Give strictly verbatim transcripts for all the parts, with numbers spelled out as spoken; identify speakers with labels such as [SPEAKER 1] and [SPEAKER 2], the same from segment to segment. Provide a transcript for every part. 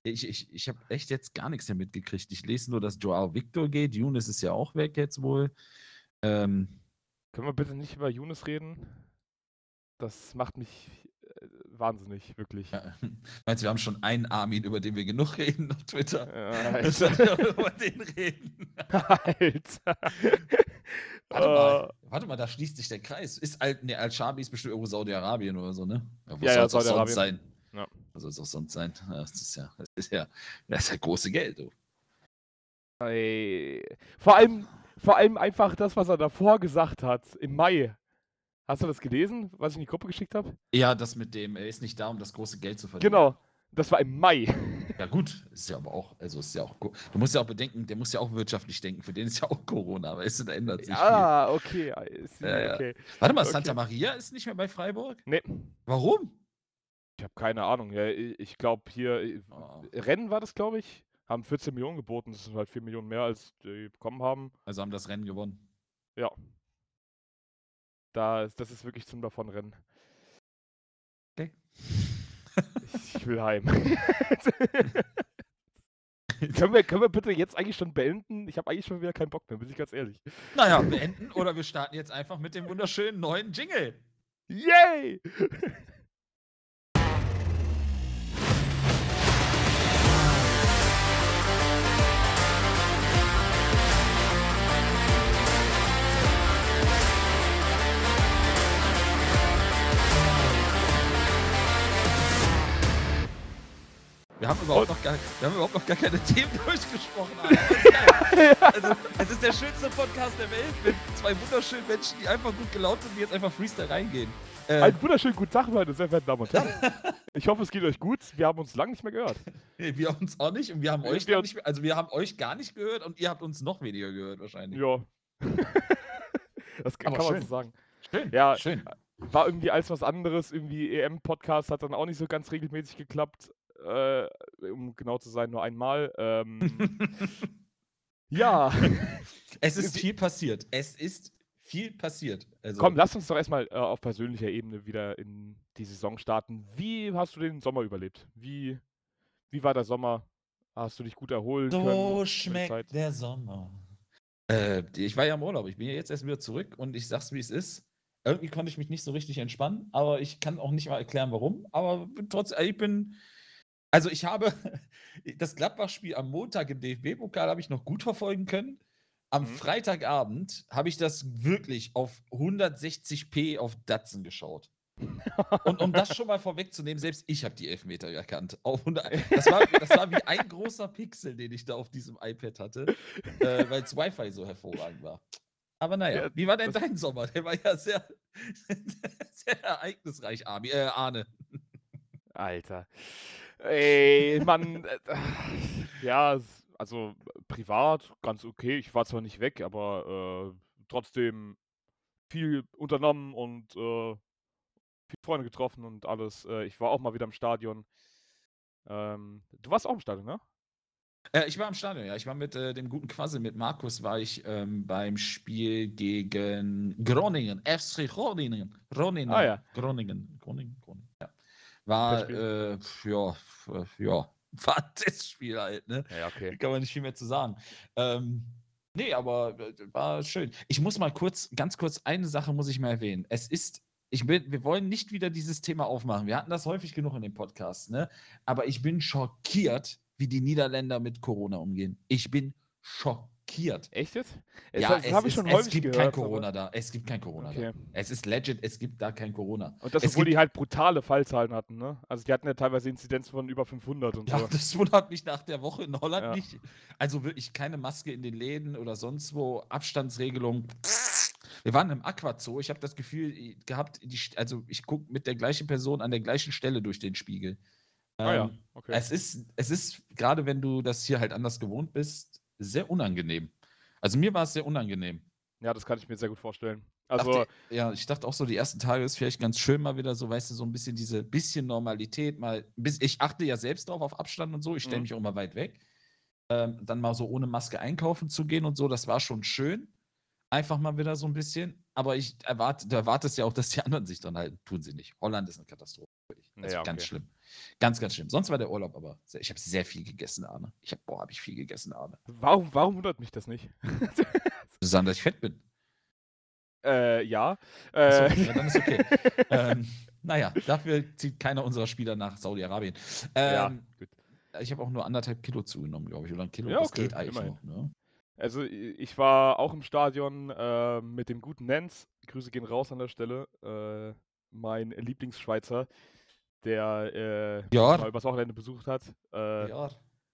[SPEAKER 1] Ich, ich, ich habe echt jetzt gar nichts mehr mitgekriegt. Ich lese nur, dass Joao Victor geht. Younes ist ja auch weg jetzt wohl. Ähm,
[SPEAKER 2] Können wir bitte nicht über Younes reden? Das macht mich äh, wahnsinnig, wirklich.
[SPEAKER 1] ja, meinst du, wir haben schon einen Armin, über den wir genug reden auf Twitter?
[SPEAKER 2] Äh,
[SPEAKER 1] Wir sollen ja über den reden.
[SPEAKER 2] Alter.
[SPEAKER 1] Warte mal,
[SPEAKER 2] Äh,
[SPEAKER 1] warte mal, da schließt sich der Kreis. Ist Al, ne, Al-Shabi ist bestimmt irgendwo Saudi-Arabien oder so, ne? Ja, wo
[SPEAKER 2] ja,
[SPEAKER 1] soll
[SPEAKER 2] ja,
[SPEAKER 1] es auch sonst
[SPEAKER 2] Saudi-Arabien.
[SPEAKER 1] sein?
[SPEAKER 2] Ja.
[SPEAKER 1] Was soll es auch sonst sein? Ja, das ist ja, das ist ja, das ist ja große Geld, du.
[SPEAKER 2] Ey. Vor allem, vor allem einfach das, was er davor gesagt hat, im Mai. Hast du das gelesen, was ich in die Gruppe geschickt habe?
[SPEAKER 1] Ja, das mit dem, er ist nicht da, um das große Geld zu verdienen.
[SPEAKER 2] Genau, das war im Mai.
[SPEAKER 1] Ja, gut, ist ja aber auch, also ist ja auch, du musst ja auch bedenken, der muss ja auch wirtschaftlich denken, für den ist ja auch Corona, weißt du, da ändert sich
[SPEAKER 2] Ah, okay, I see,
[SPEAKER 1] viel. Ja, ja.
[SPEAKER 2] okay.
[SPEAKER 1] Warte mal,
[SPEAKER 2] Okay.
[SPEAKER 1] Santa Maria ist nicht mehr bei Freiburg?
[SPEAKER 2] Nee,
[SPEAKER 1] Warum?
[SPEAKER 2] ich habe keine Ahnung. Ja, i- ich glaube hier, äh,
[SPEAKER 1] Oh,
[SPEAKER 2] Rennen war das, glaube ich, haben vierzehn Millionen geboten. Das sind halt vier Millionen mehr, als die bekommen haben.
[SPEAKER 1] also haben das Rennen gewonnen.
[SPEAKER 2] Ja, da, ist- das ist wirklich zum Davonrennen.
[SPEAKER 1] Okay.
[SPEAKER 2] Ich, ich will heim. können, wir, können wir bitte jetzt eigentlich schon beenden? Ich habe eigentlich schon wieder keinen Bock mehr, bin ich ganz ehrlich.
[SPEAKER 1] Naja, beenden oder wir starten jetzt einfach mit dem wunderschönen neuen Jingle.
[SPEAKER 2] Yay!
[SPEAKER 1] Wir haben überhaupt, noch gar, wir haben überhaupt noch gar keine Themen durchgesprochen. Aber also, es ist der schönste Podcast der Welt mit zwei wunderschönen Menschen, die einfach gut gelaunt sind, die jetzt einfach Freestyle reingehen. Äh,
[SPEAKER 2] Einen wunderschönen guten Tag, meine sehr verehrten Damen und Herren. Ich hoffe, es geht euch gut. Wir haben uns lange nicht mehr gehört.
[SPEAKER 1] wir haben uns auch nicht und wir haben
[SPEAKER 2] Wir-
[SPEAKER 1] euch
[SPEAKER 2] wir-
[SPEAKER 1] noch nicht mehr, also wir haben euch gar nicht gehört und ihr habt uns noch weniger gehört wahrscheinlich.
[SPEAKER 2] Ja. Das kann
[SPEAKER 1] Aber
[SPEAKER 2] man
[SPEAKER 1] schön.
[SPEAKER 2] so sagen.
[SPEAKER 1] Schön,
[SPEAKER 2] Ja,
[SPEAKER 1] schön.
[SPEAKER 2] war irgendwie alles was anderes. Irgendwie E M-Podcast hat dann auch nicht so ganz regelmäßig geklappt. Äh, um genau zu sein, nur einmal. Ähm, ja.
[SPEAKER 1] Es ist viel passiert. Es ist viel passiert. Also,
[SPEAKER 2] Komm, lass uns doch erstmal äh, auf persönlicher Ebene wieder in die Saison starten. Wie hast du den Sommer überlebt? Wie, wie war der Sommer? Hast du dich gut erholen können?
[SPEAKER 1] so
[SPEAKER 2] über die
[SPEAKER 1] schmeckt
[SPEAKER 2] Zeit?
[SPEAKER 1] der Sommer. Äh, ich war ja im Urlaub. Ich bin ja jetzt erst wieder zurück und ich sag's, wie es ist. Irgendwie konnte ich mich nicht so richtig entspannen, aber ich kann auch nicht mal erklären, warum. Aber bin trotzdem, ich bin. Also, ich habe das Gladbach-Spiel am Montag im D F B-Pokal habe ich noch gut verfolgen können. Am
[SPEAKER 2] Mhm.
[SPEAKER 1] Freitagabend habe ich das wirklich auf hundertsechzig p auf Datsen geschaut. Und um das schon mal vorwegzunehmen, selbst ich habe die Elfmeter erkannt. Auf hundert, das, war, das war wie ein großer Pixel, den ich da auf diesem iPad hatte, äh, weil das Wi-Fi so hervorragend war. Aber naja,
[SPEAKER 2] Ja,
[SPEAKER 1] wie war denn
[SPEAKER 2] das-
[SPEAKER 1] dein Sommer? Der war ja sehr, sehr ereignisreich, Armi, äh, Arne.
[SPEAKER 2] Alter. Ey, Mann. Äh, ja, s- also äh, privat ganz okay. Ich war zwar nicht weg, aber äh, trotzdem viel unternommen und äh, viele Freunde getroffen und alles. Äh, ich war auch mal wieder im Stadion. Ähm, du warst auch im Stadion, ne?
[SPEAKER 1] Äh, ich war im Stadion, ja. Ich war mit äh, dem guten Quassel, mit Markus, war ich ähm, beim Spiel gegen Groningen, F C Groningen. Groningen.
[SPEAKER 2] Ah ja.
[SPEAKER 1] Groningen. Groningen. Groningen. Ja.
[SPEAKER 2] Das
[SPEAKER 1] War,
[SPEAKER 2] Spiel.
[SPEAKER 1] äh, pf, ja, pf, ja, war ein Testspiel halt, ne?
[SPEAKER 2] Ja, okay.
[SPEAKER 1] Da kann man nicht viel mehr zu sagen. Ähm, nee, aber äh, war schön. Ich muss mal kurz, ganz kurz, eine Sache muss ich mal erwähnen. Es ist, ich bin, wir wollen nicht wieder dieses Thema aufmachen. Wir hatten das häufig genug in dem Podcast, ne? Aber ich bin schockiert, wie die Niederländer mit Corona umgehen. Ich bin schockiert.
[SPEAKER 2] Echt jetzt? Es,
[SPEAKER 1] Ja,
[SPEAKER 2] das
[SPEAKER 1] es,
[SPEAKER 2] habe ich
[SPEAKER 1] ist,
[SPEAKER 2] schon
[SPEAKER 1] es
[SPEAKER 2] häufig
[SPEAKER 1] gibt
[SPEAKER 2] gehört.
[SPEAKER 1] kein
[SPEAKER 2] aber-
[SPEAKER 1] Corona da. Es gibt kein Corona
[SPEAKER 2] Okay.
[SPEAKER 1] da. Es ist legit, es gibt da kein Corona.
[SPEAKER 2] Und das,
[SPEAKER 1] Es
[SPEAKER 2] obwohl
[SPEAKER 1] gibt-
[SPEAKER 2] die halt brutale Fallzahlen hatten, ne? Also die hatten ja teilweise Inzidenzen von über fünfhundert und
[SPEAKER 1] Ja,
[SPEAKER 2] so.
[SPEAKER 1] das wundert mich nach der Woche in Holland
[SPEAKER 2] Ja.
[SPEAKER 1] nicht. Also wirklich keine Maske in den Läden oder sonst wo, Abstandsregelung. Wir waren im Aquazoo. Ich habe das Gefühl gehabt, die, also ich gucke mit der gleichen Person an der gleichen Stelle durch den Spiegel.
[SPEAKER 2] Ah ja,
[SPEAKER 1] Ähm,
[SPEAKER 2] okay.
[SPEAKER 1] Es ist, es ist, gerade wenn du das hier halt anders gewohnt bist, sehr unangenehm. Also mir war es sehr unangenehm.
[SPEAKER 2] Ja, das kann ich mir sehr gut vorstellen. Also,
[SPEAKER 1] Dachte, ja, ich dachte auch so, die ersten Tage ist vielleicht ganz schön mal wieder so, weißt du, so ein bisschen diese bisschen Normalität, mal, bis, ich achte ja selbst drauf auf Abstand und so, ich stelle
[SPEAKER 2] Mhm.
[SPEAKER 1] mich auch mal weit weg. Ähm, dann mal so ohne Maske einkaufen zu gehen und so, das war schon schön. Einfach mal wieder so ein bisschen. Aber ich erwarte, du erwartest ja auch, dass die anderen sich dran halten. Tun sie nicht. Holland ist eine Katastrophe. Also
[SPEAKER 2] Ja,
[SPEAKER 1] ganz
[SPEAKER 2] okay.
[SPEAKER 1] schlimm. Ganz, ganz schlimm. Sonst war der Urlaub aber sehr, ich habe sehr viel gegessen, Arne. Ich habe, boah, habe ich viel gegessen, Arne.
[SPEAKER 2] Warum, warum wundert mich das nicht?
[SPEAKER 1] Zu sagen, dass ich fett bin.
[SPEAKER 2] Äh, ja.
[SPEAKER 1] Achso,
[SPEAKER 2] Äh.
[SPEAKER 1] ja, dann ist okay. ähm, naja, dafür zieht keiner unserer Spieler nach Saudi-Arabien.
[SPEAKER 2] Ja,
[SPEAKER 1] Ähm,
[SPEAKER 2] gut.
[SPEAKER 1] ich habe auch nur anderthalb Kilo zugenommen, glaube ich. Oder ein Kilo,
[SPEAKER 2] Ja,
[SPEAKER 1] das
[SPEAKER 2] okay,
[SPEAKER 1] geht eigentlich
[SPEAKER 2] immerhin.
[SPEAKER 1] noch. Ne?
[SPEAKER 2] Also i- ich war auch im Stadion äh, mit dem guten Nenz. Grüße gehen raus an der Stelle. Äh, mein Lieblingsschweizer, der äh, mich
[SPEAKER 1] Ja,
[SPEAKER 2] mal übers Wochenende besucht hat. Äh,
[SPEAKER 1] ja.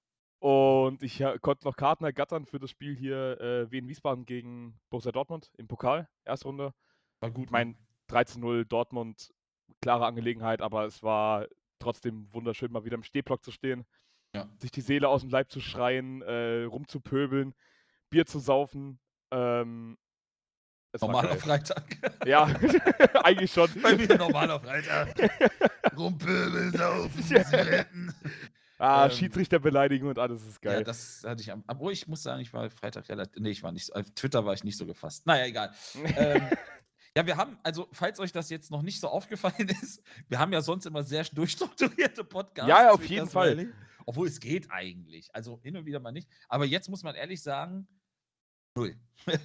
[SPEAKER 2] und ich äh, konnte noch Karten ergattern für das Spiel hier äh, Wien Wiesbaden gegen Borussia Dortmund im Pokal, Erstrunde.
[SPEAKER 1] War
[SPEAKER 2] Ich
[SPEAKER 1] gut, ne?
[SPEAKER 2] meine, dreizehn null Dortmund, klare Angelegenheit, aber es war trotzdem wunderschön, mal wieder im Stehblock zu stehen,
[SPEAKER 1] Ja.
[SPEAKER 2] sich die Seele aus dem Leib zu schreien, äh, rumzupöbeln, Bier zu saufen. Ähm, es war
[SPEAKER 1] Normaler
[SPEAKER 2] geil.
[SPEAKER 1] Freitag.
[SPEAKER 2] Ja, eigentlich schon.
[SPEAKER 1] Bei mir normaler Freitag. Rumpöbeln, saufen, Zigaretten.
[SPEAKER 2] Ah,
[SPEAKER 1] Ähm,
[SPEAKER 2] Schiedsrichter beleidigen und alles ist
[SPEAKER 1] Ja,
[SPEAKER 2] geil.
[SPEAKER 1] das hatte ich am. Obwohl ich muss sagen, ich war Freitag relativ. Nee, ich war nicht so. Auf Twitter war ich nicht so gefasst. Naja, egal. ähm, ja, wir haben, also, falls euch das jetzt noch nicht so aufgefallen ist, wir haben ja sonst immer sehr durchstrukturierte Podcasts.
[SPEAKER 2] Ja, ja, auf
[SPEAKER 1] Sweet
[SPEAKER 2] jeden
[SPEAKER 1] as
[SPEAKER 2] Fall.
[SPEAKER 1] Riley. Obwohl es geht eigentlich. Also hin und wieder mal nicht. Aber jetzt muss man ehrlich sagen, null.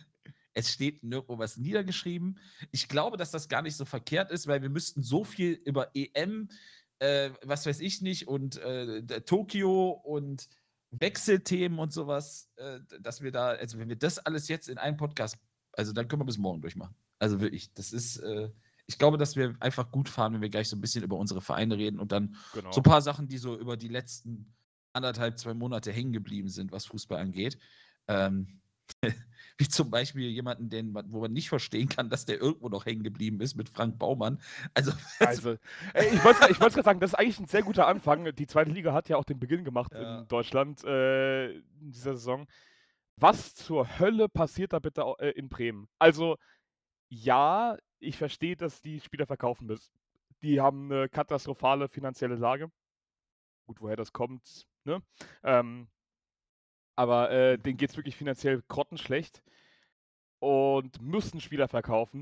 [SPEAKER 1] Es steht nirgendwo was niedergeschrieben. Ich glaube, dass das gar nicht so verkehrt ist, weil wir müssten so viel über E M, äh, was weiß ich nicht, und äh, d- Tokio und Wechselthemen und sowas, äh, dass wir da, also wenn wir das alles jetzt in einen Podcast, also dann können wir bis morgen durchmachen. Also wirklich, das ist, äh, ich glaube, dass wir einfach gut fahren, wenn wir gleich so ein bisschen über unsere Vereine reden und dann
[SPEAKER 2] Genau.
[SPEAKER 1] so ein paar Sachen, die so über die letzten anderthalb, zwei Monate hängen geblieben sind, was Fußball angeht. Ähm, wie zum Beispiel jemanden, den, wo man nicht verstehen kann, dass der irgendwo noch hängen geblieben ist, mit Frank Baumann. Also,
[SPEAKER 2] Also, ey, ich wollte ich gerade sagen, das ist eigentlich ein sehr guter Anfang. Die zweite Liga hat ja auch den Beginn gemacht
[SPEAKER 1] Ja.
[SPEAKER 2] in Deutschland äh, in dieser Saison. Was zur Hölle passiert da bitte au- äh, in Bremen? Also, ja, ich verstehe, dass die Spieler verkaufen müssen. Die haben eine katastrophale finanzielle Lage. Gut, woher das kommt, ne? Ähm, aber äh, denen geht es wirklich finanziell grottenschlecht und müssen Spieler verkaufen.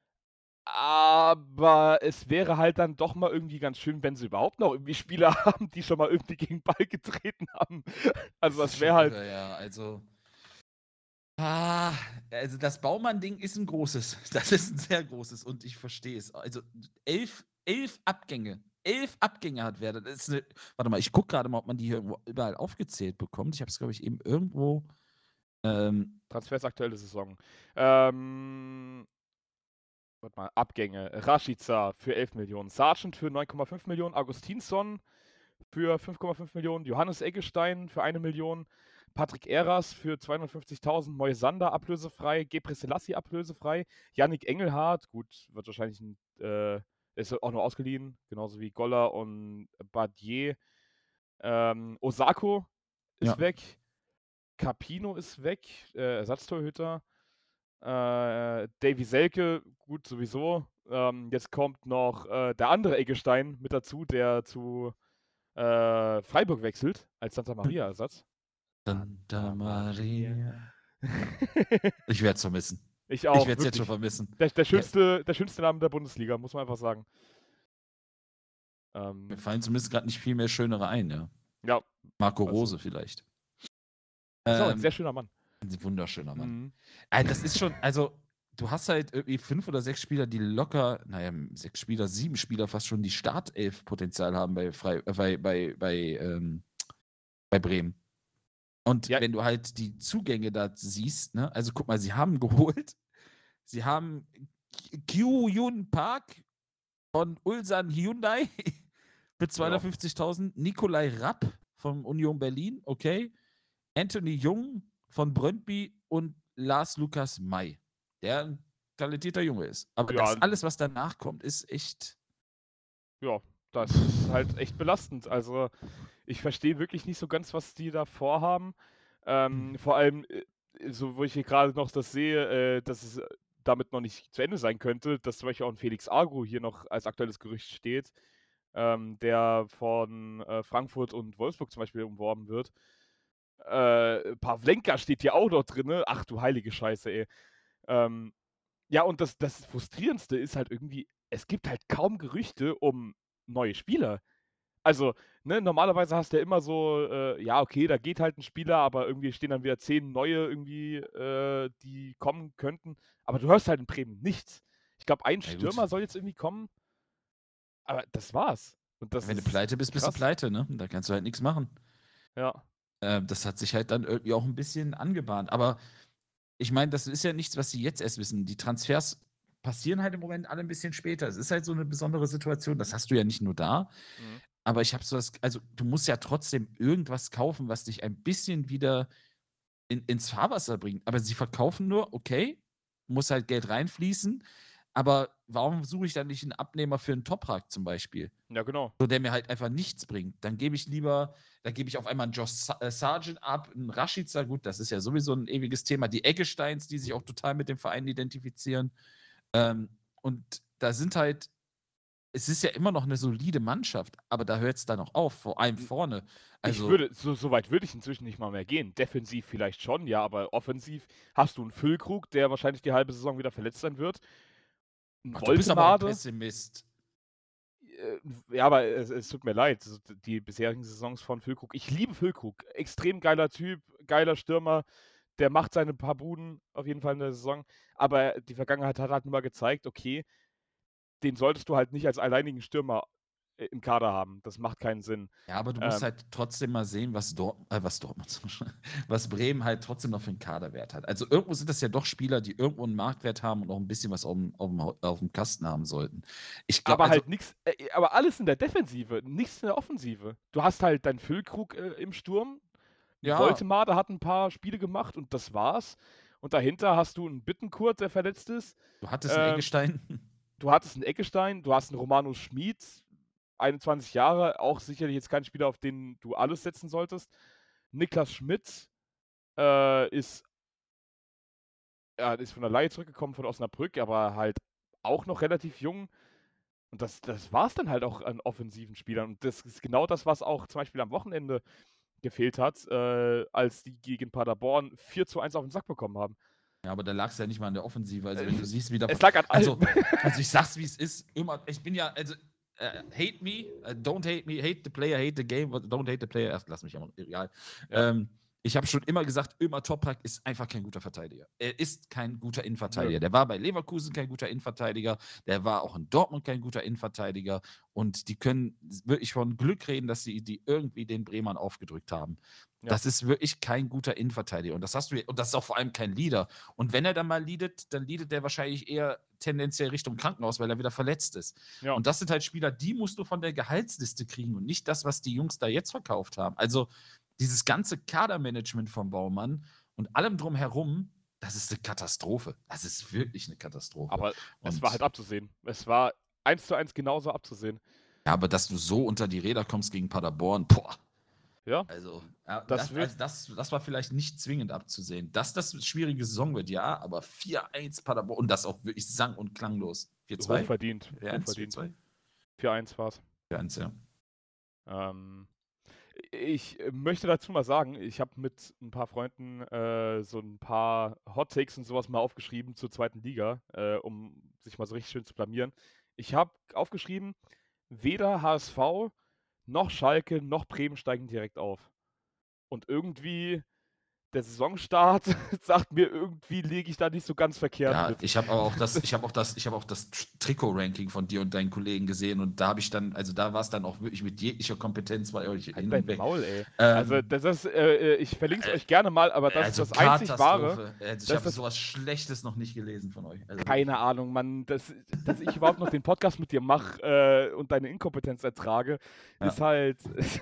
[SPEAKER 2] Aber es wäre halt dann doch mal irgendwie ganz schön, wenn sie überhaupt noch irgendwie Spieler haben, die schon mal irgendwie gegen Ball getreten haben. Also das
[SPEAKER 1] ist
[SPEAKER 2] wäre
[SPEAKER 1] schon
[SPEAKER 2] halt.
[SPEAKER 1] irre, ja, also. Ah, also das Baumann-Ding ist ein großes. Das ist ein sehr großes und ich verstehe es. Also elf, elf Abgänge. Elf Abgänge hat Werder. Das ist eine, warte mal, ich gucke gerade mal, ob man die hier irgendwo überall aufgezählt bekommt. Ich habe es, glaube ich, eben irgendwo. Ähm,
[SPEAKER 2] Transfers aktuelle Saison. Ähm, warte mal, Abgänge. Rashica für elf Millionen. Sargent für neun Komma fünf Millionen. Augustinsson für fünf Komma fünf Millionen. Johannes Eggestein für eine Million. Patrick Eras für zweihundertfünfzigtausend. Moisander ablösefrei. Gebre Selassie ablösefrei. Yannick Engelhardt, gut, wird wahrscheinlich ein, äh, ist auch nur ausgeliehen, genauso wie Goller und Badier. Ähm, Osako ist
[SPEAKER 1] Ja.
[SPEAKER 2] weg. Capino ist weg, äh, Ersatztorhüter. Äh, Davy Selke, gut, sowieso. Ähm, jetzt kommt noch äh, der andere Eggestein mit dazu, der zu äh, Freiburg wechselt, als Santa Maria-Ersatz.
[SPEAKER 1] Santa Maria. Ich werde es vermissen.
[SPEAKER 2] Ich auch,
[SPEAKER 1] Ich werde es jetzt schon
[SPEAKER 2] wirklich.
[SPEAKER 1] vermissen.
[SPEAKER 2] Der, der, schönste, der schönste Name der Bundesliga, muss man einfach sagen. Ähm,
[SPEAKER 1] Mir fallen zumindest gerade nicht viel mehr schönere ein, ja.
[SPEAKER 2] ja,
[SPEAKER 1] Marco
[SPEAKER 2] Also-
[SPEAKER 1] Rose vielleicht.
[SPEAKER 2] ist auch ein
[SPEAKER 1] Ähm,
[SPEAKER 2] sehr schöner Mann.
[SPEAKER 1] ein wunderschöner Mann.
[SPEAKER 2] Mhm.
[SPEAKER 1] Äh, das ist schon, also, du hast halt irgendwie fünf oder sechs Spieler, die locker, naja, sechs Spieler, sieben Spieler fast schon die Startelf-Potenzial haben bei, Frei, äh, bei, bei, bei, ähm, bei Bremen. Und
[SPEAKER 2] Ja.
[SPEAKER 1] wenn du halt die Zugänge da siehst, ne, also guck mal, sie haben geholt, sie haben Kyuyun Park von Ulsan Hyundai für zweihundertfünfzigtausend, Nikolai Rapp von Union Berlin, okay, Anthony Jung von Brøndby und Lars Lukas May, der ein talentierter Junge ist. Aber
[SPEAKER 2] Ja.
[SPEAKER 1] das alles, was danach kommt, ist echt.
[SPEAKER 2] Ja, das ist halt echt belastend. Also, ich verstehe wirklich nicht so ganz, was die da vorhaben. Ähm,
[SPEAKER 1] Hm.
[SPEAKER 2] vor allem, äh, so wo ich hier gerade noch das sehe, äh, dass es äh, damit noch nicht zu Ende sein könnte, dass zum Beispiel auch ein Felix Agu hier noch als aktuelles Gerücht steht, ähm, der von äh, Frankfurt und Wolfsburg zum Beispiel umworben wird. Äh, Pavlenka steht hier auch noch drin. Ach du heilige Scheiße, ey. Ähm, ja, und das, das Frustrierendste ist halt irgendwie, es gibt halt kaum Gerüchte um neue Spieler. Also, ne, normalerweise hast du ja immer so, äh, ja, okay, da geht halt ein Spieler, aber irgendwie stehen dann wieder zehn neue irgendwie, äh, die kommen könnten. Aber du hörst halt in Bremen nichts. Ich glaube, ein
[SPEAKER 1] Ja gut,
[SPEAKER 2] Stürmer soll jetzt irgendwie kommen, aber das war's. Und das
[SPEAKER 1] wenn du
[SPEAKER 2] ist
[SPEAKER 1] pleite bist, bist du
[SPEAKER 2] krass.
[SPEAKER 1] pleite, ne? Da kannst du halt nichts machen.
[SPEAKER 2] Ja.
[SPEAKER 1] Äh, das hat sich halt dann irgendwie auch ein bisschen angebahnt. Aber ich meine, das ist ja nichts, was sie jetzt erst wissen. Die Transfers passieren halt im Moment alle ein bisschen später. Es ist halt so eine besondere Situation. Das hast du ja nicht nur da.
[SPEAKER 2] Mhm.
[SPEAKER 1] Aber ich habe so das, also du musst ja trotzdem irgendwas kaufen, was dich ein bisschen wieder in, ins Fahrwasser bringt. Aber sie verkaufen nur, okay, muss halt Geld reinfließen. Aber warum suche ich dann nicht einen Abnehmer für einen Toprak zum Beispiel?
[SPEAKER 2] Ja, genau.
[SPEAKER 1] So, der mir halt einfach nichts bringt. Dann gebe ich lieber, dann gebe ich auf einmal einen Josh Sa äh, Sargent ab, einen Rashica, gut, das ist ja sowieso ein ewiges Thema. Die Eggesteins, die sich auch total mit dem Verein identifizieren. Ähm, und da sind halt, es ist ja immer noch eine solide Mannschaft, aber da hört es dann auch auf, vor allem
[SPEAKER 2] Hm,
[SPEAKER 1] vorne.
[SPEAKER 2] ich
[SPEAKER 1] Also,
[SPEAKER 2] würde so so weit würde ich inzwischen nicht mal mehr gehen. Defensiv vielleicht schon, ja, aber offensiv hast du 'n Füllkrug, der wahrscheinlich die halbe Saison wieder verletzt sein wird. 'N
[SPEAKER 1] ach, du bist aber ein
[SPEAKER 2] Woltemade.
[SPEAKER 1] Pessimist.
[SPEAKER 2] Äh, ja, aber es es tut mir leid, so d die bisherigen Saisons von Füllkrug, ich liebe Füllkrug, extrem geiler Typ, geiler Stürmer, der macht seine paar Buden auf jeden Fall in der Saison, aber die Vergangenheit hat halt nun mal gezeigt, okay, den solltest du halt nicht als alleinigen Stürmer, äh, im Kader haben. Das macht keinen Sinn.
[SPEAKER 1] Ja, aber du musst
[SPEAKER 2] Ähm,
[SPEAKER 1] halt trotzdem mal sehen, was Dort äh, was Dortmund, was Bremen halt trotzdem noch für einen Kaderwert hat. Also irgendwo sind das ja doch Spieler, die irgendwo einen Marktwert haben und auch ein bisschen was aufm aufm Hau aufm Kasten haben sollten. Ich glaube,
[SPEAKER 2] aber
[SPEAKER 1] also
[SPEAKER 2] halt nix äh, aber alles in der Defensive, nichts in der Offensive. Du hast halt deinen Füllkrug, äh, im Sturm. 'N
[SPEAKER 1] ja,
[SPEAKER 2] Woltemade hat 'n paar Spiele gemacht und das war's. Und dahinter hast du 'n Bittenkurt, der verletzt ist.
[SPEAKER 1] du hattest 'n
[SPEAKER 2] Ähm,
[SPEAKER 1] Eggestein.
[SPEAKER 2] du hattest 'n Eggestein, du hast 'n Romanos Schmid, einundzwanzig Jahre, auch sicherlich jetzt kein Spieler, auf den du alles setzen solltest. Niklas Schmidt, äh, ist ja, ist von der Leihe zurückgekommen von Osnabrück, aber halt auch noch relativ jung. Und das das war's dann halt auch an offensiven Spielern. Und das ist genau das, was auch zum Beispiel am Wochenende gefehlt hat, äh, als die gegen Paderborn vier zu eins auf den Sack bekommen haben.
[SPEAKER 1] Ja, aber da lag's ja nicht mal an der Offensive. Also,
[SPEAKER 2] Äh,
[SPEAKER 1] wenn du siehst, wie da
[SPEAKER 2] es lag an allem.
[SPEAKER 1] also also, ich sag's, wie's ist, immer ich bin ja also, äh, hate me, äh, don't hate me, hate the player, hate the game, but don't hate the player. Ach, lass mich aber egal.
[SPEAKER 2] Ja,
[SPEAKER 1] Ähm, ich habe schon immer gesagt, Ömer Toprak ist einfach kein guter Verteidiger. Er ist kein guter
[SPEAKER 2] nö.
[SPEAKER 1] Innenverteidiger. Der war bei Leverkusen kein guter Innenverteidiger, der war auch in Dortmund kein guter Innenverteidiger und die können wirklich von Glück reden, dass sie die irgendwie den Bremern aufgedrückt haben.
[SPEAKER 2] Ja,
[SPEAKER 1] Das ist wirklich kein guter Innenverteidiger und das hast du und das ist auch vor allem kein Leader. Und wenn er dann mal leadet, dann leadet der wahrscheinlich eher tendenziell Richtung Krankenhaus, weil er wieder verletzt ist.
[SPEAKER 2] ja.
[SPEAKER 1] Und das sind halt Spieler, die musst du von der Gehaltsliste kriegen und nicht das, was die Jungs da jetzt verkauft haben. Also dieses ganze Kadermanagement von Baumann und allem drumherum, das ist eine Katastrophe. Das ist wirklich eine Katastrophe.
[SPEAKER 2] Aber es war halt
[SPEAKER 1] Und
[SPEAKER 2] abzusehen. Es war eins zu eins genauso abzusehen.
[SPEAKER 1] ja, aber dass du so unter die Räder kommst gegen Paderborn, boah.
[SPEAKER 2] Ja,
[SPEAKER 1] Also, ja,
[SPEAKER 2] das
[SPEAKER 1] das,
[SPEAKER 2] wird
[SPEAKER 1] also das, das war vielleicht nicht zwingend abzusehen. Dass das eine schwierige Saison wird, ja, aber vier eins Paderborn und das auch wirklich sang- und klanglos. vier zwei?
[SPEAKER 2] hochverdient,
[SPEAKER 1] vier eins,
[SPEAKER 2] hochverdient.
[SPEAKER 1] vier zwei?
[SPEAKER 2] vier eins war's.
[SPEAKER 1] vier eins, ja.
[SPEAKER 2] Ähm, ich möchte dazu mal sagen, ich habe mit 'n paar Freunden, äh, so 'n paar Hot Takes und so was mal aufgeschrieben zur zweiten Liga, äh, um sich mal so richtig schön zu blamieren. Ich habe aufgeschrieben: „Weder H S V noch Schalke noch Bremen steigen direkt auf." Und irgendwie der Saisonstart sagt mir, irgendwie liege ich da nicht so ganz verkehrt
[SPEAKER 1] Ja,
[SPEAKER 2] mit.
[SPEAKER 1] ich habe aber auch das, ich habe auch das, ich habe auch das Tr- Trikot-Ranking von dir und deinen Kollegen gesehen und da habe ich dann, also da war es dann auch wirklich mit jeglicher Kompetenz bei euch
[SPEAKER 2] Halt
[SPEAKER 1] hin
[SPEAKER 2] dein
[SPEAKER 1] und weg.
[SPEAKER 2] Maul, ey. Also,
[SPEAKER 1] Ähm,
[SPEAKER 2] das ist, äh, äh, ich verlinke es
[SPEAKER 1] äh,
[SPEAKER 2] euch gerne mal, aber das ist
[SPEAKER 1] also
[SPEAKER 2] das einzig Wahre.
[SPEAKER 1] Katastrophe. Also ich
[SPEAKER 2] Das ist
[SPEAKER 1] habe
[SPEAKER 2] das
[SPEAKER 1] sowas Schlechtes noch nicht gelesen von euch. Also wirklich.
[SPEAKER 2] keine Ahnung, Mann, dass dass ich überhaupt noch den Podcast mit dir mache, äh, und deine Inkompetenz ertrage, ist
[SPEAKER 1] Ja,
[SPEAKER 2] halt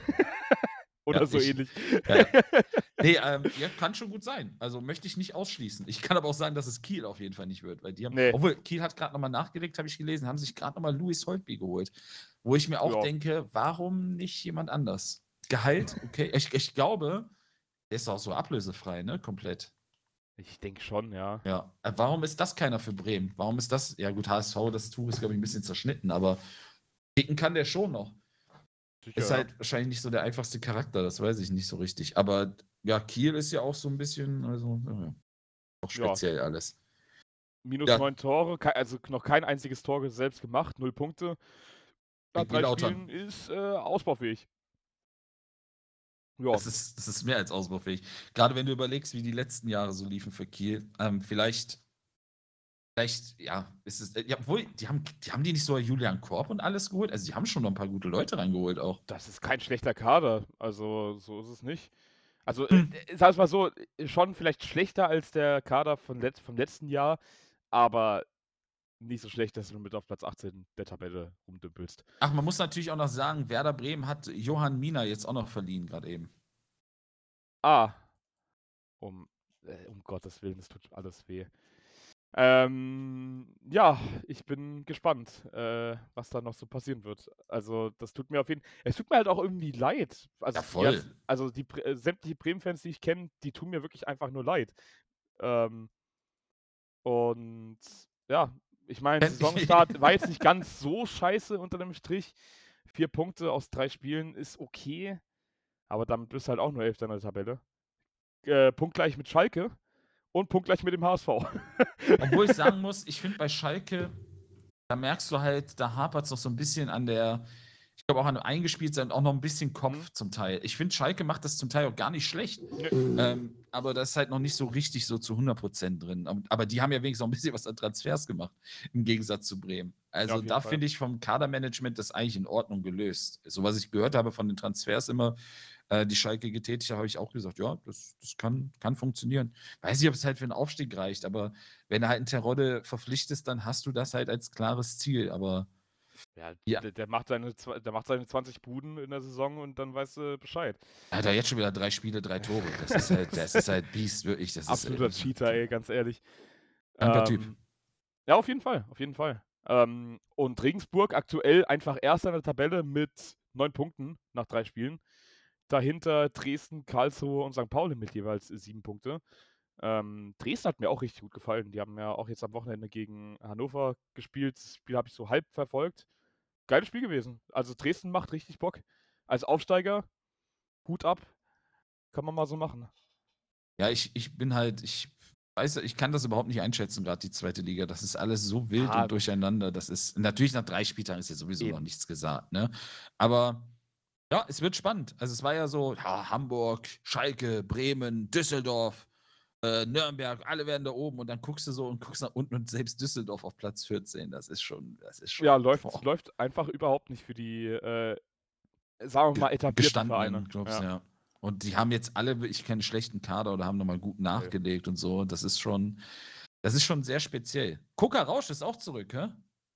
[SPEAKER 1] ja,
[SPEAKER 2] oder so
[SPEAKER 1] ich,
[SPEAKER 2] ähnlich.
[SPEAKER 1] ja. Nee, ähm, ja, kann schon gut sein. Also möchte ich nicht ausschließen. Ich kann aber auch sagen, dass es Kiel auf jeden Fall nicht wird, weil die haben,
[SPEAKER 2] Ne,
[SPEAKER 1] obwohl Kiel hat gerade nochmal nachgelegt, habe ich gelesen, haben sich gerade nochmal Louis Holtby geholt. Wo ich mir auch
[SPEAKER 2] ja,
[SPEAKER 1] denke, warum nicht jemand anders? Gehalt, okay. Ich, ich glaube, der ist auch so ablösefrei, ne? Komplett.
[SPEAKER 2] ich denke schon, ja.
[SPEAKER 1] Ja. Äh, Warum ist das keiner für Bremen? Warum ist das? Ja, gut, H S V, das Tuch ist, glaube ich, ein bisschen zerschnitten, aber kicken kann der schon noch.
[SPEAKER 2] Sicher,
[SPEAKER 1] Ist
[SPEAKER 2] ja.
[SPEAKER 1] halt wahrscheinlich nicht so der einfachste Charakter, das weiß ich nicht so richtig. Aber ja, Kiel ist ja auch so ein bisschen, also, ja, auch
[SPEAKER 2] Ja,
[SPEAKER 1] speziell alles.
[SPEAKER 2] minus
[SPEAKER 1] Ja,
[SPEAKER 2] neun Tore, kei also noch kein einziges Tor selbst gemacht, null Punkte. nach
[SPEAKER 1] Wie
[SPEAKER 2] drei
[SPEAKER 1] Lautern.
[SPEAKER 2] Spielen ist äh, ausbaufähig. Ja.
[SPEAKER 1] Das ist, das ist mehr als ausbaufähig. Gerade wenn du überlegst, wie die letzten Jahre so liefen für Kiel. Ähm, vielleicht, vielleicht, ja, ist es. Ja, obwohl, die haben, die haben die nicht so Julian Korb und alles geholt? Also, die haben schon noch ein paar gute Leute reingeholt auch.
[SPEAKER 2] Das ist kein schlechter Kader. Also, so ist es nicht. Also, äh,
[SPEAKER 1] Hm.
[SPEAKER 2] äh, sag mal so, äh, schon vielleicht schlechter als der Kader von letz vom letzten Jahr, aber nicht so schlecht, dass du mit auf Platz achtzehn der Tabelle rumdümpelst.
[SPEAKER 1] Ach, man muss natürlich auch noch sagen, Werder Bremen hat Johann Mina jetzt auch noch verliehen, gerade eben.
[SPEAKER 2] Ah, um, äh, um Gottes Willen, es tut alles weh. Ähm, ja, ich bin gespannt, äh, was da noch so passieren wird. Also, das tut mir auf jeden es tut mir halt auch irgendwie leid. Also,
[SPEAKER 1] Ja,
[SPEAKER 2] die ganz
[SPEAKER 1] voll.
[SPEAKER 2] also, die Bre äh, sämtliche Bremen-Fans, die ich kenne, die tun mir wirklich einfach nur leid. Ähm, und ja, ich meine, Saisonstart war jetzt nicht ganz so scheiße unter dem Strich. vier Punkte aus drei Spielen ist okay, aber damit bist du halt auch nur Elfter in der Tabelle. Äh, punktgleich mit Schalke und punktgleich mit dem H S V.
[SPEAKER 1] Obwohl ich sagen muss, ich finde bei Schalke, da merkst du halt, da hapert es noch so ein bisschen an der, ich glaube auch an dem Eingespieltsein und auch noch ein bisschen
[SPEAKER 2] Mhm.
[SPEAKER 1] Kopf zum Teil. Ich finde, Schalke macht das zum Teil auch gar nicht schlecht.
[SPEAKER 2] Ne.
[SPEAKER 1] Ähm, aber das ist halt noch nicht so richtig so zu hundert Prozent drin. Aber, aber die haben ja wenigstens auch ein bisschen was an Transfers gemacht, im Gegensatz zu Bremen.
[SPEAKER 2] Ja,
[SPEAKER 1] Also
[SPEAKER 2] auf jeden
[SPEAKER 1] da
[SPEAKER 2] Fall.
[SPEAKER 1] finde ich vom Kadermanagement das eigentlich in Ordnung gelöst. So was ich gehört habe von den Transfers immer, äh, die Schalke getätigt habe, habe ich auch gesagt, ja, das, das kann, kann funktionieren. Weiß nicht, ob es halt für einen Aufstieg reicht, aber wenn du halt einen Terodde verpflichtest, dann hast du das halt als klares Ziel. Aber
[SPEAKER 2] Ja,
[SPEAKER 1] ja,
[SPEAKER 2] der, der, macht seine, zwa- der macht seine zwanzig Buden in der Saison und dann weißt du Bescheid.
[SPEAKER 1] er hat ja jetzt schon wieder drei Spiele, drei Tore. Das ist halt, das ist halt Biest, wirklich. Das ist,
[SPEAKER 2] Absoluter
[SPEAKER 1] äh,
[SPEAKER 2] Cheater, ey, ganz ehrlich.
[SPEAKER 1] kranker Typ.
[SPEAKER 2] Ähm, ja, auf jeden Fall, auf jeden Fall. Ähm, und Regensburg aktuell einfach erster in der Tabelle mit neun Punkten nach drei Spielen. Dahinter Dresden, Karlsruhe und Sankt Pauli mit jeweils sieben Punkte. Ähm, Dresden hat mir auch richtig gut gefallen. Die haben ja auch jetzt am Wochenende gegen Hannover gespielt. Das Spiel habe ich so halb verfolgt. Geiles Spiel gewesen. Also Dresden macht richtig Bock. Als Aufsteiger, Hut ab. Kann man mal so machen.
[SPEAKER 1] Ja, ich, ich bin halt, ich weiß, ich kann das überhaupt nicht einschätzen, gerade die zweite Liga. Das ist alles so wild
[SPEAKER 2] Ah,
[SPEAKER 1] und durcheinander. Das ist, natürlich nach drei Spieltagen ist ja sowieso noch
[SPEAKER 2] eben.
[SPEAKER 1] nichts gesagt, ne? Aber ja, es wird spannend. Also es war ja so, ja, Hamburg, Schalke, Bremen, Düsseldorf, äh, Nürnberg, alle werden da oben und dann guckst du so und guckst nach unten und selbst Düsseldorf auf Platz vierzehn. Das ist schon, das ist schon
[SPEAKER 2] Ja, läuft,
[SPEAKER 1] boah,
[SPEAKER 2] läuft einfach überhaupt nicht für die, äh, sagen wir mal,
[SPEAKER 1] ge-
[SPEAKER 2] etablierten Vereine.
[SPEAKER 1] gestandenen Clubs,
[SPEAKER 2] Ja.
[SPEAKER 1] ja. Und die haben jetzt alle wirklich keinen schlechten Kader oder haben nochmal gut
[SPEAKER 2] Nee.
[SPEAKER 1] nachgelegt und so. Das ist schon, das ist schon sehr speziell. Koka Rausch ist auch zurück, hä?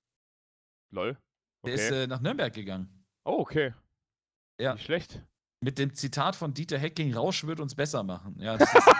[SPEAKER 2] Lol.
[SPEAKER 1] Der ist
[SPEAKER 2] Okay.
[SPEAKER 1] äh, nach Nürnberg gegangen.
[SPEAKER 2] Oh, okay.
[SPEAKER 1] Ja.
[SPEAKER 2] Nicht schlecht.
[SPEAKER 1] Mit dem Zitat von Dieter Hecking, Rausch wird uns besser machen. Ja, das ist.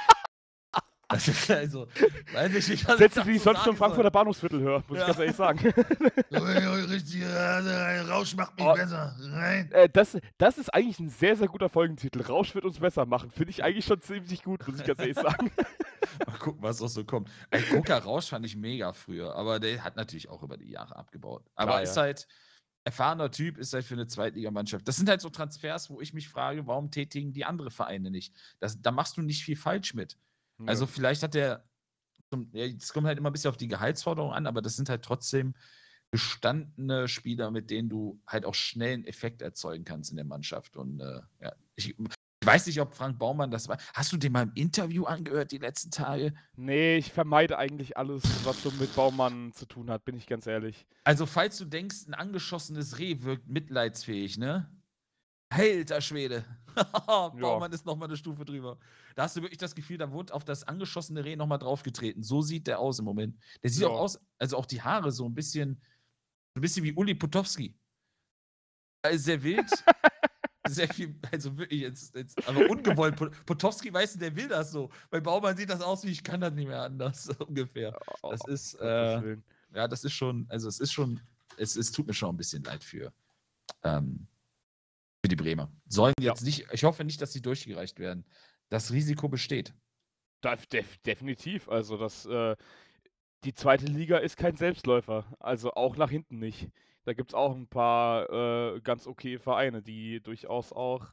[SPEAKER 1] Das ist also, weiß ich nicht, was
[SPEAKER 2] Sätze,
[SPEAKER 1] ich
[SPEAKER 2] die ich
[SPEAKER 1] dazu
[SPEAKER 2] sonst nur im
[SPEAKER 1] sagen
[SPEAKER 2] Frankfurter
[SPEAKER 1] soll.
[SPEAKER 2] Bahnhofsviertel höre, muss
[SPEAKER 1] Ja.
[SPEAKER 2] ich ganz ehrlich sagen.
[SPEAKER 1] Richtig, Rausch macht mich
[SPEAKER 2] Oh.
[SPEAKER 1] besser. Nein.
[SPEAKER 2] Äh, das, das ist eigentlich ein sehr, sehr guter Folgentitel. Rausch wird uns besser machen. Finde ich eigentlich schon ziemlich gut, muss ich ganz ehrlich sagen.
[SPEAKER 1] Mal gucken, was auch so kommt. Ey, Koka Rausch fand ich mega früher, aber der hat natürlich auch über die Jahre abgebaut. Aber
[SPEAKER 2] Klar,
[SPEAKER 1] ist
[SPEAKER 2] ja.
[SPEAKER 1] halt erfahrener Typ, ist halt für eine Zweitligamannschaft. Das sind halt so Transfers, wo ich mich frage, warum tätigen die andere Vereine nicht? Das, da machst du nicht viel falsch mit.
[SPEAKER 2] Nö.
[SPEAKER 1] Also vielleicht hat der, ja, es kommt halt immer ein bisschen auf die Gehaltsforderung an, aber das sind halt trotzdem gestandene Spieler, mit denen du halt auch schnell einen Effekt erzeugen kannst in der Mannschaft. Und äh, ja, ich, ich weiß nicht, ob Frank Baumann das war. Hast du den mal im Interview angehört die letzten Tage?
[SPEAKER 2] Nee, ich vermeide eigentlich alles, was so mit Baumann zu tun hat, bin ich ganz ehrlich.
[SPEAKER 1] Also, falls du denkst, ein angeschossenes Reh wirkt mitleidsfähig, ne? Alter Schwede. Baumann ist nochmal eine Stufe drüber. Da hast du wirklich das Gefühl, da wurde auf das angeschossene Reh nochmal draufgetreten. So sieht der aus im Moment. Der sieht
[SPEAKER 2] Ja.
[SPEAKER 1] auch aus, also auch die Haare so ein bisschen, so ein bisschen wie Uli Potowski. Also sehr wild. Sehr viel, also wirklich jetzt, jetzt aber ungewollt. Pot- Potowski, weißt du, der will das so. Bei Baumann sieht das aus wie, ich kann das nicht mehr anders, so ungefähr.
[SPEAKER 2] Oh,
[SPEAKER 1] Das
[SPEAKER 2] um
[SPEAKER 1] ist,
[SPEAKER 2] Gottes
[SPEAKER 1] äh,
[SPEAKER 2] Willen.
[SPEAKER 1] ja, das ist schon, also es ist schon, es, es tut mir schon ein bisschen leid für, ähm, für die Bremer. Sollen
[SPEAKER 2] Ja.
[SPEAKER 1] jetzt nicht, ich hoffe nicht, dass sie durchgereicht werden. Das Risiko besteht.
[SPEAKER 2] Def def definitiv. Also das, äh, die zweite Liga ist kein Selbstläufer. Also auch nach hinten nicht. Da gibt es auch ein paar äh, ganz okay Vereine, die durchaus auch,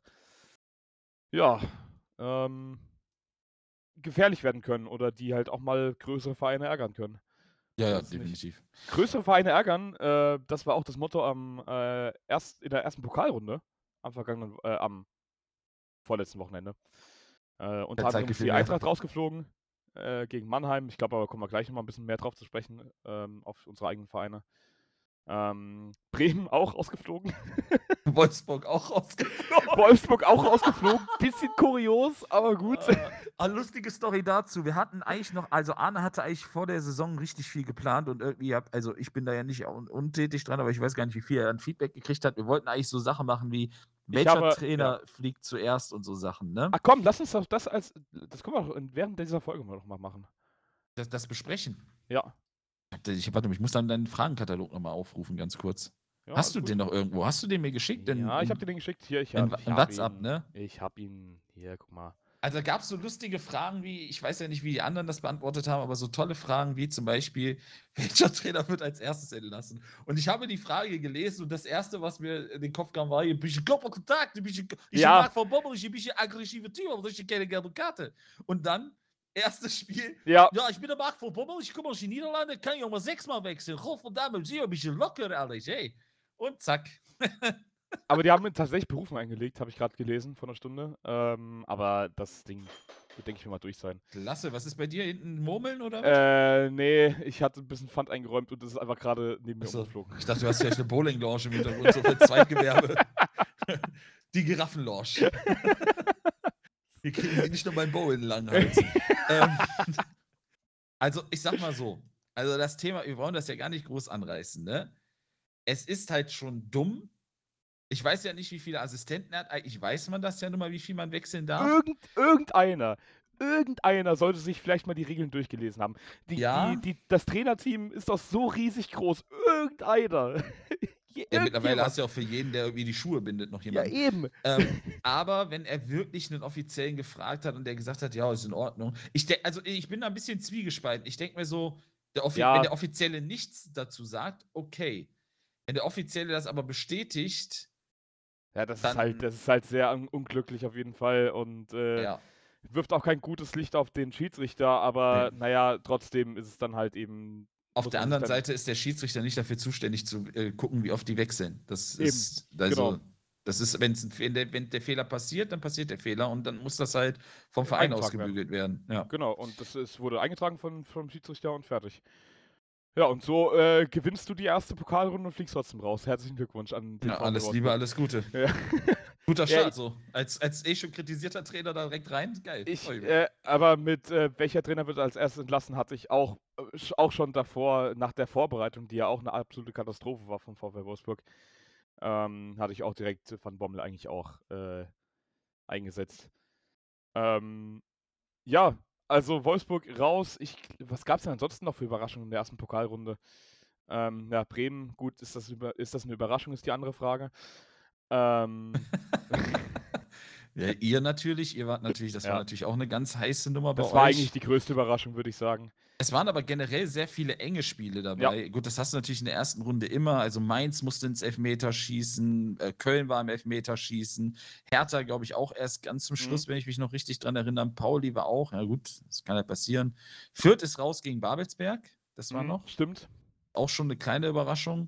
[SPEAKER 2] ja, ähm, gefährlich werden können oder die halt auch mal größere Vereine ärgern können.
[SPEAKER 1] Ja, ja,
[SPEAKER 2] Sollst du nicht
[SPEAKER 1] definitiv.
[SPEAKER 2] größere Vereine ärgern, äh, das war auch das Motto am, äh, erst in der ersten Pokalrunde am vergangenen äh, am vorletzten Wochenende. Äh, unter
[SPEAKER 1] Kein
[SPEAKER 2] anderem ist die
[SPEAKER 1] Zeitgefühl mehr.
[SPEAKER 2] Eintracht rausgeflogen, äh, gegen Mannheim. Ich glaube aber, kommen wir gleich noch mal 'n bisschen mehr drauf zu sprechen, ähm, auf unsere eigenen Vereine. Ähm, Bremen auch rausgeflogen.
[SPEAKER 1] Wolfsburg auch rausgeflogen.
[SPEAKER 2] Wolfsburg auch rausgeflogen. Bisschen kurios, aber gut.
[SPEAKER 1] Äh, ah, lustige Story dazu. Wir hatten eigentlich noch also Arne hatte eigentlich vor der Saison richtig viel geplant und irgendwie habe also ich bin da ja nicht un untätig dran, aber ich weiß gar nicht, wie viel er an Feedback gekriegt hat. Wir wollten eigentlich so Sachen machen wie:
[SPEAKER 2] Ich
[SPEAKER 1] Welcher
[SPEAKER 2] habe ja.
[SPEAKER 1] Trainer fliegt zuerst und so Sachen, ne?
[SPEAKER 2] Ach komm, lass uns doch das als das können wir doch in während dieser Folge mal noch mal machen.
[SPEAKER 1] Das das besprechen.
[SPEAKER 2] Ja.
[SPEAKER 1] Ich warte mal, ich muss dann deinen Fragenkatalog noch mal aufrufen, ganz kurz.
[SPEAKER 2] Ja,
[SPEAKER 1] Hast
[SPEAKER 2] alles
[SPEAKER 1] du
[SPEAKER 2] gut.
[SPEAKER 1] den noch irgendwo? Hast du den mir geschickt in
[SPEAKER 2] Ja, ich habe
[SPEAKER 1] in
[SPEAKER 2] dir den geschickt. Hier, ich
[SPEAKER 1] in
[SPEAKER 2] habe
[SPEAKER 1] Wa
[SPEAKER 2] ich
[SPEAKER 1] in
[SPEAKER 2] habe
[SPEAKER 1] WhatsApp,
[SPEAKER 2] ihn
[SPEAKER 1] ne?
[SPEAKER 2] ich habe ihn hier, guck mal.
[SPEAKER 1] Also, da gab's so lustige Fragen wie ich weiß ja nicht, wie die anderen das beantwortet haben, aber so tolle Fragen wie zum Beispiel: „Welcher Trainer wird als Erstes entlassen?“ Und ich habe die Frage gelesen und das Erste, was mir in den Kopf kam, war: „Ein bisschen Körperkontakt, ein bisschen ich
[SPEAKER 2] Ja.
[SPEAKER 1] mag Frau Bommel, ich ein bisschen aggressive Typ, aber ich keine gelbe Karte.“ Und dann, erstes Spiel:
[SPEAKER 2] Ja.
[SPEAKER 1] „Ja, ich bin der Marc von Bommel, ich komme aus den Niederlanden, kann ich auch mal sechsmal wechseln. Gottverdammt, Sie ein bisschen locker alles, ey.“ Und zack.
[SPEAKER 2] Aber die haben tatsächlich Berufung eingelegt, habe ich grad gelesen vor 'ner Stunde. Ähm, aber das Ding wird, denke ich mir mal, durch sein.
[SPEAKER 1] Klasse. Was ist bei dir hinten Murmeln oder was?
[SPEAKER 2] Äh, ne, ich hatte 'n bisschen Pfand eingeräumt und das ist einfach grade neben
[SPEAKER 1] Ach
[SPEAKER 2] mir
[SPEAKER 1] so.
[SPEAKER 2] umgeflogen.
[SPEAKER 1] Ich dachte, du hast vielleicht 'ne Bowling-Lounge im Hintergrund, so für Zweitgewerbe. Die Giraffen-Lounge. Hier kriegen Sie nicht nur beim Bowlen 'n langen Hals. Ähm, also, ich sage mal so, also, das Thema wir wollen das ja gar nicht groß anreißen, ne? Es ist halt schon dumm. Ich weiß ja nicht, wie viele Assistenten er hat. Eigentlich weiß man das ja nun mal, wie viel man wechseln darf.
[SPEAKER 2] Irgend irgendeiner irgendeiner sollte sich vielleicht mal die Regeln durchgelesen haben. Die die
[SPEAKER 1] Ja.
[SPEAKER 2] die das Trainerteam ist doch so riesig groß. Irgendeiner.
[SPEAKER 1] Ja, mittlerweile
[SPEAKER 2] Irgendjemand.
[SPEAKER 1] hast du ja auch für jeden, der irgendwie die Schuhe bindet, noch
[SPEAKER 2] Ja,
[SPEAKER 1] jemanden.
[SPEAKER 2] eben.
[SPEAKER 1] Ähm, aber wenn er wirklich 'nen Offiziellen gefragt hat und der gesagt hat: „Ja, ist in Ordnung.“ Ich de also, ich bin da 'n bisschen zwiegespalten. Ich denke mir so, der Offi wenn
[SPEAKER 2] Ja.
[SPEAKER 1] der Offizielle nichts dazu sagt, okay. Wenn der Offizielle das aber bestätigt
[SPEAKER 2] Ja, das ist halt
[SPEAKER 1] dann
[SPEAKER 2] das ist halt sehr un unglücklich auf jeden Fall und, äh,
[SPEAKER 1] Ja.
[SPEAKER 2] wirft auch kein gutes Licht auf den Schiedsrichter, aber
[SPEAKER 1] Ne.
[SPEAKER 2] na ja, trotzdem ist es dann halt eben
[SPEAKER 1] Auf
[SPEAKER 2] muss
[SPEAKER 1] der
[SPEAKER 2] man sich
[SPEAKER 1] anderen
[SPEAKER 2] dann
[SPEAKER 1] Seite ist der Schiedsrichter nicht dafür zuständig zu, äh, gucken, wie oft die wechseln. Das
[SPEAKER 2] Eben,
[SPEAKER 1] ist
[SPEAKER 2] genau.
[SPEAKER 1] also, das ist wenn's 'n Fe wenn der wenn der Fehler passiert, dann passiert der Fehler und dann muss das halt vom Verein
[SPEAKER 2] Eingetragen werden.
[SPEAKER 1] ausgebügelt werden, ja.
[SPEAKER 2] Genau, und das ist wurde eingetragen von vom Schiedsrichter und fertig. Ja, und so, äh, gewinnst du die erste Pokalrunde und fliegst trotzdem raus. Herzlichen Glückwunsch an den
[SPEAKER 1] Ja,
[SPEAKER 2] VfL
[SPEAKER 1] alles Liebe,
[SPEAKER 2] Wolfsburg.
[SPEAKER 1] alles Gute.
[SPEAKER 2] Ja.
[SPEAKER 1] Guter
[SPEAKER 2] Ja, i
[SPEAKER 1] Start so. Als als eh schon kritisierter Trainer da direkt rein, geil,
[SPEAKER 2] Ich,
[SPEAKER 1] freue ich mich.
[SPEAKER 2] äh aber mit, äh, welcher Trainer wird als Erstes entlassen, hatte ich auch äh, sch auch schon davor nach der Vorbereitung, die ja auch 'ne absolute Katastrophe war vom VfL Wolfsburg, ähm, hatte ich auch direkt Van Bommel eigentlich auch, äh, eingesetzt. Ähm, ja, also, Wolfsburg raus. Ich was gab's denn ansonsten noch für Überraschungen in der ersten Pokalrunde? Ähm, ja, Bremen, gut, ist das über ist das 'ne Überraschung, ist die andere Frage. Ähm.
[SPEAKER 1] Ja, ihr natürlich. Ihr wart natürlich das war
[SPEAKER 2] Ja.
[SPEAKER 1] natürlich auch 'ne ganz heiße Nummer bei
[SPEAKER 2] Das war eigentlich
[SPEAKER 1] euch.
[SPEAKER 2] die größte Überraschung, würde ich sagen.
[SPEAKER 1] Es waren aber generell sehr viele enge Spiele
[SPEAKER 2] Ja.
[SPEAKER 1] dabei. Gut, das hast du natürlich in der ersten Runde immer. Also, Mainz musste ins Elfmeterschießen, äh, Köln war im Elfmeterschießen, Hertha, glaube ich, auch erst ganz zum
[SPEAKER 2] Mhm.
[SPEAKER 1] Schluss, wenn ich mich noch richtig dran erinnere. Pauli war auch ja gut, das kann ja passieren. Fürth ist raus gegen Babelsberg, das war
[SPEAKER 2] Mhm,
[SPEAKER 1] noch.
[SPEAKER 2] stimmt.
[SPEAKER 1] Auch schon 'ne kleine Überraschung.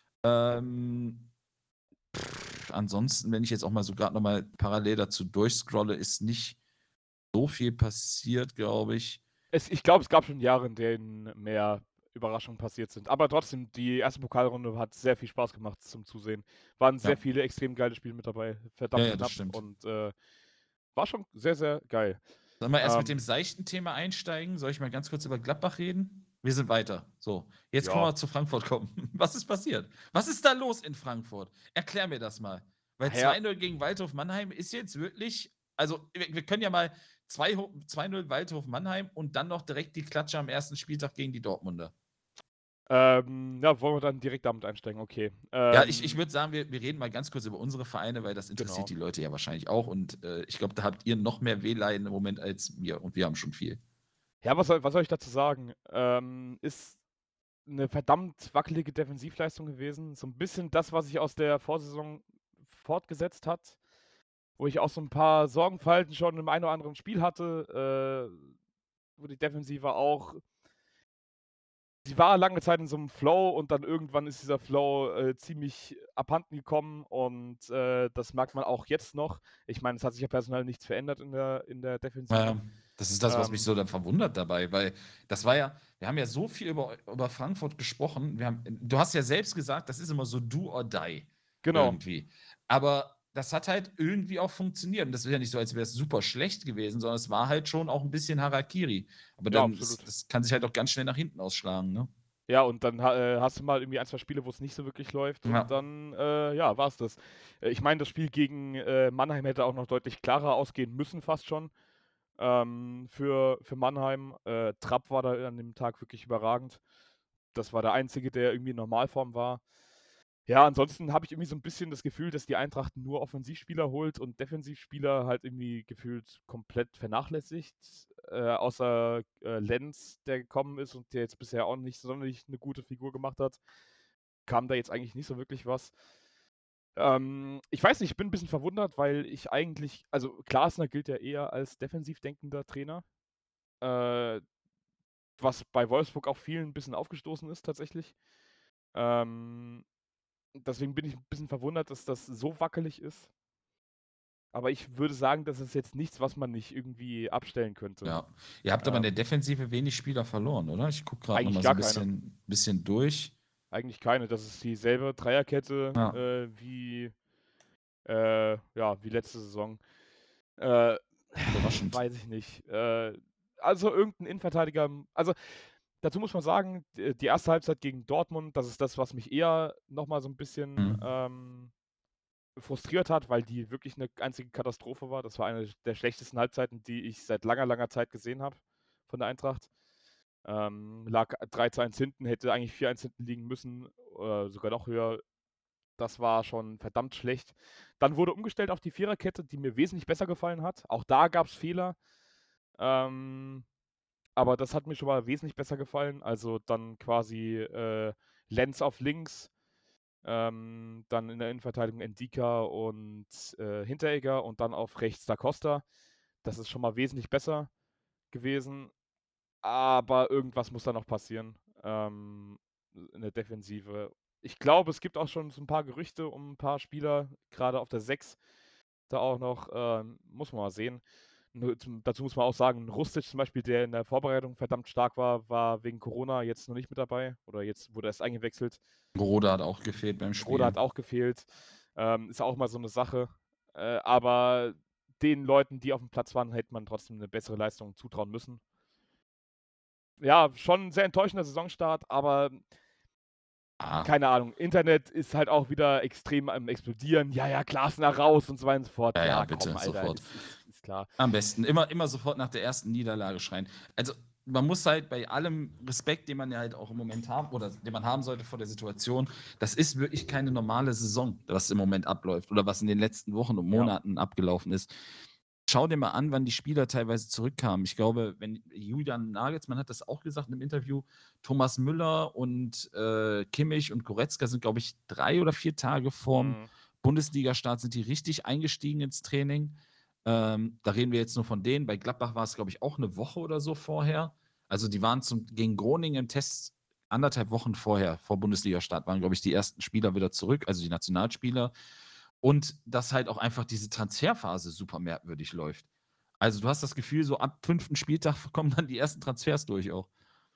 [SPEAKER 1] Ähm, ansonsten, wenn ich jetzt auch mal so grad noch mal parallel dazu durchscrolle, ist nicht so viel passiert, glaube ich.
[SPEAKER 2] Es ich glaube, es gab schon Jahre, in denen mehr Überraschungen passiert sind. Aber trotzdem, die erste Pokalrunde hat sehr viel Spaß gemacht zum Zusehen. Waren sehr
[SPEAKER 1] Ja.
[SPEAKER 2] viele extrem geile Spiele mit dabei,
[SPEAKER 1] Ja,
[SPEAKER 2] verdammt
[SPEAKER 1] ja, das
[SPEAKER 2] knapp
[SPEAKER 1] stimmt.
[SPEAKER 2] und, äh, war schon sehr, sehr geil.
[SPEAKER 1] Sollen wir erst mit
[SPEAKER 2] Ähm
[SPEAKER 1] dem seichten Thema einsteigen? Soll ich mal ganz kurz über Gladbach reden? Wir sind weiter. So, jetzt können
[SPEAKER 2] Ja.
[SPEAKER 1] wir zu Frankfurt kommen. Was ist passiert? Was ist da los in Frankfurt? Erklär mir das mal. Weil
[SPEAKER 2] Ah ja.
[SPEAKER 1] zwei null gegen Waldhof Mannheim ist jetzt wirklich also, wir wir können ja mal zwei ho zwei null Waldhof Mannheim und dann noch direkt die Klatsche am ersten Spieltag gegen die Dortmunder.
[SPEAKER 2] Ähm, ja, wollen wir dann direkt damit einsteigen? Okay.
[SPEAKER 1] Ja, ich
[SPEAKER 2] Ähm
[SPEAKER 1] ich würde sagen, wir wir reden mal ganz kurz über unsere Vereine, weil das interessiert
[SPEAKER 2] Genau.
[SPEAKER 1] die Leute ja wahrscheinlich auch und, äh, ich glaube, da habt ihr noch mehr Wehleiden im Moment als wir und wir haben schon viel.
[SPEAKER 2] Ja, was soll was soll ich dazu sagen? Ähm, ist 'ne verdammt wackelige Defensivleistung gewesen. So 'n bisschen das, was sich aus der Vorsaison fortgesetzt hat, wo ich auch so 'n paar Sorgenfalten schon im einen oder anderen Spiel hatte, äh, wo die Defensive auch sie war lange Zeit in so 'nem Flow und dann irgendwann ist dieser Flow, äh, ziemlich abhanden gekommen und, äh, das merkt man auch jetzt noch. Ich meine, es hat sich ja personell nichts verändert in der in der Defensive.
[SPEAKER 1] Ja, das ist das, was mich
[SPEAKER 2] Ähm,
[SPEAKER 1] so dann verwundert dabei, weil das war ja wir haben ja so viel über über Frankfurt gesprochen. Wir haben du hast ja selbst gesagt, das ist immer so do or die
[SPEAKER 2] genau.
[SPEAKER 1] irgendwie. Aber das hat halt irgendwie auch funktioniert. Und das ist ja nicht so, als wäre es super schlecht gewesen, sondern es war halt schon auch 'n bisschen Harakiri. Aber
[SPEAKER 2] Ja,
[SPEAKER 1] dann das
[SPEAKER 2] absolut.
[SPEAKER 1] das kann sich halt auch ganz schnell nach hinten ausschlagen, ne?
[SPEAKER 2] Ja, und dann ha äh, hast du mal irgendwie ein, zwei Spiele, wo's nicht so wirklich läuft und
[SPEAKER 1] Ja.
[SPEAKER 2] dann, äh, ja, war's das. Äh, ich meine, das Spiel gegen, äh, Mannheim hätte auch noch deutlich klarer ausgehen müssen fast schon, ähm, für für Mannheim. Äh, Trapp war da an dem Tag wirklich überragend. Das war der Einzige, der irgendwie in Normalform war. Ja, ansonsten habe ich irgendwie so 'n bisschen das Gefühl, dass die Eintracht nur Offensivspieler holt und Defensivspieler halt irgendwie gefühlt komplett vernachlässigt, äh, außer, äh, Lenz, der gekommen ist und der jetzt bisher auch nicht sonderlich 'ne gute Figur gemacht hat, kam da jetzt eigentlich nicht so wirklich was. Ähm, ich weiß nicht, ich bin 'n bisschen verwundert, weil ich eigentlich also, Glasner gilt ja eher als defensiv denkender Trainer, äh, was bei Wolfsburg auch vielen 'n bisschen aufgestoßen ist tatsächlich. Ähm, deswegen bin ich 'n bisschen verwundert, dass das so wackelig ist. Aber ich würde sagen, das ist jetzt nichts, was man nicht irgendwie abstellen könnte.
[SPEAKER 1] Ja. Ihr habt aber in der
[SPEAKER 2] Ähm,
[SPEAKER 1] Defensive wenig Spieler verloren, oder? Ich gucke grad noch
[SPEAKER 2] eigentlich
[SPEAKER 1] mal so
[SPEAKER 2] gar
[SPEAKER 1] 'n
[SPEAKER 2] keine.
[SPEAKER 1] bisschen bisschen durch.
[SPEAKER 2] Eigentlich keine. Das ist dieselbe Dreierkette,
[SPEAKER 1] Ja,
[SPEAKER 2] äh, wie, äh, ja, wie letzte Saison. Äh,
[SPEAKER 1] überraschend.
[SPEAKER 2] weiß ich nicht. Äh, also irgend 'n Innenverteidiger also, dazu muss man sagen, d die erste Halbzeit gegen Dortmund, das ist das, was mich eher noch mal so 'n bisschen,
[SPEAKER 1] Mhm.
[SPEAKER 2] ähm, frustriert hat, weil die wirklich 'ne einzige Katastrophe war. Das war eine der schlechtesten Halbzeiten, die ich seit langer, langer Zeit gesehen habe von der Eintracht. Ähm, lag drei zu eins hinten, hätte eigentlich vier eins hinten liegen müssen oder sogar noch höher. Das war schon verdammt schlecht. Dann wurde umgestellt auf die Viererkette, die mir wesentlich besser gefallen hat. Auch da gab's Fehler, ähm, aber das hat mir schon mal wesentlich besser gefallen. Also, dann quasi, äh, Lenz auf links, ähm, dann in der Innenverteidigung Ndika und, äh, Hinteregger und dann auf rechts Da Costa. Das ist schon mal wesentlich besser gewesen, aber irgendwas muss da noch passieren, ähm, in der Defensive. Ich glaube, es gibt auch schon so 'n paar Gerüchte um 'n paar Spieler, grade auf der sechs da auch noch, ähm, muss man mal sehen. Nur zum dazu muss man auch sagen, Rustic zum Beispiel, der in der Vorbereitung verdammt stark war, war wegen Corona jetzt noch nicht mit dabei oder jetzt wurde erst eingewechselt.
[SPEAKER 1] Rode hat auch gefehlt beim
[SPEAKER 2] Rode
[SPEAKER 1] Spiel.
[SPEAKER 2] hat auch gefehlt. Ähm, ist auch mal so 'ne Sache. Äh, aber den Leuten, die aufm Platz waren, hätte man trotzdem 'ne bessere Leistung zutrauen müssen. Ja, schon 'n sehr enttäuschender Saisonstart, aber
[SPEAKER 1] Ah,
[SPEAKER 2] keine Ahnung. Internet ist halt auch wieder extrem am Explodieren. „Ja, ja, Glasner raus“ und so weiter und so fort.
[SPEAKER 1] ja, ja,
[SPEAKER 2] Ja, komm,
[SPEAKER 1] bitte,
[SPEAKER 2] Alter,
[SPEAKER 1] sofort.
[SPEAKER 2] ist ist ist klar.
[SPEAKER 1] Am besten immer immer sofort nach der ersten Niederlage schreien. Also, man muss halt bei allem Respekt, den man ja halt auch im Moment haben oder den man haben sollte vor der Situation, das ist wirklich keine normale Saison, was im Moment abläuft oder was in den letzten Wochen und
[SPEAKER 2] Ja.
[SPEAKER 1] Monaten abgelaufen ist. Schau dir mal an, wann die Spieler teilweise zurückkamen. Ich glaube, wenn Julian Nagelsmann hat das auch gesagt im Interview, Thomas Müller und, äh, Kimmich und Goretzka sind, glaube ich, drei oder vier Tage vorm
[SPEAKER 2] Mhm.
[SPEAKER 1] Bundesligastart sind die richtig eingestiegen ins Training. Ähm, da reden wir jetzt nur von denen. Bei Gladbach war es, glaube ich, auch eine Woche oder so vorher. Also, die waren zum gegen Groningen im Test anderthalb Wochen vorher, vor Bundesligastart waren, glaube ich, die ersten Spieler wieder zurück, also die Nationalspieler. Und dass halt auch einfach diese Transferphase super merkwürdig läuft. Also, du hast das Gefühl, so ab fünften Spieltag kommen dann die ersten Transfers durch auch.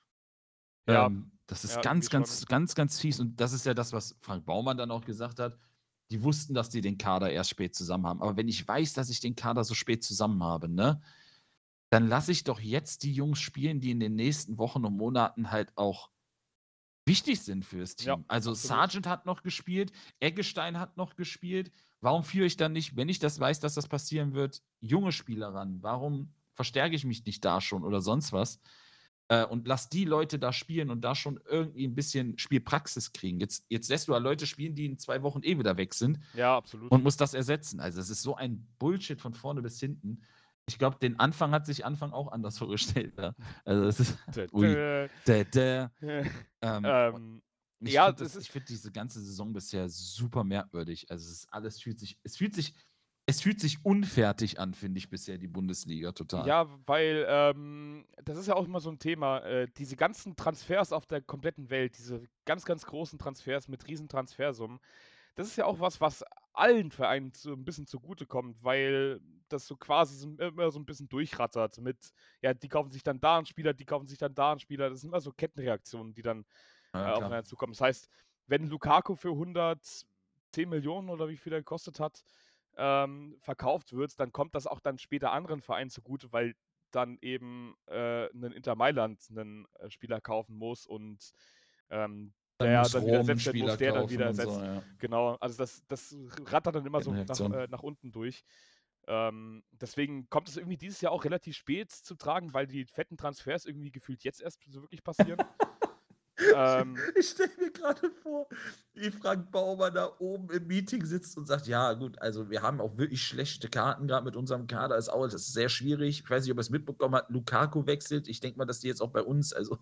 [SPEAKER 2] Ja,
[SPEAKER 1] Ähm, das ist
[SPEAKER 2] ja, irgendwie
[SPEAKER 1] ganz,
[SPEAKER 2] schon.
[SPEAKER 1] ganz, ganz, ganz fies und das ist ja das, was Frank Baumann dann auch gesagt hat. Die wussten, dass die den Kader erst spät zusammen haben. Aber wenn ich weiß, dass ich den Kader so spät zusammen habe, ne, dann lasse ich doch jetzt die Jungs spielen, die in den nächsten Wochen und Monaten halt auch wichtig sind fürs
[SPEAKER 2] Ja,
[SPEAKER 1] Team. Also,
[SPEAKER 2] absolut.
[SPEAKER 1] Sargent hat noch gespielt, Eggestein hat noch gespielt. Warum führe ich dann nicht, wenn ich das weiß, dass das passieren wird, junge Spieler ran? Warum verstärke ich mich nicht da schon oder sonst was? Äh, und lass die Leute da spielen und da schon irgendwie ein bisschen Spielpraxis kriegen. Jetzt jetzt lässt du da Leute spielen, die in zwei Wochen eh wieder weg sind
[SPEAKER 2] Ja, absolut.
[SPEAKER 1] und musst das ersetzen. Also, es ist so ein Bullshit von vorne bis hinten. Ich glaube, den Anfang hat sich Anfang auch anders vorgestellt, ja. Also, es ist
[SPEAKER 2] Dä
[SPEAKER 1] ui,
[SPEAKER 2] dä.
[SPEAKER 1] dä dä. Ähm,
[SPEAKER 2] Ähm,
[SPEAKER 1] ich
[SPEAKER 2] ja,
[SPEAKER 1] finde
[SPEAKER 2] es
[SPEAKER 1] das ich
[SPEAKER 2] ist
[SPEAKER 1] finde diese ganze Saison bisher super merkwürdig. Also, es ist alles fühlt sich es fühlt sich es fühlt sich unfertig an, finde ich bisher, die Bundesliga total.
[SPEAKER 2] Ja, weil, ähm, das ist ja auch immer so 'n Thema, äh, diese ganzen Transfers auf der kompletten Welt, diese ganz, ganz großen Transfers mit riesen Transfersummen, das ist ja auch was, was allen Vereinen so 'n bisschen zugutekommt, weil das so quasi so immer so 'n bisschen durchrattert mit ja, die kaufen sich dann da 'n Spieler, die kaufen sich dann da 'n Spieler. Das sind immer so Kettenreaktionen, die dann,
[SPEAKER 1] Ja,
[SPEAKER 2] äh,
[SPEAKER 1] klar.
[SPEAKER 2] aufeinander zukommen. Das heißt, wenn Lukaku für hundertzehn Millionen oder wie viel er gekostet hat, ähm, verkauft wird, dann kommt das auch dann später anderen Vereinen zugute, weil dann eben, äh, 'nen Inter Mailand 'nen, äh, Spieler kaufen muss und, ähm,
[SPEAKER 1] Dann
[SPEAKER 2] der
[SPEAKER 1] muss
[SPEAKER 2] dann wieder
[SPEAKER 1] Rom 'n
[SPEAKER 2] ersetzt werden muss,
[SPEAKER 1] Spieler
[SPEAKER 2] der dann
[SPEAKER 1] kaufen
[SPEAKER 2] wieder
[SPEAKER 1] und so,
[SPEAKER 2] ersetzt.
[SPEAKER 1] ja.
[SPEAKER 2] Genau, also das das rattert dann immer so nach
[SPEAKER 1] Kettenreaktion.
[SPEAKER 2] äh, nach unten durch. Ähm, deswegen kommt es irgendwie dieses Jahr auch relativ spät zu tragen, weil die fetten Transfers irgendwie gefühlt jetzt erst so wirklich passieren. Ähm
[SPEAKER 1] Ich stelle mir grade vor, wie Frank Baumann da oben im Meeting sitzt und sagt: „Ja gut, also wir haben auch wirklich schlechte Karten grad mit unserem Kader, ist auch das ist sehr schwierig.“ Ich weiß nicht, ob er's mitbekommen hat, Lukaku wechselt. Ich denke mal, dass die jetzt auch bei uns also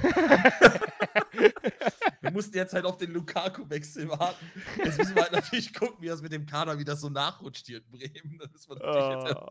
[SPEAKER 1] wir mussten jetzt halt auf den Lukaku-Wechsel warten. Jetzt müssen wir halt natürlich gucken, wie das mit dem Kader wie das so nachrutscht hier in Bremen. Da müssen wir natürlich jetzt erst
[SPEAKER 2] Oh.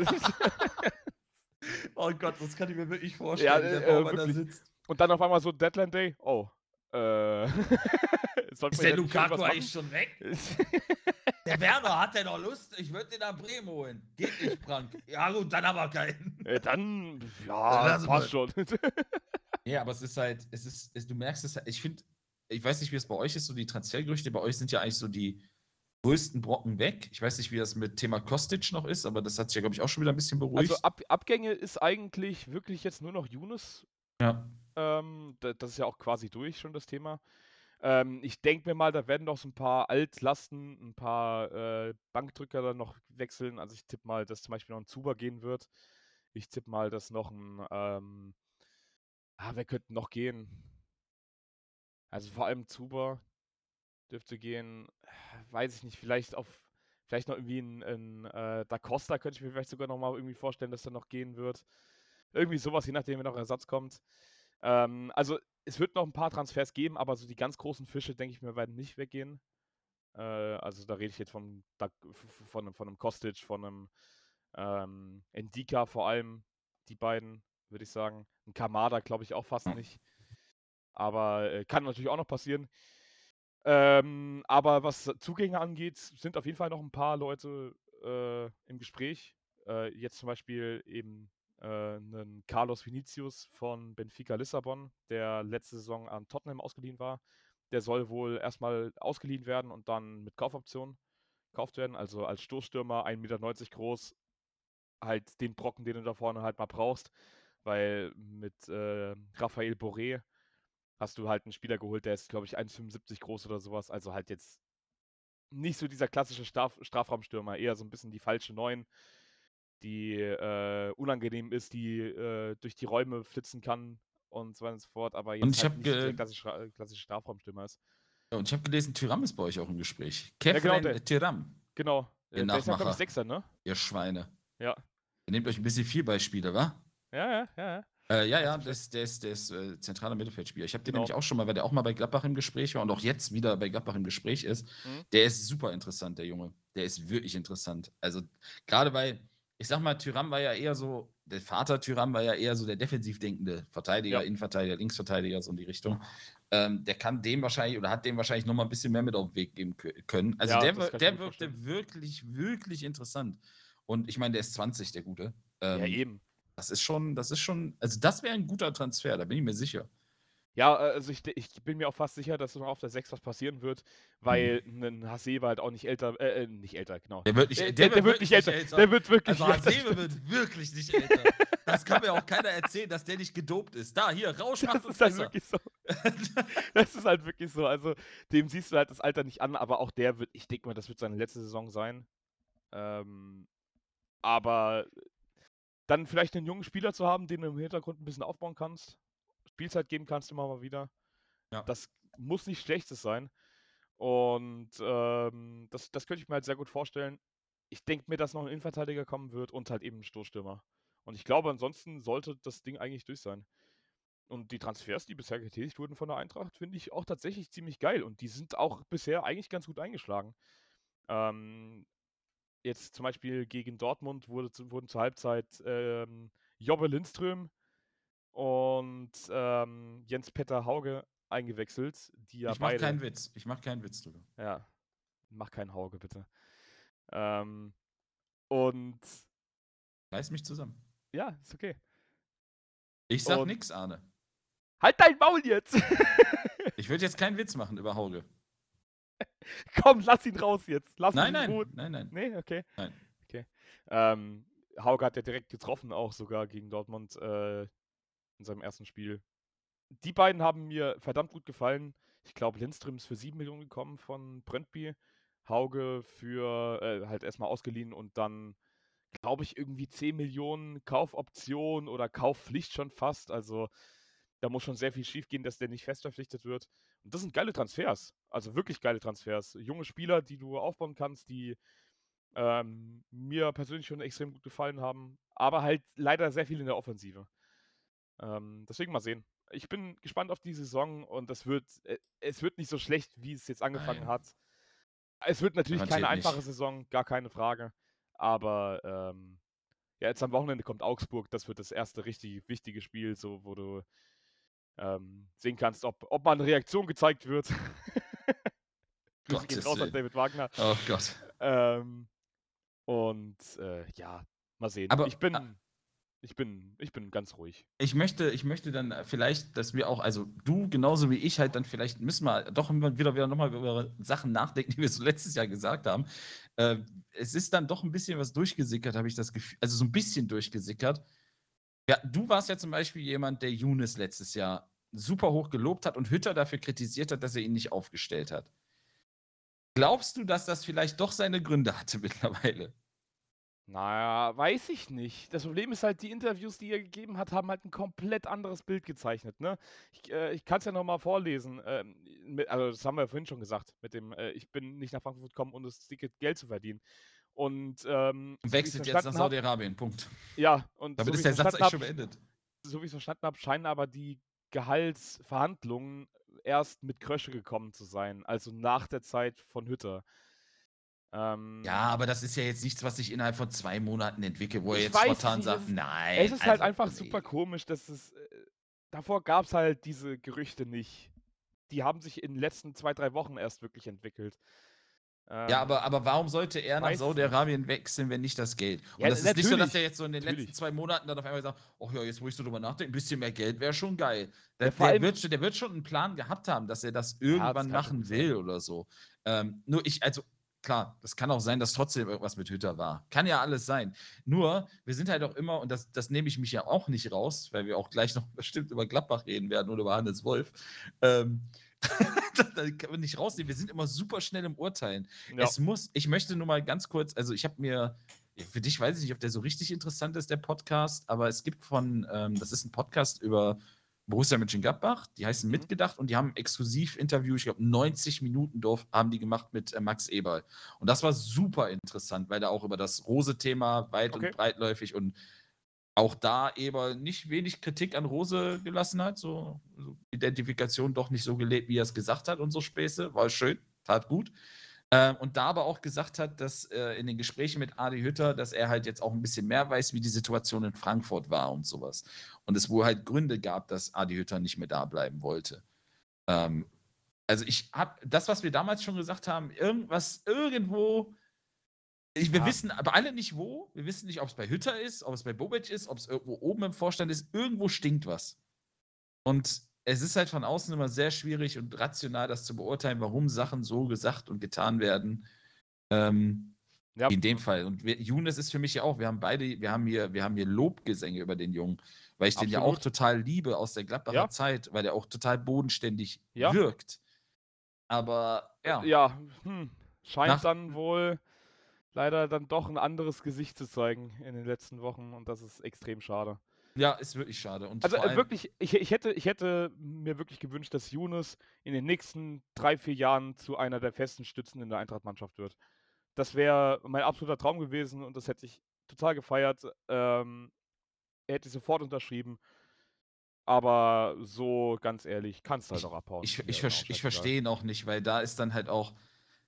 [SPEAKER 1] Oh Gott, das kann ich mir wirklich
[SPEAKER 2] Ja,
[SPEAKER 1] vorstellen, wie der
[SPEAKER 2] äh, äh,
[SPEAKER 1] Baumann da
[SPEAKER 2] wirklich.
[SPEAKER 1] sitzt.
[SPEAKER 2] Und dann auf einmal so Deadline Day: „Oh, äh, sollten
[SPEAKER 1] „Ist
[SPEAKER 2] wir
[SPEAKER 1] der
[SPEAKER 2] hier nicht
[SPEAKER 1] Lukaku
[SPEAKER 2] irgendwas
[SPEAKER 1] eigentlich
[SPEAKER 2] machen?“
[SPEAKER 1] schon weg? Der Werner, hat der noch Lust? Ich würde den nach Bremen holen.“ „Geht nicht, Frank.“ „Ja gut, dann aber keinen.“
[SPEAKER 2] Äh, dann
[SPEAKER 1] „Dann
[SPEAKER 2] ja,
[SPEAKER 1] lassen
[SPEAKER 2] passt
[SPEAKER 1] wir
[SPEAKER 2] schon.
[SPEAKER 1] Ja, aber es ist halt es ist es du merkst es halt ich finde ich weiß nicht, wie es bei euch ist, so die Transfergerüchte, bei euch sind ja eigentlich so die größten Brocken weg. Ich weiß nicht, wie das mit Thema Kostic noch ist, aber das hat sich ja, glaube ich, auch schon wieder 'n bisschen
[SPEAKER 2] Also,
[SPEAKER 1] beruhigt.
[SPEAKER 2] Ab Abgänge ist eigentlich wirklich jetzt nur noch Younes.
[SPEAKER 1] Ja.
[SPEAKER 2] Ähm, da das ist ja auch quasi durch schon das Thema. Ähm, ich denke mir mal, da werden noch so 'n paar Altlasten, 'n paar, äh, Bankdrücker dann noch wechseln. Also, ich tippe mal, dass zum Beispiel noch 'n Zuber gehen wird. Ich tippe mal, dass noch 'n, ähm ah, wer könnte noch gehen? Also, vor allem Zuber dürfte gehen. Weiß ich nicht, vielleicht auf vielleicht noch irgendwie 'n 'n, äh, Da Costa könnte ich mir vielleicht sogar noch mal irgendwie vorstellen, dass der noch gehen wird. Irgendwie so was, je nachdem, wer noch Ersatz kommt. Ähm, also, es wird noch 'n paar Transfers geben, aber so die ganz großen Fische, denke ich mir, werden nicht weggehen. Äh, also, da rede ich jetzt vom da v v von 'nem von 'nem Kostic, von 'nem, ähm, Ndika vor allem, die beiden, würde ich sagen. 'N Kamada glaube ich auch fast
[SPEAKER 1] Ja.
[SPEAKER 2] nicht. Aber, äh, kann natürlich auch noch passieren. Ähm, aber was Zugänge angeht, sind auf jeden Fall noch 'n paar Leute, äh, im Gespräch. Äh, jetzt zum Beispiel eben, äh, 'nen Carlos Vinicius von Benfica Lissabon, der letzte Saison an Tottenham ausgeliehen war. Der soll wohl erst mal ausgeliehen werden und dann mit Kaufoption gekauft werden. Also, als Stoßstürmer, ein Meter neunzig groß, halt den Brocken, den du da vorne halt mal brauchst, weil mit, äh, Raphael Borré hast du halt 'n Spieler geholt, der ist, glaube ich, eins fünfundsiebzig groß oder so was. Also, halt jetzt nicht so dieser klassische Straf Strafraumstürmer, eher so 'n bisschen die falsche neun, die, äh, unangenehm ist, die, äh, durch die Räume flitzen kann und so weiter und so fort, aber
[SPEAKER 1] Und
[SPEAKER 2] jetzt
[SPEAKER 1] ich
[SPEAKER 2] halt
[SPEAKER 1] habe
[SPEAKER 2] nicht der
[SPEAKER 1] ge
[SPEAKER 2] klassische Stra klassische Strafraumstürmer ist.
[SPEAKER 1] und ich habe gelesen, Thuram ist bei euch auch im Gespräch.
[SPEAKER 2] Ja, genau
[SPEAKER 1] Khéphren
[SPEAKER 2] der.
[SPEAKER 1] Thuram,
[SPEAKER 2] Genau.
[SPEAKER 1] ihr
[SPEAKER 2] Äh, der ist ja, glaube ich,
[SPEAKER 1] Nachmacher,
[SPEAKER 2] Sechser, ne?
[SPEAKER 1] ihr Schweine.
[SPEAKER 2] Ja.
[SPEAKER 1] Ihr nehmt euch 'n bisschen viel Beispiele, wa?
[SPEAKER 2] Ja, ja, ja, ja.
[SPEAKER 1] Äh, ja,
[SPEAKER 2] Nicht
[SPEAKER 1] ja,
[SPEAKER 2] so schlecht.
[SPEAKER 1] das der ist der ist, äh, zentraler Mittelfeldspieler. Ich habe den
[SPEAKER 2] Genau.
[SPEAKER 1] nämlich auch schon mal weil der auch mal bei Gladbach im Gespräch war und auch jetzt wieder bei Gladbach im Gespräch ist.
[SPEAKER 2] Mhm.
[SPEAKER 1] Der ist super interessant, der Junge. Der ist wirklich interessant. Also, grade weil ich sage mal, Thuram war ja eher so der Vater Thuram war ja eher so der defensiv denkende Verteidiger,
[SPEAKER 2] Ja.
[SPEAKER 1] Innenverteidiger, Linksverteidiger, so in die Richtung. Ähm, der kann dem wahrscheinlich oder hat dem wahrscheinlich noch mal 'n bisschen mehr mit auf 'n Weg geben kö können. Also,
[SPEAKER 2] Ja,
[SPEAKER 1] der
[SPEAKER 2] das
[SPEAKER 1] wir
[SPEAKER 2] kann ich mir
[SPEAKER 1] der
[SPEAKER 2] gut vorstellen.
[SPEAKER 1] wirkte wirklich, wirklich interessant. Und ich meine, der ist zwanzig, der Gute.
[SPEAKER 2] Ja,
[SPEAKER 1] Ähm,
[SPEAKER 2] eben.
[SPEAKER 1] das ist schon das ist schon also, das wäre 'n guter Transfer, da bin ich mir sicher.
[SPEAKER 2] Ja, äh, also, ich de ich bin mir auch fast sicher, dass noch auf der sechs was passieren wird, weil
[SPEAKER 1] Mhm.
[SPEAKER 2] 'nen Hasebe halt auch nicht älter äh, äh, nicht älter, genau.
[SPEAKER 1] Der wird nicht
[SPEAKER 2] Äh,
[SPEAKER 1] äl
[SPEAKER 2] der
[SPEAKER 1] der
[SPEAKER 2] der
[SPEAKER 1] wird
[SPEAKER 2] wird nicht
[SPEAKER 1] wirklich nicht
[SPEAKER 2] älter.
[SPEAKER 1] älter.
[SPEAKER 2] Der wird wirklich
[SPEAKER 1] Also,
[SPEAKER 2] nicht älter,
[SPEAKER 1] Hasebe
[SPEAKER 2] stimmt.
[SPEAKER 1] wird wirklich nicht älter. Das kann mir auch keiner erzählen, dass der nicht gedopt ist. Da, hier, Rausch macht
[SPEAKER 2] Das
[SPEAKER 1] uns
[SPEAKER 2] ist halt
[SPEAKER 1] besser.
[SPEAKER 2] wirklich so. Das ist halt wirklich so. Also, dem siehst du halt das Alter nicht an, aber auch der wird ich denke mal, das wird seine letzte Saison sein. Ähm, aber dann vielleicht 'nen jungen Spieler zu haben, den du im Hintergrund 'n bisschen aufbauen kannst, Spielzeit geben kannst immer mal wieder.
[SPEAKER 1] Ja.
[SPEAKER 2] Das muss nichts Schlechtes sein. Und, ähm, das das könnte ich mir halt sehr gut vorstellen. Ich denke mir, dass noch 'n Innenverteidiger kommen wird und halt eben 'n Stoßstürmer. Und ich glaube, ansonsten sollte das Ding eigentlich durch sein. Und die Transfers, die bisher getätigt wurden von der Eintracht, finde ich auch tatsächlich ziemlich geil und die sind auch bisher eigentlich ganz gut eingeschlagen. Ähm jetzt zum Beispiel gegen Dortmund wurde zu, wurden zur Halbzeit ähm, Jobbe Lindström und ähm, Jens-Petter Hauge eingewechselt, die ja
[SPEAKER 1] Ich mach
[SPEAKER 2] beide.
[SPEAKER 1] keinen Witz. Ich mach keinen Witz drüber.
[SPEAKER 2] Ja, mach keinen Hauge, bitte. Ähm, und
[SPEAKER 1] Reiß mich zusammen.
[SPEAKER 2] ja, ist okay.
[SPEAKER 1] Ich sag
[SPEAKER 2] Und
[SPEAKER 1] nix, Arne.
[SPEAKER 2] halt dein Maul jetzt!
[SPEAKER 1] Ich würde jetzt keinen Witz machen über Hauge.
[SPEAKER 2] Komm, lass ihn raus jetzt. Lass
[SPEAKER 1] Nein,
[SPEAKER 2] mich in
[SPEAKER 1] nein,
[SPEAKER 2] Ruhe.
[SPEAKER 1] nein, nein,
[SPEAKER 2] Nee, okay.
[SPEAKER 1] nein.
[SPEAKER 2] Okay. Ähm, Hauge hat ja direkt getroffen, auch sogar gegen Dortmund äh, in seinem ersten Spiel. Die beiden haben mir verdammt gut gefallen. Ich glaube, Lindström ist für sieben Millionen gekommen von Brøndby. Hauge für äh, halt erstmal ausgeliehen und dann, glaube ich, irgendwie zehn Millionen Kaufoption oder Kaufpflicht schon fast. Also da muss schon sehr viel schief gehen, dass der nicht fest verpflichtet wird. Und das sind geile Transfers. Also wirklich geile Transfers. Junge Spieler, die du aufbauen kannst, die ähm, mir persönlich schon extrem gut gefallen haben. Aber halt leider sehr viel in der Offensive. Ähm, deswegen mal sehen. Ich bin gespannt auf die Saison und das wird, äh, es wird nicht so schlecht, wie es jetzt angefangen
[SPEAKER 1] Nein.
[SPEAKER 2] hat. Es wird natürlich keine
[SPEAKER 1] Garantiert
[SPEAKER 2] einfache
[SPEAKER 1] nicht.
[SPEAKER 2] Saison, gar keine Frage. Aber ähm, ja, jetzt am Wochenende kommt Augsburg. Das wird das erste richtig wichtige Spiel, so wo du ähm, sehen kannst, ob, ob mal eine Reaktion gezeigt wird. Grüße gehen
[SPEAKER 1] Gottes
[SPEAKER 2] raus an
[SPEAKER 1] Willen.
[SPEAKER 2] David Wagner.
[SPEAKER 1] Oh Gott.
[SPEAKER 2] Ähm, und äh, ja, mal sehen.
[SPEAKER 1] Aber
[SPEAKER 2] ich
[SPEAKER 1] äh,
[SPEAKER 2] bin, ich bin, ich bin ganz ruhig.
[SPEAKER 1] ich möchte, ich möchte dann vielleicht, dass wir auch, also du genauso wie ich halt dann vielleicht müssen wir doch immer wieder, wieder nochmal über Sachen nachdenken, die wir so letztes Jahr gesagt haben. Äh, es ist dann doch ein bisschen was durchgesickert, habe ich das Gefühl, also so ein bisschen durchgesickert. Ja, du warst ja zum Beispiel jemand, der Younes letztes Jahr super hoch gelobt hat und Hütter dafür kritisiert hat, dass er ihn nicht aufgestellt hat. Glaubst du, dass das vielleicht doch seine Gründe hatte mittlerweile?
[SPEAKER 2] Naja, weiß ich nicht. Das Problem ist halt, die Interviews, die er gegeben hat, haben halt ein komplett anderes Bild gezeichnet, ne? Ich, äh, ich kann es ja noch mal vorlesen. Ähm, mit, also das haben wir ja vorhin schon gesagt, mit dem, äh, ich bin nicht nach Frankfurt gekommen, um das Ticket Geld zu verdienen. Und ähm, so wie ich es
[SPEAKER 1] Wechselt jetzt nach
[SPEAKER 2] verstanden habe,
[SPEAKER 1] Saudi-Arabien, Punkt.
[SPEAKER 2] ja, und
[SPEAKER 1] Damit
[SPEAKER 2] so wie
[SPEAKER 1] ist
[SPEAKER 2] ich es
[SPEAKER 1] der Satz
[SPEAKER 2] verstanden
[SPEAKER 1] eigentlich
[SPEAKER 2] habe,
[SPEAKER 1] schon beendet.
[SPEAKER 2] so wie ich es verstanden habe, scheinen aber die Gehaltsverhandlungen erst mit Krösche gekommen zu sein, also nach der Zeit von Hütter. Ähm,
[SPEAKER 1] Ja, aber das ist ja jetzt nichts, was sich innerhalb von zwei Monaten entwickelt, wo er
[SPEAKER 2] Ich
[SPEAKER 1] jetzt
[SPEAKER 2] weiß es
[SPEAKER 1] spontan
[SPEAKER 2] nicht. Es
[SPEAKER 1] sagt,
[SPEAKER 2] ist, es
[SPEAKER 1] nein,
[SPEAKER 2] ist halt
[SPEAKER 1] also,
[SPEAKER 2] einfach super
[SPEAKER 1] nee.
[SPEAKER 2] komisch, dass es. Äh, davor gab es halt diese Gerüchte nicht. Die haben sich in den letzten zwei, drei Wochen erst wirklich entwickelt.
[SPEAKER 1] Ja, aber,
[SPEAKER 2] Ähm,
[SPEAKER 1] aber warum sollte er nach
[SPEAKER 2] weiß es nicht.
[SPEAKER 1] Saudi-Arabien wechseln, wenn nicht das Geld? Und
[SPEAKER 2] Ja,
[SPEAKER 1] das ist nicht so, dass
[SPEAKER 2] natürlich.
[SPEAKER 1] er jetzt so in den letzten
[SPEAKER 2] Natürlich.
[SPEAKER 1] zwei Monaten dann auf einmal sagt, ach ja, jetzt wo ich so drüber nachdenke, ein bisschen mehr Geld wäre schon geil. Der,
[SPEAKER 2] Ja, vor
[SPEAKER 1] der,
[SPEAKER 2] allem.
[SPEAKER 1] wird schon, der wird schon einen Plan gehabt haben, dass er das
[SPEAKER 2] Ja, das
[SPEAKER 1] irgendwann
[SPEAKER 2] kann schon gut
[SPEAKER 1] machen
[SPEAKER 2] sein.
[SPEAKER 1] will oder so. Ähm, nur ich, also klar, das kann auch sein, dass trotzdem irgendwas mit Hütter war. Kann ja alles sein. Nur, wir sind halt auch immer, und das, das nehme ich mich ja auch nicht raus, weil wir auch gleich noch bestimmt über Gladbach reden werden oder über Hannes Wolf. Ähm, da kann man nicht rausnehmen. Wir sind immer super schnell im Urteilen.
[SPEAKER 2] Ja.
[SPEAKER 1] Es muss, ich möchte nur mal ganz kurz, also ich habe mir, für dich weiß ich nicht, ob der so richtig interessant ist, der Podcast, aber es gibt von, ähm, das ist ein Podcast über Borussia Mönchengladbach, die heißen
[SPEAKER 2] Mhm.
[SPEAKER 1] Mitgedacht und die haben ein Exklusiv-Interview, ich glaube neunzig Minuten Dorf haben die gemacht mit äh, Max Eberl. Und das war super interessant, weil da auch über das Rose-Thema weit
[SPEAKER 2] Okay.
[SPEAKER 1] und breitläufig und auch da Eberl nicht wenig Kritik an Rose gelassen hat, so, so Identifikation doch nicht so gelebt, wie er es gesagt hat und so Späße, war schön, tat gut. Ähm, und da aber auch gesagt hat, dass äh, in den Gesprächen mit Adi Hütter, dass er halt jetzt auch ein bisschen mehr weiß, wie die Situation in Frankfurt war und sowas. Und es wohl halt Gründe gab, dass Adi Hütter nicht mehr da bleiben wollte. Ähm, also ich habe das, was wir damals schon gesagt haben, irgendwas, irgendwo, ich, wir
[SPEAKER 2] Ja.
[SPEAKER 1] wissen aber alle nicht wo, wir wissen nicht, ob es bei Hütter ist, ob es bei Bobic ist, ob es irgendwo oben im Vorstand ist, irgendwo stinkt was. Und es ist halt von außen immer sehr schwierig und rational, das zu beurteilen, warum Sachen so gesagt und getan werden. Ähm,
[SPEAKER 2] Ja.
[SPEAKER 1] in dem Fall. Und wir, Younes ist für mich ja auch, wir haben beide, wir haben hier, wir haben hier Lobgesänge über den Jungen, weil ich den ja auch
[SPEAKER 2] Absolut.
[SPEAKER 1] total liebe aus der Gladbacher
[SPEAKER 2] Ja.
[SPEAKER 1] Zeit, weil der auch total bodenständig
[SPEAKER 2] Ja.
[SPEAKER 1] wirkt. Aber ja.
[SPEAKER 2] Äh, ja, hm, scheint
[SPEAKER 1] Nach,
[SPEAKER 2] dann wohl leider dann doch ein anderes Gesicht zu zeigen in den letzten Wochen und das ist extrem schade.
[SPEAKER 1] ja, ist wirklich schade. Und
[SPEAKER 2] Also
[SPEAKER 1] vor
[SPEAKER 2] äh,
[SPEAKER 1] allem,
[SPEAKER 2] wirklich, ich, ich, hätte, ich hätte mir wirklich gewünscht, dass Younes in den nächsten drei, vier Jahren zu einer der festen Stützen in der Eintracht-Mannschaft wird. Das wäre mein absoluter Traum gewesen und das hätte ich total gefeiert. Ähm, er hätte sofort unterschrieben. Aber so, ganz ehrlich, kannst halt
[SPEAKER 1] ich,
[SPEAKER 2] auch abhauen.
[SPEAKER 1] ich,
[SPEAKER 2] Ist mir
[SPEAKER 1] ich,
[SPEAKER 2] dann auch
[SPEAKER 1] ich
[SPEAKER 2] scheißegal.
[SPEAKER 1] verstehe ihn auch nicht, weil da ist dann halt auch,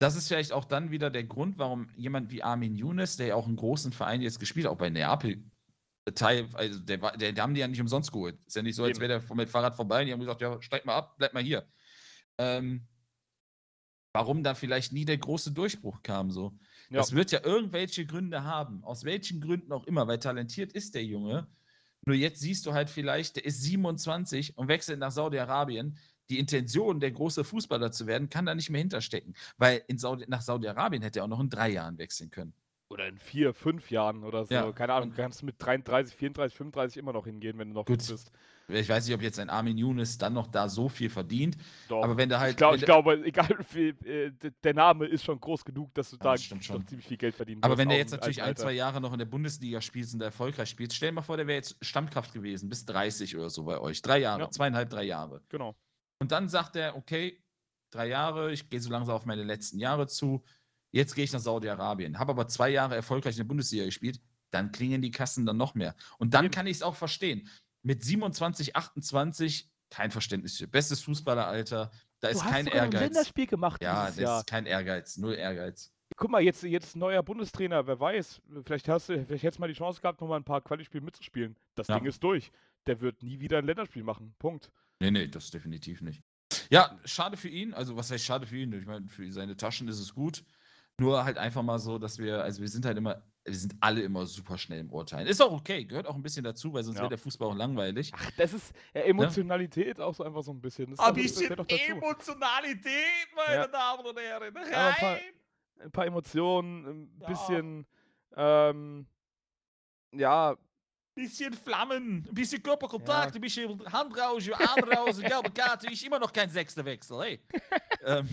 [SPEAKER 1] das ist vielleicht auch dann wieder der Grund, warum jemand wie Armin Younes, der ja auch einen großen Verein jetzt gespielt hat, auch bei Neapel, Teil, also der, war, der, der haben die ja nicht umsonst geholt. Ist ja nicht so, als
[SPEAKER 2] Eben.
[SPEAKER 1] wäre der mit Fahrrad vorbei. Die haben gesagt, ja, steig mal ab, bleib mal hier. Ähm, warum da vielleicht nie der große Durchbruch kam, so.
[SPEAKER 2] Ja.
[SPEAKER 1] Das wird ja irgendwelche Gründe haben. Aus welchen Gründen auch immer, weil talentiert ist der Junge. Nur jetzt siehst du halt vielleicht, der ist siebenundzwanzig und wechselt nach Saudi-Arabien. Die Intention, der große Fußballer zu werden, kann da nicht mehr hinterstecken. Weil in Saudi, nach Saudi-Arabien hätte er auch noch in drei Jahren wechseln können.
[SPEAKER 2] Oder in vier, fünf Jahren oder so.
[SPEAKER 1] Ja.
[SPEAKER 2] Keine Ahnung,
[SPEAKER 1] Und
[SPEAKER 2] kannst du mit dreiunddreißig, vierunddreißig, fünfunddreißig immer noch hingehen, wenn du noch fit
[SPEAKER 1] gut,
[SPEAKER 2] bist.
[SPEAKER 1] ich weiß nicht, ob jetzt ein Armin Younes dann noch da so viel verdient.
[SPEAKER 2] Doch.
[SPEAKER 1] Aber wenn der halt.
[SPEAKER 2] Ich, glaub,
[SPEAKER 1] wenn
[SPEAKER 2] ich
[SPEAKER 1] der,
[SPEAKER 2] glaube, egal wie viel, äh, d- der Name ist schon groß genug, dass du
[SPEAKER 1] Ja,
[SPEAKER 2] da
[SPEAKER 1] das stimmt
[SPEAKER 2] schon
[SPEAKER 1] schon.
[SPEAKER 2] ziemlich viel Geld verdienen
[SPEAKER 1] Aber
[SPEAKER 2] wirst,
[SPEAKER 1] wenn der
[SPEAKER 2] auch
[SPEAKER 1] jetzt
[SPEAKER 2] im
[SPEAKER 1] natürlich
[SPEAKER 2] alten
[SPEAKER 1] ein, zwei
[SPEAKER 2] Alter.
[SPEAKER 1] Jahre noch in der Bundesliga spielt und da erfolgreich spielt, stell dir mal vor, der wäre jetzt Stammkraft gewesen, bis dreißig oder so bei euch. Drei Jahre,
[SPEAKER 2] Ja.
[SPEAKER 1] zweieinhalb, drei Jahre.
[SPEAKER 2] Genau.
[SPEAKER 1] Und dann sagt er, okay, drei Jahre, ich gehe so langsam auf meine letzten Jahre zu, jetzt gehe ich nach Saudi-Arabien, habe aber zwei Jahre erfolgreich in der Bundesliga gespielt, dann klingen die Kassen dann noch mehr. Und dann
[SPEAKER 2] Eben.
[SPEAKER 1] kann ich es auch verstehen. Mit siebenundzwanzig, achtundzwanzig, kein Verständnis für. Bestes Fußballeralter, da ist
[SPEAKER 2] Du hast
[SPEAKER 1] kein
[SPEAKER 2] sogar ein
[SPEAKER 1] Ehrgeiz.
[SPEAKER 2] Länderspiel gemacht
[SPEAKER 1] Ja,
[SPEAKER 2] dieses
[SPEAKER 1] das
[SPEAKER 2] Jahr.
[SPEAKER 1] ist kein Ehrgeiz, null Ehrgeiz.
[SPEAKER 2] Guck mal, jetzt, jetzt neuer Bundestrainer, wer weiß. Vielleicht hast du, vielleicht hättest du mal die Chance gehabt, nochmal ein paar Quali-Spiele mitzuspielen. Das
[SPEAKER 1] Ja.
[SPEAKER 2] Ding ist durch. Der wird nie wieder ein Länderspiel machen. Punkt.
[SPEAKER 1] Nee, nee, das definitiv nicht. Ja, schade für ihn. Also, was heißt schade für ihn? Ich meine, für seine Taschen ist es gut. Nur halt einfach mal so, dass wir, also wir sind halt immer, wir sind alle immer super schnell im Urteilen. Ist auch okay, gehört auch ein bisschen dazu, weil sonst
[SPEAKER 2] Ja.
[SPEAKER 1] wäre der Fußball auch langweilig.
[SPEAKER 2] Ach, das ist ja, Emotionalität auch so einfach so ein bisschen. Das,
[SPEAKER 1] Ein
[SPEAKER 2] das
[SPEAKER 1] bisschen
[SPEAKER 2] gehört doch dazu.
[SPEAKER 1] Emotionalität, meine
[SPEAKER 2] Ja.
[SPEAKER 1] Damen und Herren.
[SPEAKER 2] Ja, ein paar-
[SPEAKER 1] Rein!
[SPEAKER 2] Ein paar Emotionen, ein
[SPEAKER 1] Ja.
[SPEAKER 2] bisschen, ähm, ja,
[SPEAKER 1] Bisschen Flammen, ein bisschen Körperkontakt,
[SPEAKER 2] Ja.
[SPEAKER 1] ein bisschen Handrauschen, Armrauschen, gelbe Karte, ist immer noch kein sechster Wechsel, hey. ähm,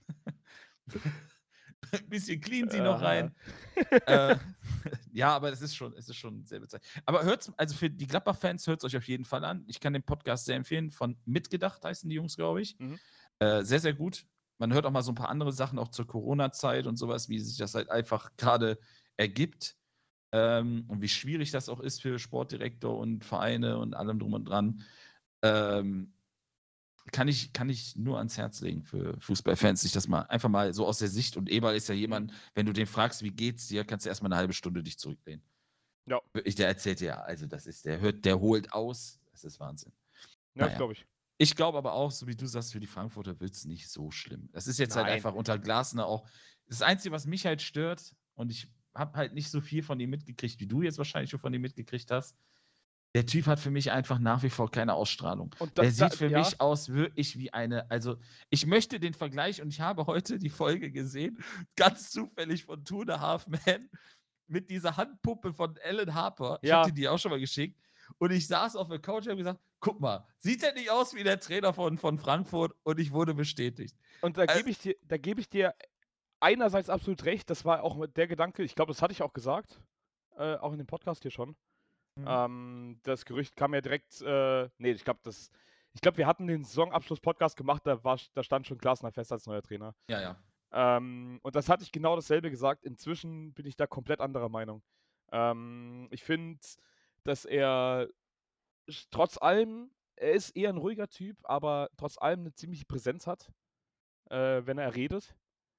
[SPEAKER 1] ein bisschen clean sie noch
[SPEAKER 2] Aha.
[SPEAKER 1] rein. äh, ja, aber es ist schon, es ist schon sehr bezeichnend. Aber hört's, also für die Gladbach-Fans hört es euch auf jeden Fall an. Ich kann den Podcast sehr empfehlen. Von Mitgedacht heißen die Jungs, glaube ich.
[SPEAKER 2] Mhm.
[SPEAKER 1] Äh, sehr, sehr gut. Man hört auch mal so ein paar andere Sachen, auch zur Corona-Zeit und sowas, wie sich das halt einfach gerade ergibt. Ähm, und wie schwierig das auch ist für Sportdirektor und Vereine und allem drum und dran. Ähm, kann ich, kann ich nur ans Herz legen für Fußballfans, sich das mal einfach mal so aus der Sicht. Und Eberl ist ja jemand, wenn du den fragst, wie geht's dir, kannst du erstmal eine halbe Stunde dich zurücklehnen.
[SPEAKER 2] Ja.
[SPEAKER 1] Wirklich, der erzählt dir ja, also das ist, der hört, der holt aus. Das ist Wahnsinn.
[SPEAKER 2] Ja, das
[SPEAKER 1] Naja.
[SPEAKER 2] glaube ich.
[SPEAKER 1] Ich glaube aber auch, so wie du sagst, für die Frankfurter wird es nicht so schlimm. Das ist jetzt halt
[SPEAKER 2] Nein.
[SPEAKER 1] einfach unter Glasner auch. Das Einzige, was mich halt stört, und ich habe halt nicht so viel von ihm mitgekriegt, wie du jetzt wahrscheinlich schon von ihm mitgekriegt hast. Der Typ hat für mich einfach nach wie vor keine Ausstrahlung.
[SPEAKER 2] Und da,
[SPEAKER 1] Der
[SPEAKER 2] da,
[SPEAKER 1] sieht für
[SPEAKER 2] ja,
[SPEAKER 1] mich aus wirklich wie eine, also ich möchte den Vergleich, und ich habe heute die Folge gesehen, ganz zufällig von Two and a Half Men, mit dieser Handpuppe von Alan Harper. Ich
[SPEAKER 2] Ja.
[SPEAKER 1] habe dir die auch schon mal geschickt. Und ich saß auf der Couch und habe gesagt, guck mal, sieht der nicht aus wie der Trainer von, von Frankfurt? Und ich wurde bestätigt.
[SPEAKER 2] Und da
[SPEAKER 1] Also-
[SPEAKER 2] gebe ich dir, da gebe ich dir einerseits absolut recht. Das war auch mit der Gedanke, ich glaube, das hatte ich auch gesagt, äh, auch in dem Podcast hier schon.
[SPEAKER 1] Mhm.
[SPEAKER 2] Ähm, das Gerücht kam ja direkt, äh, nee, ich glaube, das, ich glaube, wir hatten den Saisonabschluss-Podcast gemacht, da, war, da stand schon Glasner fest als neuer Trainer.
[SPEAKER 1] Ja, ja.
[SPEAKER 2] Ähm, und das hatte ich genau dasselbe gesagt. Inzwischen bin ich da komplett anderer Meinung. Ähm, ich finde, dass er sch- trotz allem, er ist eher ein ruhiger Typ, aber trotz allem eine ziemliche Präsenz hat, äh, wenn er redet.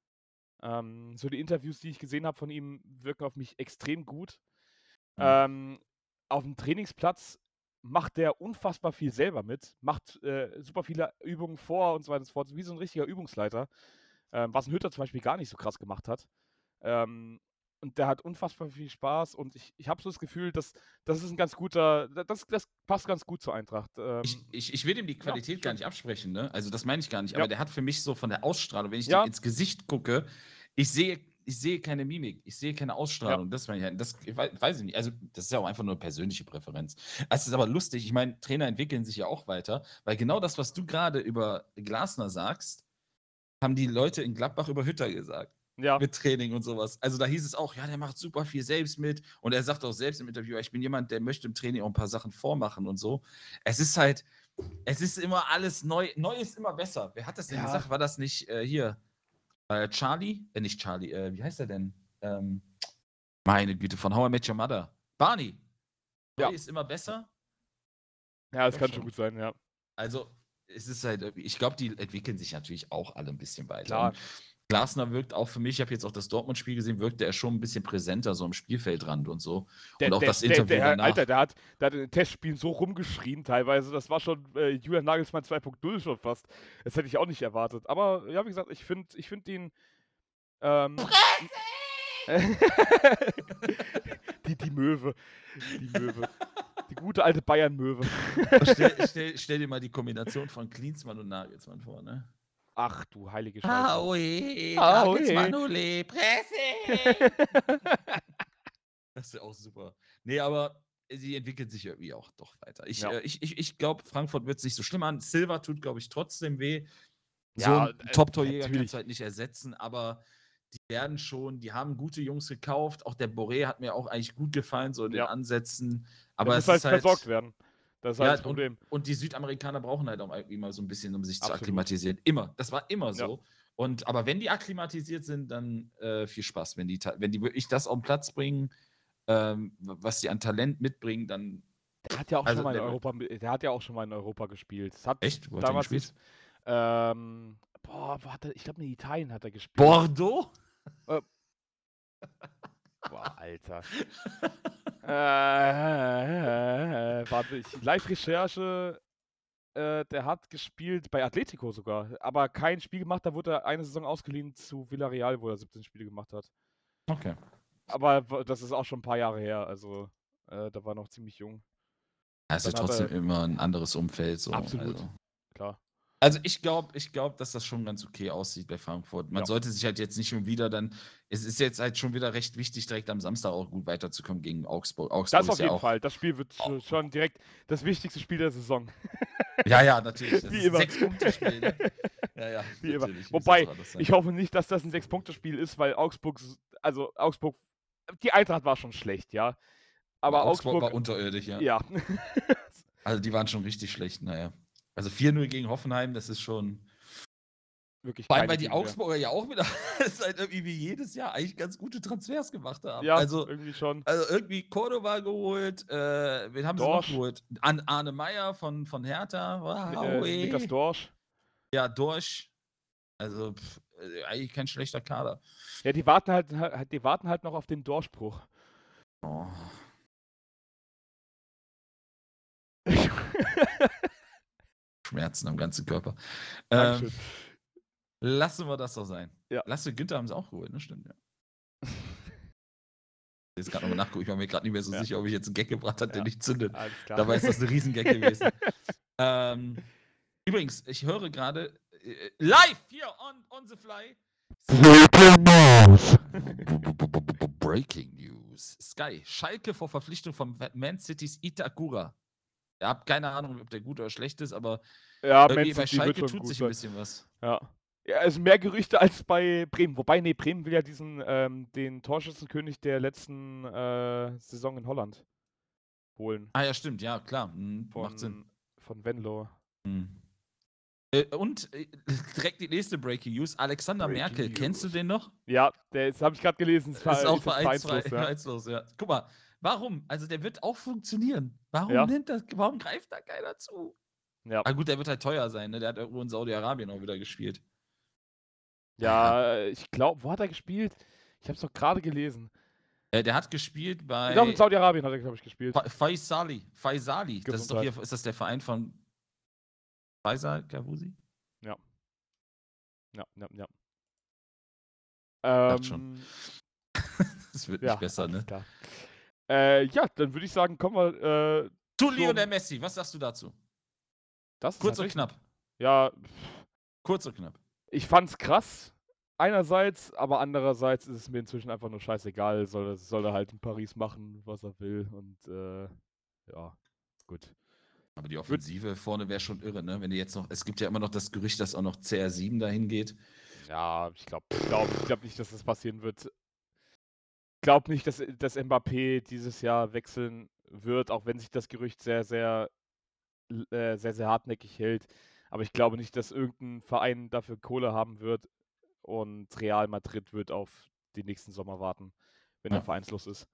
[SPEAKER 2] Ähm, so die Interviews, die ich gesehen habe von ihm, wirken auf mich extrem gut.
[SPEAKER 1] Mhm.
[SPEAKER 2] Ähm, auf dem Trainingsplatz macht der unfassbar viel selber mit, macht äh, super viele Übungen vor und so weiter und so fort, wie so ein richtiger Übungsleiter, ähm, was ein Hütter zum Beispiel gar nicht so krass gemacht hat. Ähm, und der hat unfassbar viel Spaß und ich, ich habe so das Gefühl, dass das ist ein ganz guter, das, das passt ganz gut zur Eintracht. Ähm,
[SPEAKER 1] Ich, ich, ich will ihm die Qualität gar
[SPEAKER 2] schön.
[SPEAKER 1] nicht absprechen, ne? Also das meine ich gar nicht.
[SPEAKER 2] Ja.
[SPEAKER 1] Aber der hat für mich so von der Ausstrahlung, wenn ich
[SPEAKER 2] Ja.
[SPEAKER 1] dem ins Gesicht gucke, ich sehe, ich sehe keine Mimik, ich sehe keine Ausstrahlung. Das meine ich halt. Das ich weiß, weiß ich nicht. Also, das ist ja auch einfach nur eine persönliche Präferenz. Es ist aber lustig, ich meine, Trainer entwickeln sich ja auch weiter, weil genau das, was du gerade über Glasner sagst, haben die Leute in Gladbach über Hütter gesagt.
[SPEAKER 2] Ja.
[SPEAKER 1] Mit Training und sowas. Also da hieß es auch, ja, der macht super viel selbst mit. Und er sagt auch selbst im Interview, ich bin jemand, der möchte im Training auch ein paar Sachen vormachen und so. Es ist halt, es ist immer alles neu. Neu ist immer besser. Wer hat das denn
[SPEAKER 2] Ja.
[SPEAKER 1] gesagt? War das nicht äh, hier? Äh, Charlie? Äh, nicht Charlie, äh, wie heißt er denn? Ähm, meine Güte, von How I Met Your Mother. Barney. Neu
[SPEAKER 2] Ja.
[SPEAKER 1] ist immer besser.
[SPEAKER 2] Ja, das
[SPEAKER 1] Doch
[SPEAKER 2] kann
[SPEAKER 1] schon.
[SPEAKER 2] schon gut sein, ja.
[SPEAKER 1] Also, es ist halt, ich glaube, die entwickeln sich natürlich auch alle ein bisschen weiter.
[SPEAKER 2] Klar.
[SPEAKER 1] Und Glasner wirkt auch für mich, ich habe jetzt auch das Dortmund-Spiel gesehen, wirkte er schon ein bisschen präsenter so am Spielfeldrand und so.
[SPEAKER 2] Der
[SPEAKER 1] Und auch
[SPEAKER 2] der
[SPEAKER 1] das
[SPEAKER 2] der
[SPEAKER 1] Interview
[SPEAKER 2] der Alter,
[SPEAKER 1] danach.
[SPEAKER 2] der hat der hat in den Testspielen so rumgeschrien teilweise, das war schon, äh, Julian Nagelsmann zwei Punkt null schon fast. Das hätte ich auch nicht erwartet. Aber ja, wie gesagt, ich finde ich finde ihn, ähm die die Möwe, die Möwe. Die gute alte Bayern-Möwe.
[SPEAKER 1] Stell, stell, stell dir mal die Kombination von Klinsmann und Nagelsmann vor, ne?
[SPEAKER 2] Ach du heilige Scheiße.
[SPEAKER 1] Aue,
[SPEAKER 2] Aue.
[SPEAKER 1] Nagelsmann, ole, Presse! Das ist ja auch super. Nee, aber sie entwickelt sich irgendwie auch doch weiter. Ich,
[SPEAKER 2] Ja.
[SPEAKER 1] äh, ich, ich, ich glaube, Frankfurt wird es nicht so schlimm an. Silva tut, glaube ich, trotzdem weh. So
[SPEAKER 2] Ja,
[SPEAKER 1] ein
[SPEAKER 2] äh,
[SPEAKER 1] Top-Torjäger kannst
[SPEAKER 2] natürlich.
[SPEAKER 1] du halt nicht ersetzen, aber die werden schon, die haben gute Jungs gekauft. Auch der Boré hat mir auch eigentlich gut gefallen, so in den
[SPEAKER 2] Ja.
[SPEAKER 1] Ansätzen.
[SPEAKER 2] Der
[SPEAKER 1] Aber
[SPEAKER 2] muss
[SPEAKER 1] es
[SPEAKER 2] halt
[SPEAKER 1] ist halt.
[SPEAKER 2] versorgt werden. Das ist halt
[SPEAKER 1] Ja,
[SPEAKER 2] das Problem.
[SPEAKER 1] und, und die Südamerikaner brauchen halt auch irgendwie mal so ein bisschen, um sich zu
[SPEAKER 2] Absolut.
[SPEAKER 1] akklimatisieren. Immer. Das war immer
[SPEAKER 2] Ja.
[SPEAKER 1] so. Und aber wenn die akklimatisiert sind, dann äh, viel Spaß. Wenn die, ta- wenn die wirklich das auf den Platz bringen, ähm, was die an Talent mitbringen, dann.
[SPEAKER 2] Der hat ja auch
[SPEAKER 1] Also,
[SPEAKER 2] schon mal in
[SPEAKER 1] der-
[SPEAKER 2] Europa mi der hat ja auch schon mal in Europa gespielt. Das hat
[SPEAKER 1] Echt? Wo hat der
[SPEAKER 2] damals
[SPEAKER 1] gespielt?
[SPEAKER 2] ist ähm, boah, wo hat er ich glaube, in Italien hat er gespielt.
[SPEAKER 1] Bordeaux?
[SPEAKER 2] Boah, Alter. Äh, warte, ich Live-Recherche, äh, der hat gespielt bei Atletico sogar, aber kein Spiel gemacht, da wurde er eine Saison ausgeliehen zu Villarreal, wo er siebzehn Spiele gemacht hat.
[SPEAKER 1] Okay.
[SPEAKER 2] Aber w das ist auch schon ein paar Jahre her, also, äh, da war er noch ziemlich jung.
[SPEAKER 1] Das ist ja
[SPEAKER 2] Dann hat
[SPEAKER 1] trotzdem
[SPEAKER 2] er
[SPEAKER 1] immer ein anderes Umfeld. So.
[SPEAKER 2] absolut,
[SPEAKER 1] Also.
[SPEAKER 2] klar.
[SPEAKER 1] Also ich glaube, ich glaube, dass das schon ganz okay aussieht bei Frankfurt. Man
[SPEAKER 2] Ja.
[SPEAKER 1] sollte sich halt jetzt nicht schon wieder dann. Es ist jetzt halt schon wieder recht wichtig, direkt am Samstag auch gut weiterzukommen gegen Augsburg. Augsburg
[SPEAKER 2] Das
[SPEAKER 1] ist
[SPEAKER 2] auf
[SPEAKER 1] ja
[SPEAKER 2] jeden
[SPEAKER 1] auch.
[SPEAKER 2] Fall. Das Spiel wird sch schon direkt das wichtigste Spiel der Saison.
[SPEAKER 1] Ja, ja, natürlich. Das
[SPEAKER 2] Wie
[SPEAKER 1] ist ein
[SPEAKER 2] immer.
[SPEAKER 1] Sechs-Punkte-Spiel, ne? Ja, ja,
[SPEAKER 2] Wie immer.
[SPEAKER 1] natürlich. Wie
[SPEAKER 2] Wobei,
[SPEAKER 1] soll's auch anders sein?
[SPEAKER 2] ich hoffe nicht, dass das ein Sechs-Punkte-Spiel ist, weil Augsburg s also Augsburg die Eintracht war schon schlecht, ja. Aber
[SPEAKER 1] Augsburg war
[SPEAKER 2] Augsburg
[SPEAKER 1] unterirdisch, ja.
[SPEAKER 2] ja.
[SPEAKER 1] Also die waren schon richtig schlecht, naja. Also vier null gegen Hoffenheim, das ist schon.
[SPEAKER 2] Wirklich
[SPEAKER 1] Vor allem,
[SPEAKER 2] keine
[SPEAKER 1] weil die
[SPEAKER 2] Gegenwehr.
[SPEAKER 1] Augsburger ja auch wieder ist halt irgendwie wie jedes Jahr eigentlich ganz gute Transfers gemacht haben.
[SPEAKER 2] Ja,
[SPEAKER 1] Also,
[SPEAKER 2] irgendwie schon.
[SPEAKER 1] also irgendwie Cordoba geholt, äh, wen haben sie
[SPEAKER 2] Dorsch.
[SPEAKER 1] noch geholt? An Arne Meyer von, von Hertha. Wow,
[SPEAKER 2] Äh, Niklas
[SPEAKER 1] ey.
[SPEAKER 2] Dorsch.
[SPEAKER 1] Ja, Dorsch. Also pff, äh, eigentlich kein schlechter Kader.
[SPEAKER 2] Ja, die warten halt halt die warten halt noch auf den Dorschbruch.
[SPEAKER 1] Oh. Schmerzen am ganzen Körper. Ähm,
[SPEAKER 2] Dankeschön.
[SPEAKER 1] lassen wir das doch sein.
[SPEAKER 2] Ja.
[SPEAKER 1] Lasse Günther haben sie auch geholt, ne? Stimmt, ja. Jetzt gerade nochmal nachgucken. Ich war mir gerade nicht mehr so
[SPEAKER 2] Ja.
[SPEAKER 1] sicher, ob ich jetzt einen Gag gebracht habe, der
[SPEAKER 2] Ja,
[SPEAKER 1] nicht zündet.
[SPEAKER 2] alles klar.
[SPEAKER 1] Dabei ist das ein Riesengag gewesen. ähm, übrigens, ich höre gerade äh, live hier on, on the fly. Breaking News. Sky. Schalke vor Verpflichtung von Man City's Itakura. Ich habe keine Ahnung, ob der gut oder schlecht ist, aber
[SPEAKER 2] Ja,
[SPEAKER 1] irgendwie
[SPEAKER 2] Man
[SPEAKER 1] bei
[SPEAKER 2] City wird
[SPEAKER 1] Schalke
[SPEAKER 2] schon
[SPEAKER 1] tut
[SPEAKER 2] gut
[SPEAKER 1] sich
[SPEAKER 2] sein.
[SPEAKER 1] ein bisschen was.
[SPEAKER 2] Ja. Ja, also mehr Gerüchte als bei Bremen. Wobei, nee, Bremen will ja diesen, ähm, den Torschützenkönig der letzten äh, Saison in Holland holen.
[SPEAKER 1] Ah ja, stimmt, ja, klar. Hm, macht Sinn.
[SPEAKER 2] Von, von Venlo.
[SPEAKER 1] Hm. Äh, und äh, direkt die nächste Breaking News. Alexander
[SPEAKER 2] Breaking
[SPEAKER 1] Merkel, kennst du
[SPEAKER 2] News.
[SPEAKER 1] den noch?
[SPEAKER 2] Ja, der ist, habe ich gerade gelesen, ist,
[SPEAKER 1] Ist auch
[SPEAKER 2] ist jetzt
[SPEAKER 1] vereinsfrei,
[SPEAKER 2] vereinslos, ja.
[SPEAKER 1] vereinslos, ja. Guck mal, warum? Also der wird auch funktionieren. Warum
[SPEAKER 2] Ja.
[SPEAKER 1] nimmt das, warum greift da keiner zu?
[SPEAKER 2] Ja.
[SPEAKER 1] Ah gut, der wird halt teuer sein, ne? Der hat irgendwo in Saudi-Arabien auch wieder gespielt.
[SPEAKER 2] Ja, ich glaube, wo hat er gespielt? Ich habe es doch gerade gelesen.
[SPEAKER 1] Äh, der hat gespielt bei.
[SPEAKER 2] Ich glaube, in Saudi-Arabien hat er, glaube ich, gespielt.
[SPEAKER 1] Fa Faisali. Faisali. Das ist doch
[SPEAKER 2] Gesundheit.
[SPEAKER 1] hier, ist das der Verein von Faisal Kavusi?
[SPEAKER 2] Ja. Ja, ja, ja.
[SPEAKER 1] Dachte schon.
[SPEAKER 2] Ähm,
[SPEAKER 1] Das wird
[SPEAKER 2] ja,
[SPEAKER 1] nicht besser,
[SPEAKER 2] alles
[SPEAKER 1] ne?
[SPEAKER 2] klar. Äh, ja, dann würde ich sagen, kommen wir äh,
[SPEAKER 1] Zu
[SPEAKER 2] zum-
[SPEAKER 1] Lionel Messi, was sagst du dazu?
[SPEAKER 2] Das ist
[SPEAKER 1] Kurz und
[SPEAKER 2] tatsächlich-
[SPEAKER 1] knapp.
[SPEAKER 2] Ja,
[SPEAKER 1] Kurz und knapp.
[SPEAKER 2] ich fand's krass. Einerseits, aber andererseits ist es mir inzwischen einfach nur scheißegal. Soll, soll er halt in Paris machen, was er will. Und äh, ja, gut.
[SPEAKER 1] Aber die Offensive vorne wäre schon irre, ne? Wenn die jetzt noch. Es gibt ja immer noch das Gerücht, dass auch noch C R sieben dahin geht.
[SPEAKER 2] Ja, ich glaube glaub, ich glaub nicht, dass das passieren wird. Ich glaube nicht, dass, dass Mbappé dieses Jahr wechseln wird, auch wenn sich das Gerücht sehr, sehr, äh, sehr, sehr hartnäckig hält. Aber ich glaube nicht, dass irgendein Verein dafür Kohle haben wird und Real Madrid wird auf den nächsten Sommer warten, wenn
[SPEAKER 1] Ja.
[SPEAKER 2] er vereinslos ist.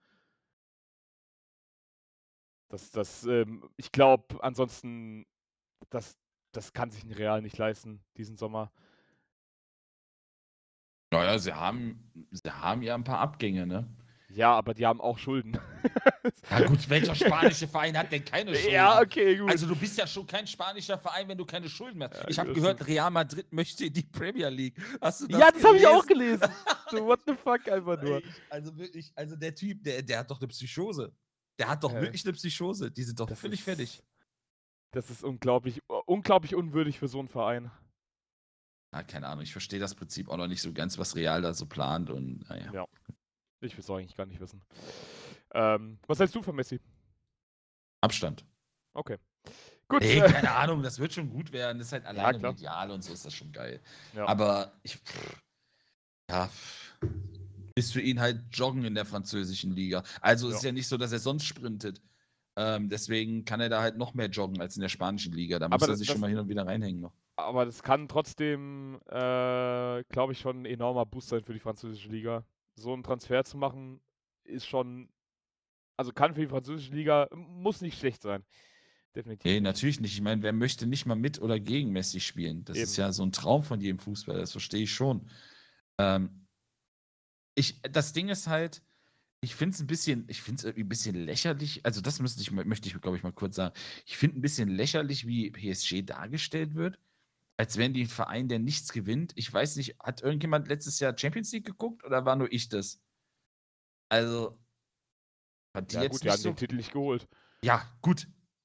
[SPEAKER 2] Das, das, ähm, ich glaube, ansonsten, das, das kann sich ein Real nicht leisten, diesen Sommer.
[SPEAKER 1] Naja, sie haben, sie haben ja ein paar Abgänge, ne?
[SPEAKER 2] Ja, aber die haben auch Schulden.
[SPEAKER 1] Ja gut, welcher spanische Verein hat denn keine Schulden?
[SPEAKER 2] Ja, okay, gut.
[SPEAKER 1] Also du bist ja schon kein spanischer Verein, wenn du keine Schulden mehr hast.
[SPEAKER 2] Ja,
[SPEAKER 1] Ich habe
[SPEAKER 2] das
[SPEAKER 1] gehört,
[SPEAKER 2] stimmt.
[SPEAKER 1] Real Madrid möchte in die Premier League. Hast du das
[SPEAKER 2] Ja, das habe ich auch
[SPEAKER 1] gelesen?
[SPEAKER 2] gelesen. So, what the fuck, einfach nur.
[SPEAKER 1] Ey, Also wirklich, also der Typ, der, der hat doch eine Psychose. Der hat doch
[SPEAKER 2] Äh,
[SPEAKER 1] wirklich eine Psychose. Die sind doch
[SPEAKER 2] Das
[SPEAKER 1] völlig
[SPEAKER 2] ist,
[SPEAKER 1] fertig.
[SPEAKER 2] das ist unglaublich, unglaublich unwürdig für so einen Verein.
[SPEAKER 1] Ah, keine Ahnung, ich verstehe das Prinzip auch noch nicht so ganz, was Real da so plant und naja.
[SPEAKER 2] Ja. Ich will es auch eigentlich gar nicht wissen. Ähm, was hältst du von Messi?
[SPEAKER 1] Abstand.
[SPEAKER 2] Okay. Gut.
[SPEAKER 1] Nee,
[SPEAKER 2] äh,
[SPEAKER 1] keine Ahnung, das wird schon gut werden. Das ist halt alleine
[SPEAKER 2] klar.
[SPEAKER 1] medial und so ist das schon geil.
[SPEAKER 2] Ja.
[SPEAKER 1] Aber ich, pff, ja, pff, ist für ihn halt Joggen in der französischen Liga. Also es ist
[SPEAKER 2] Ja.
[SPEAKER 1] ja nicht so, dass er sonst sprintet. Ähm, deswegen kann er da halt noch mehr joggen als in der spanischen Liga. Da muss
[SPEAKER 2] Aber
[SPEAKER 1] er
[SPEAKER 2] das-
[SPEAKER 1] sich
[SPEAKER 2] das-
[SPEAKER 1] schon mal hin und wieder reinhängen noch.
[SPEAKER 2] Aber das kann trotzdem, äh, glaube ich, schon ein enormer Boost sein für die französische Liga. So einen Transfer zu machen, ist schon, also kann für die französische Liga, muss nicht schlecht sein. Definitiv.
[SPEAKER 1] Nee,
[SPEAKER 2] nicht.
[SPEAKER 1] natürlich nicht. Ich meine, wer möchte nicht mal mit oder gegen Messi spielen? Das ist
[SPEAKER 2] Eben.
[SPEAKER 1] ja so ein Traum von jedem Fußballer, das verstehe ich schon. Ähm, ich, das Ding ist halt, ich finde es ein bisschen, ich finde es irgendwie ein bisschen lächerlich. Also, das müsste ich, möchte ich, glaube ich, mal kurz sagen. Ich finde ein bisschen lächerlich, wie P S G dargestellt wird, als wären die ein Verein, der nichts gewinnt. Ich weiß nicht, hat irgendjemand letztes Jahr Champions League geguckt oder war nur ich das? Also, hat die
[SPEAKER 2] Ja,
[SPEAKER 1] jetzt
[SPEAKER 2] gut, die
[SPEAKER 1] nicht
[SPEAKER 2] haben
[SPEAKER 1] so.
[SPEAKER 2] den Titel nicht geholt.
[SPEAKER 1] Ja, gut.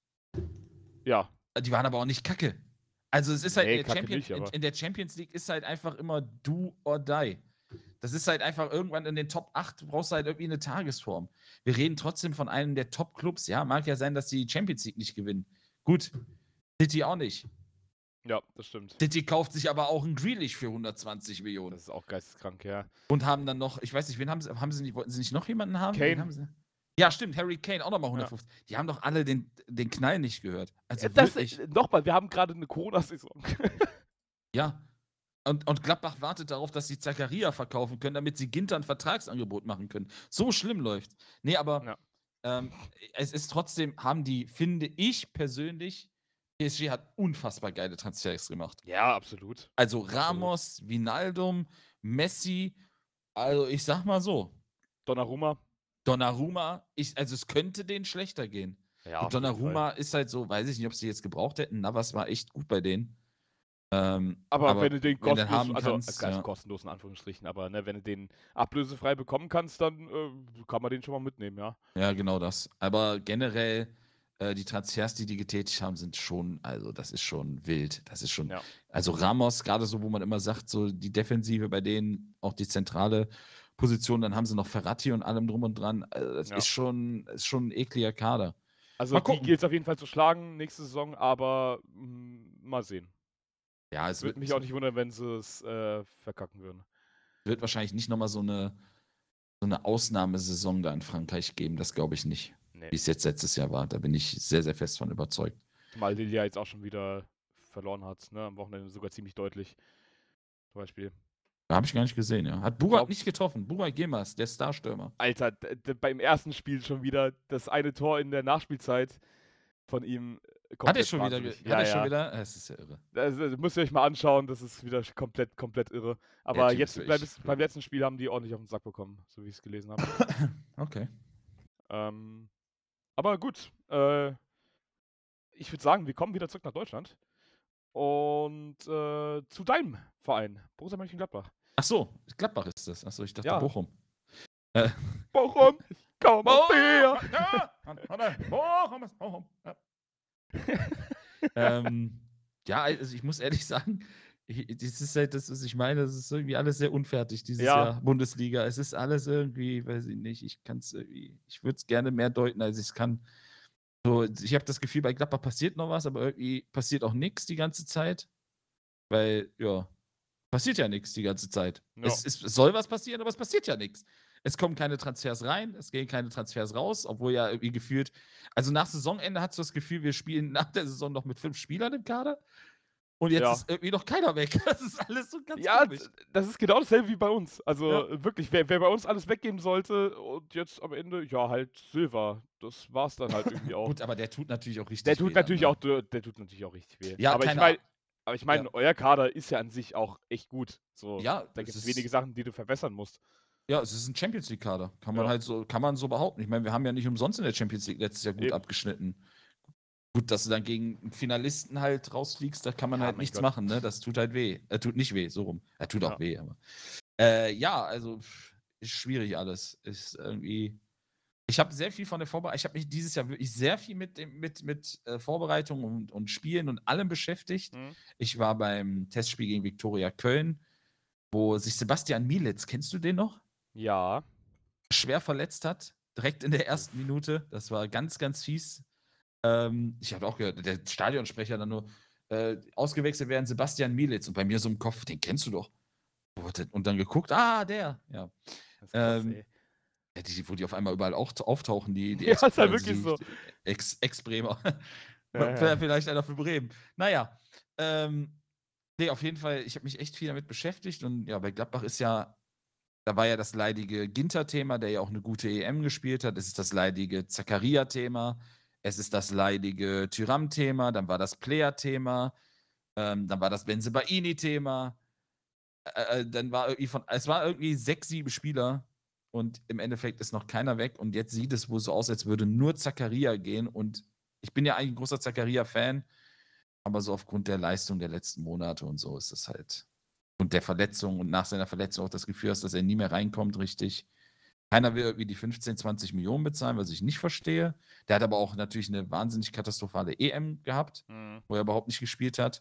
[SPEAKER 2] Ja,
[SPEAKER 1] Die waren aber auch nicht kacke. Also es ist halt
[SPEAKER 2] Nee,
[SPEAKER 1] in, der
[SPEAKER 2] Kacke
[SPEAKER 1] Champion,
[SPEAKER 2] nicht,
[SPEAKER 1] in,
[SPEAKER 2] aber-
[SPEAKER 1] in der Champions League ist halt einfach immer do or die. Das ist halt einfach irgendwann in den Top acht brauchst du halt irgendwie eine Tagesform. Wir reden trotzdem von einem der Top-Clubs. Ja, mag ja sein, dass die Champions League nicht gewinnen. Gut, City auch nicht.
[SPEAKER 2] ja, das stimmt.
[SPEAKER 1] City kauft sich aber auch einen Grealish für hundertzwanzig Millionen.
[SPEAKER 2] Das ist auch geisteskrank, ja.
[SPEAKER 1] Und haben dann noch, ich weiß nicht, wen haben sie, haben sie nicht, wollten sie nicht noch jemanden haben? Wen
[SPEAKER 2] Kane.
[SPEAKER 1] haben sie? Ja, stimmt, Harry Kane auch nochmal hundertfünfzig. Die haben doch alle den, den Knall nicht gehört. Also
[SPEAKER 2] Das,
[SPEAKER 1] wirklich.
[SPEAKER 2] äh, nochmal, wir haben gerade eine Corona-Saison.
[SPEAKER 1] Ja. Und, und Gladbach wartet darauf, dass sie Zakaria verkaufen können, damit sie Ginter ein Vertragsangebot machen können. So schlimm läuft. Nee, aber
[SPEAKER 2] Ja.
[SPEAKER 1] ähm, es ist trotzdem, haben die, finde ich persönlich, P S G hat unfassbar geile Transfers gemacht.
[SPEAKER 2] Ja, absolut.
[SPEAKER 1] Also Ramos, Wijnaldum, Messi, also ich sag mal so,
[SPEAKER 2] Donnarumma.
[SPEAKER 1] Donnarumma, ich, also es könnte denen schlechter gehen.
[SPEAKER 2] Ja,
[SPEAKER 1] Und
[SPEAKER 2] auf jeden Fall.
[SPEAKER 1] Donnarumma ist halt so, weiß ich nicht, ob sie jetzt gebraucht hätten. Navas war echt gut bei denen. Ähm,
[SPEAKER 2] Aber, wenn du den
[SPEAKER 1] wenn du
[SPEAKER 2] kostenlos,
[SPEAKER 1] haben
[SPEAKER 2] also
[SPEAKER 1] kannst,
[SPEAKER 2] äh,
[SPEAKER 1] ja.
[SPEAKER 2] kostenlos in Anführungsstrichen, aber ne, wenn du den ablösefrei bekommen kannst, dann äh, kann man den schon mal mitnehmen, ja.
[SPEAKER 1] Ja, genau das. Aber generell, äh, die Transfers, die die getätigt haben, sind schon, also das ist schon wild. Das ist schon,
[SPEAKER 2] Ja.
[SPEAKER 1] also Ramos, gerade so, wo man immer sagt, so die Defensive bei denen, auch die zentrale Position, dann haben sie noch Ferrati und allem drum und dran. Also das
[SPEAKER 2] Ja.
[SPEAKER 1] ist schon, ist schon ein ekliger Kader.
[SPEAKER 2] Also
[SPEAKER 1] Mal
[SPEAKER 2] die
[SPEAKER 1] gucken.
[SPEAKER 2] gilt es auf jeden Fall zu schlagen nächste Saison, aber mh, mal sehen.
[SPEAKER 1] Ja, es
[SPEAKER 2] Es würde
[SPEAKER 1] wird,
[SPEAKER 2] mich auch nicht wundern, wenn sie es äh, verkacken würden.
[SPEAKER 1] wird wahrscheinlich nicht nochmal so eine, so eine Ausnahmesaison da in Frankreich geben, das glaube ich nicht.
[SPEAKER 2] Nee.
[SPEAKER 1] Wie es jetzt letztes Jahr war. Da bin ich sehr, sehr fest von überzeugt.
[SPEAKER 2] Zumal Lilia jetzt auch schon wieder verloren hat, ne? Am Wochenende sogar ziemlich deutlich. Zum Beispiel.
[SPEAKER 1] Habe ich gar nicht gesehen, ja. Hat Burak
[SPEAKER 2] Glaub-
[SPEAKER 1] nicht getroffen. Burak Yilmaz, der Starstürmer.
[SPEAKER 2] Alter, d- d- beim ersten Spiel schon wieder das eine Tor in der Nachspielzeit von ihm. äh,
[SPEAKER 1] Hat er
[SPEAKER 2] komplett
[SPEAKER 1] schon wieder? ge-
[SPEAKER 2] wahnsinnig.
[SPEAKER 1] Hat
[SPEAKER 2] Ja,
[SPEAKER 1] er schon
[SPEAKER 2] ja.
[SPEAKER 1] wieder? Es ist ja irre.
[SPEAKER 2] Das, äh, müsst ihr euch mal anschauen, das ist wieder sch- komplett, komplett irre. Aber
[SPEAKER 1] Typ
[SPEAKER 2] jetzt
[SPEAKER 1] ist
[SPEAKER 2] beim,
[SPEAKER 1] wirklich-
[SPEAKER 2] beim letzten Spiel haben die ordentlich auf den Sack bekommen, so wie ich es gelesen habe.
[SPEAKER 1] Okay.
[SPEAKER 2] ähm, aber gut, äh, ich würde sagen, wir kommen wieder zurück nach Deutschland. Und äh, zu deinem Verein, Borussia Mönchengladbach.
[SPEAKER 1] Ach so, Gladbach ist das. Ach so, ich dachte
[SPEAKER 2] Ja.
[SPEAKER 1] Bochum.
[SPEAKER 2] Bochum, komm auf her!
[SPEAKER 1] Ja, Bochum. Ja. ähm, ja, also ich muss ehrlich sagen, ich, das ist halt das, was ich meine. Das ist irgendwie alles sehr unfertig dieses
[SPEAKER 2] Ja.
[SPEAKER 1] Jahr Bundesliga. Es ist alles irgendwie, weiß ich nicht. Ich kann es irgendwie, ich würde es gerne mehr deuten, als ich es kann. So, ich habe das Gefühl, bei Gladbach passiert noch was, aber irgendwie passiert auch nichts die ganze Zeit. Weil, ja, passiert ja nichts die ganze Zeit.
[SPEAKER 2] Ja.
[SPEAKER 1] Es, es, es soll was passieren, aber es passiert ja nichts. Es kommen keine Transfers rein, es gehen keine Transfers raus, obwohl ja irgendwie gefühlt, also nach Saisonende hast du das Gefühl, wir spielen nach der Saison noch mit fünf Spielern im Kader und jetzt
[SPEAKER 2] Ja.
[SPEAKER 1] ist irgendwie noch keiner weg. Das ist alles so ganz
[SPEAKER 2] Ja,
[SPEAKER 1] komisch.
[SPEAKER 2] d- das ist genau dasselbe wie bei uns. Also
[SPEAKER 1] Ja.
[SPEAKER 2] äh, wirklich, wer, wer bei uns alles weggehen sollte und jetzt am Ende, ja, halt Silva. Das war's dann halt irgendwie auch.
[SPEAKER 1] Gut, aber der tut natürlich auch richtig
[SPEAKER 2] Der tut
[SPEAKER 1] weh
[SPEAKER 2] natürlich
[SPEAKER 1] dann,
[SPEAKER 2] auch, der, der tut natürlich auch richtig weh.
[SPEAKER 1] Ja,
[SPEAKER 2] aber ich
[SPEAKER 1] keine
[SPEAKER 2] meine, Aber ich
[SPEAKER 1] Ja.
[SPEAKER 2] meine, euer Kader ist ja an sich auch echt gut. So,
[SPEAKER 1] Ja,
[SPEAKER 2] da
[SPEAKER 1] es
[SPEAKER 2] gibt's wenige
[SPEAKER 1] ist
[SPEAKER 2] Sachen, die du verbessern musst.
[SPEAKER 1] ja, es ist 'n Champions League-Kader. Kann man
[SPEAKER 2] Ja.
[SPEAKER 1] halt so kann man so behaupten. Ich meine, wir haben ja nicht umsonst in der Champions League letztes Jahr gut
[SPEAKER 2] Eben.
[SPEAKER 1] abgeschnitten. Gut, dass du dann gegen 'n Finalisten halt rausfliegst, da kann man
[SPEAKER 2] Ja,
[SPEAKER 1] halt
[SPEAKER 2] mein
[SPEAKER 1] nichts
[SPEAKER 2] Gott.
[SPEAKER 1] machen, ne? Das tut halt weh. Äh, tut nicht weh, so rum. Äh, tut
[SPEAKER 2] Ja.
[SPEAKER 1] auch weh, aber äh, ja, also, ist schwierig alles. Ist irgendwie ich habe sehr viel von der Vorbere ich habe mich dieses Jahr wirklich sehr viel mit dem mit mit, äh, Vorbereitung und und Spielen und allem beschäftigt.
[SPEAKER 2] Mhm.
[SPEAKER 1] Ich war beim Testspiel gegen Viktoria Köln, wo sich Sebastian Mielitz, kennst du den noch?
[SPEAKER 2] Ja.
[SPEAKER 1] Schwer verletzt hat, direkt in der ersten
[SPEAKER 2] Uff.
[SPEAKER 1] Minute. Das war ganz, ganz fies. Ähm, ich habe auch gehört, der Stadionsprecher dann nur, äh, ausgewechselt werden Sebastian Mielitz und bei mir so im Kopf: „Den kennst du doch.“ Und dann geguckt: „Ah, der“, ja.
[SPEAKER 2] Das ist krass,
[SPEAKER 1] Ähm,
[SPEAKER 2] ey.
[SPEAKER 1] ja, die wo die auf einmal überall auch auftauchen, die die
[SPEAKER 2] Ja,
[SPEAKER 1] Ex
[SPEAKER 2] ist halt
[SPEAKER 1] also
[SPEAKER 2] wirklich
[SPEAKER 1] die
[SPEAKER 2] so.
[SPEAKER 1] Ex Ex-Bremer.
[SPEAKER 2] Ja,
[SPEAKER 1] Wäre
[SPEAKER 2] ja.
[SPEAKER 1] vielleicht einer für Bremen. Na ja, ähm, ne, auf jeden Fall, ich habe mich echt viel damit beschäftigt und ja, bei Gladbach ist ja da war ja das leidige Ginter-Thema, der ja auch 'ne gute E M gespielt hat. Es ist das leidige Zakaria-Thema. Es ist das leidige Thuram-Thema. Dann war das Player-Thema. Ähm, dann war das Bensebaini-Thema. Äh, äh, dann war irgendwie von es war irgendwie sechs, sieben Spieler und im Endeffekt ist noch keiner weg und jetzt sieht es wohl so aus, als würde nur Zakaria gehen und ich bin ja eigentlich 'n großer Zakaria-Fan, aber so aufgrund der Leistung der letzten Monate und so ist es halt und der Verletzung und nach seiner Verletzung auch das Gefühl hast, dass er nie mehr reinkommt richtig. Keiner will irgendwie die fünfzehn, zwanzig Millionen bezahlen, was ich nicht verstehe. Der hat aber auch natürlich 'ne wahnsinnig katastrophale E M gehabt,
[SPEAKER 2] Mhm.
[SPEAKER 1] wo er überhaupt nicht gespielt hat.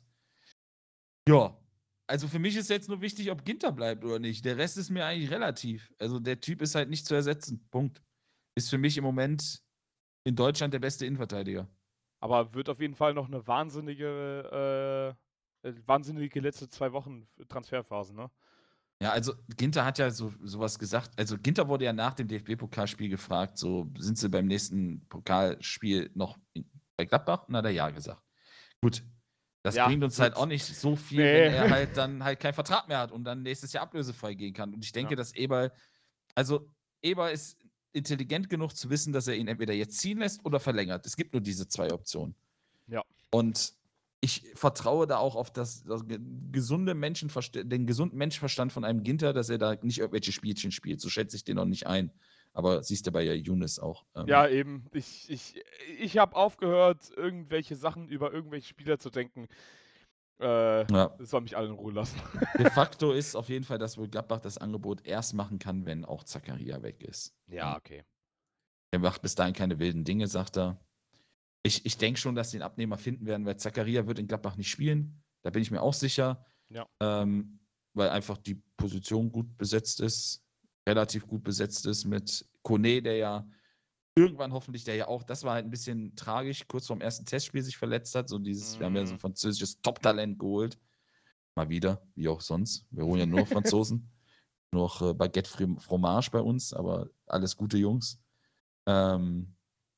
[SPEAKER 1] Ja, also für mich ist jetzt nur wichtig, ob Ginter bleibt oder nicht. Der Rest ist mir eigentlich relativ. Also, der Typ ist halt nicht zu ersetzen. Punkt. Ist für mich im Moment in Deutschland der beste Innenverteidiger.
[SPEAKER 2] Aber wird auf jeden Fall noch 'ne wahnsinnige äh, äh, wahnsinnige letzte zwei Wochen F Transferphase, ne?
[SPEAKER 1] Ja, also Ginter hat ja so so was gesagt. Also, Ginter wurde ja nach dem DFB-Pokalspiel gefragt, so: „Sind Sie beim nächsten Pokalspiel noch in bei Gladbach?“ Und dann hat er ja gesagt. Gut, das
[SPEAKER 2] Ja,
[SPEAKER 1] bringt uns halt auch
[SPEAKER 2] wird
[SPEAKER 1] nicht so viel, wenn
[SPEAKER 2] ne.
[SPEAKER 1] er halt dann halt keinen Vertrag mehr hat und dann nächstes Jahr ablösefrei gehen kann. Und ich
[SPEAKER 2] Ja.
[SPEAKER 1] denke, dass Eberl also, Eberl ist intelligent genug zu wissen, dass er ihn entweder jetzt ziehen lässt oder verlängert. Es gibt nur diese zwei Optionen.
[SPEAKER 2] Ja.
[SPEAKER 1] Und ich vertraue da auch auf das das ge gesunde Menschenverst den gesunden Menschenverstand von einem Ginter, dass er da nicht irgendwelche Spielchen spielt. So schätze ich den auch nicht ein. Aber siehst du bei, ja, Younes auch, ähm
[SPEAKER 2] Ja, eben. Ich ich ich habe aufgehört, irgendwelche Sachen über irgendwelche Spieler zu denken. Äh,
[SPEAKER 1] Ja.
[SPEAKER 2] soll mich alle in Ruhe lassen.
[SPEAKER 1] De facto ist auf jeden Fall, dass wohl Gladbach das Angebot erst machen kann, wenn auch Zakaria weg ist.
[SPEAKER 2] Ja,
[SPEAKER 1] Ja.
[SPEAKER 2] okay.
[SPEAKER 1] Er macht bis dahin keine wilden Dinge, sagt er. Ich ich denke schon, dass sie 'n Abnehmer finden werden, weil Zakaria wird in Gladbach nicht spielen. Da bin ich mir auch sicher,
[SPEAKER 2] Ja.
[SPEAKER 1] ähm, weil einfach die Position gut besetzt ist, relativ gut besetzt ist mit Kone, der ja irgendwann hoffentlich der ja auch das war halt 'n bisschen tragisch, kurz vorm ersten Testspiel sich verletzt hat, so dieses wir haben ja so 'n
[SPEAKER 2] Mhm.
[SPEAKER 1] französisches Top-Talent geholt. Mal wieder, wie auch sonst. Wir holen ja nur noch Franzosen. Nur noch, äh, Baguette Frem Fromage bei uns, aber alles gute Jungs. Ähm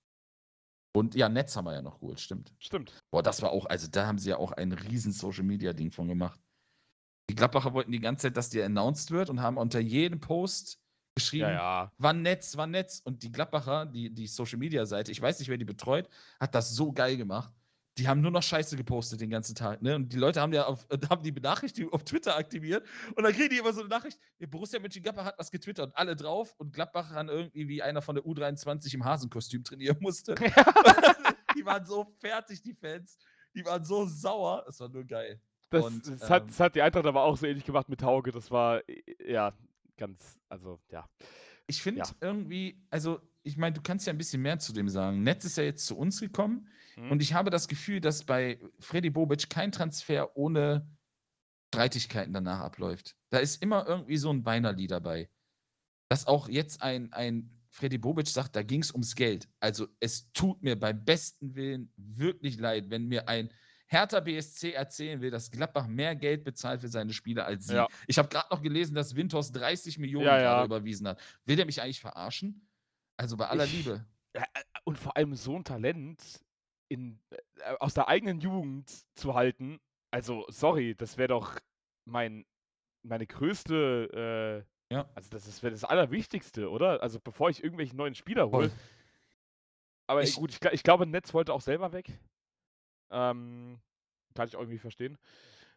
[SPEAKER 1] und ja, Netz haben wir ja noch geholt, stimmt.
[SPEAKER 2] Stimmt.
[SPEAKER 1] Boah, das war auch also, da haben sie ja auch ein riesen Social-Media-Ding von gemacht. Die Gladbacher wollten die ganze Zeit, dass der announced wird und haben unter jedem Post
[SPEAKER 2] Ja,
[SPEAKER 1] geschrieben:
[SPEAKER 2] ja.
[SPEAKER 1] „Wann Netz, wann Netz?“ Und die Gladbacher, die die Social-Media-Seite, ich weiß nicht, wer die betreut, hat das so geil gemacht. Die haben nur noch Scheiße gepostet den ganzen Tag, ne? Und die Leute haben ja auf äh, haben die Benachrichtigung auf Twitter aktiviert und dann kriegen die immer so 'ne Nachricht: „Ja, Borussia Mönchengladbach hat was getwittert.“ Alle drauf und Gladbach dann irgendwie wie einer von der U dreiundzwanzig im Hasenkostüm trainieren musste. Die waren so fertig, die Fans. Die waren so sauer. Es war nur geil.
[SPEAKER 2] Das
[SPEAKER 1] Und,
[SPEAKER 2] das hat
[SPEAKER 1] ähm
[SPEAKER 2] das hat die Eintracht aber auch so ähnlich gemacht mit Hauge. Das war, äh, ja, ganz also, ja.
[SPEAKER 1] Ich finde
[SPEAKER 2] Ja.
[SPEAKER 1] irgendwie also, ich meine, du kannst ja 'n bisschen mehr zu dem sagen. Netz ist ja jetzt zu uns gekommen
[SPEAKER 2] Mhm.
[SPEAKER 1] und ich habe das Gefühl, dass bei Fredi Bobic kein Transfer ohne Streitigkeiten danach abläuft. Da ist immer irgendwie so 'n Weinerli dabei. Dass auch jetzt ein ein Fredi Bobic sagt, da ging's ums Geld. Also, es tut mir beim besten Willen wirklich leid, wenn mir ein Hertha BSC erzählen will, dass Gladbach mehr Geld bezahlt für seine Spieler als sie.
[SPEAKER 2] Ja.
[SPEAKER 1] Ich habe grad noch gelesen, dass Windhorst dreißig Millionen
[SPEAKER 2] Ja,
[SPEAKER 1] grade
[SPEAKER 2] ja.
[SPEAKER 1] überwiesen hat. Will der mich eigentlich verarschen? Also, bei aller
[SPEAKER 2] Ich
[SPEAKER 1] Liebe.
[SPEAKER 2] äh, äh, und vor allem so 'n Talent in äh, aus der eigenen Jugend zu halten. Also, sorry, das wäre doch mein meine größte, äh
[SPEAKER 1] Ja.
[SPEAKER 2] also, das ist wäre das Allerwichtigste, oder? Also, bevor ich irgendwelche neuen Spieler
[SPEAKER 1] Voll.
[SPEAKER 2] hole. Aber, äh,
[SPEAKER 1] Ich
[SPEAKER 2] gut, ich gla ich glaube, Netz wollte auch selber weg. Ähm, kann ich auch irgendwie verstehen.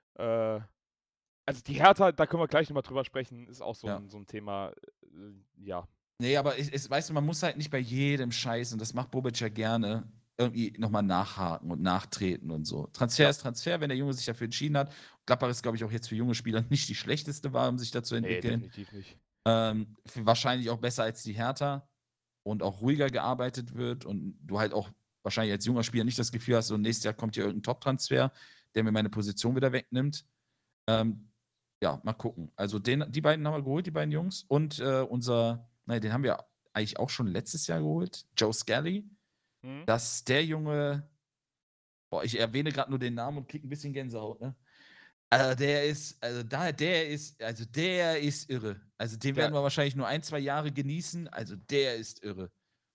[SPEAKER 2] Äh, also die Hertha, da können wir gleich noch mal drüber sprechen, ist auch so
[SPEAKER 1] Ja.
[SPEAKER 2] 'n so 'n Thema, äh, ja.
[SPEAKER 1] Ne, aber es es weißt du, man muss halt nicht bei jedem Scheiß, und das macht Bobic ja gerne, irgendwie noch mal nachhaken und nachtreten und so. Transfer
[SPEAKER 2] Ja.
[SPEAKER 1] ist Transfer, wenn der Junge sich dafür entschieden hat. Gladbach ist, glaube ich, auch jetzt für junge Spieler nicht die schlechteste Wahl, um sich da zu
[SPEAKER 2] Ne,
[SPEAKER 1] entwickeln.
[SPEAKER 2] definitiv nicht.
[SPEAKER 1] Ähm, f wahrscheinlich auch besser als die Hertha und auch ruhiger gearbeitet wird und du halt auch wahrscheinlich als junger Spieler nicht das Gefühl hast, so nächstes Jahr kommt hier irgend 'n Top-Transfer, der mir meine Position wieder wegnimmt. Ähm, ja, mal gucken. Also den die beiden haben wir geholt, die beiden Jungs und, äh, unser na ja, den haben wir eigentlich auch schon letztes Jahr geholt, Joe Scally.
[SPEAKER 2] Mhm.
[SPEAKER 1] Dass der Junge boah, ich erwähne grad nur den Namen und kriege 'n bisschen Gänsehaut, ne? Also, der ist also da der ist also der ist irre. Also, den
[SPEAKER 2] Der
[SPEAKER 1] werden wir wahrscheinlich nur ein, zwei Jahre genießen. Also, der ist irre.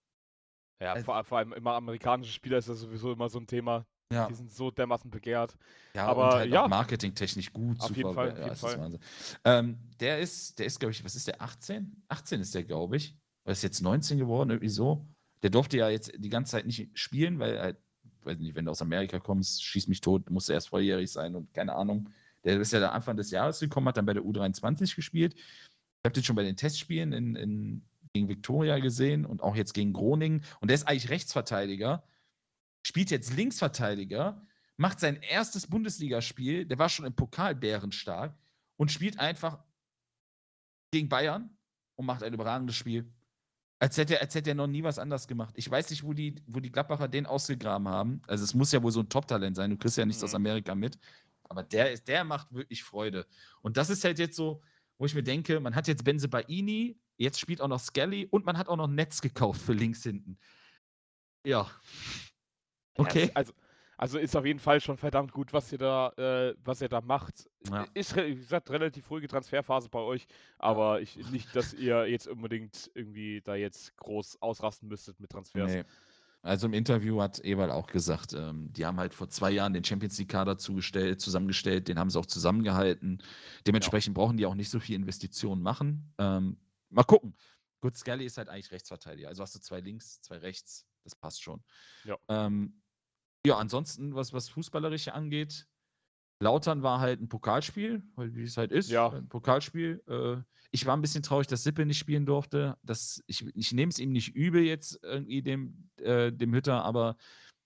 [SPEAKER 2] Ja,
[SPEAKER 1] Also
[SPEAKER 2] vor vor allem immer amerikanische Spieler ist ja sowieso immer so 'n Thema. Die
[SPEAKER 1] Ja.
[SPEAKER 2] sind so dermaßen begehrt.
[SPEAKER 1] Ja, und
[SPEAKER 2] Aber
[SPEAKER 1] halt auch
[SPEAKER 2] ja.
[SPEAKER 1] marketingtechnisch gut zu
[SPEAKER 2] Auf jeden Fall,
[SPEAKER 1] verwe
[SPEAKER 2] auf
[SPEAKER 1] ja,
[SPEAKER 2] jeden
[SPEAKER 1] es ist
[SPEAKER 2] Fall.
[SPEAKER 1] Wahnsinn. Ähm, der ist der ist, glaube ich was ist der, achtzehn? achtzehn ist der, glaube ich. Oder ist jetzt neunzehn geworden, irgendwie so. Der durfte ja jetzt die ganze Zeit nicht spielen, weil halt weiß nicht, wenn du aus Amerika kommst, schieß mich tot, musst du erst volljährig sein und keine Ahnung. Der ist ja da Anfang des Jahres gekommen, hat dann bei der U dreiundzwanzig gespielt. Ich habe den schon bei den Testspielen in in gegen Viktoria gesehen und auch jetzt gegen Groningen. Und der ist eigentlich Rechtsverteidiger, spielt jetzt Linksverteidiger, macht sein erstes Bundesligaspiel, der war schon im Pokal bärenstark und spielt einfach gegen Bayern und macht ein überragendes Spiel. Als hätte er als hätte er noch nie was anders gemacht. Ich weiß nicht, wo die wo die Gladbacher den ausgegraben haben. Also, es muss ja wohl so 'n Top-Talent sein. Du kriegst ja nichts aus
[SPEAKER 2] Mhm.
[SPEAKER 1] Amerika mit. Aber der ist der macht wirklich Freude. Und das ist halt jetzt so, wo ich mir denke, man hat jetzt Bensebaini, jetzt spielt auch noch Scally und man hat auch noch Netz gekauft für links hinten. Ja.
[SPEAKER 2] Ja, es
[SPEAKER 1] Okay.
[SPEAKER 2] also also ist auf jeden Fall schon verdammt gut, was ihr da äh, was ihr da macht. I
[SPEAKER 1] Ja.
[SPEAKER 2] ist re wie gesagt, relativ ruhige Transferphase bei euch,
[SPEAKER 1] Ja.
[SPEAKER 2] aber ich nicht, dass ihr jetzt unbedingt irgendwie da jetzt groß ausrasten müsstet mit Transfers.
[SPEAKER 1] Ne. Also, im Interview hat Eberl auch gesagt, ähm, die haben halt vor zwei Jahren den Champions-League-Kader zugestellt zusammengestellt, den haben sie auch zusammengehalten.
[SPEAKER 2] Ja.
[SPEAKER 1] Dementsprechend brauchen die auch nicht so viel Investitionen machen. Ähm, mal gucken. Gut, Scally ist halt eigentlich Rechtsverteidiger. Also hast du zwei links, zwei rechts, das passt schon.
[SPEAKER 2] Ja.
[SPEAKER 1] Ähm, ja, ansonsten, was was Fußballerische angeht, Lautern war halt 'n Pokalspiel, halt wie es halt ist,
[SPEAKER 2] Ja.
[SPEAKER 1] 'n Pokalspiel. Äh, ich war 'n bisschen traurig, dass Sippe nicht spielen durfte. Das ich ich nehme es ihm nicht übel jetzt irgendwie dem äh, dem Hütter, aber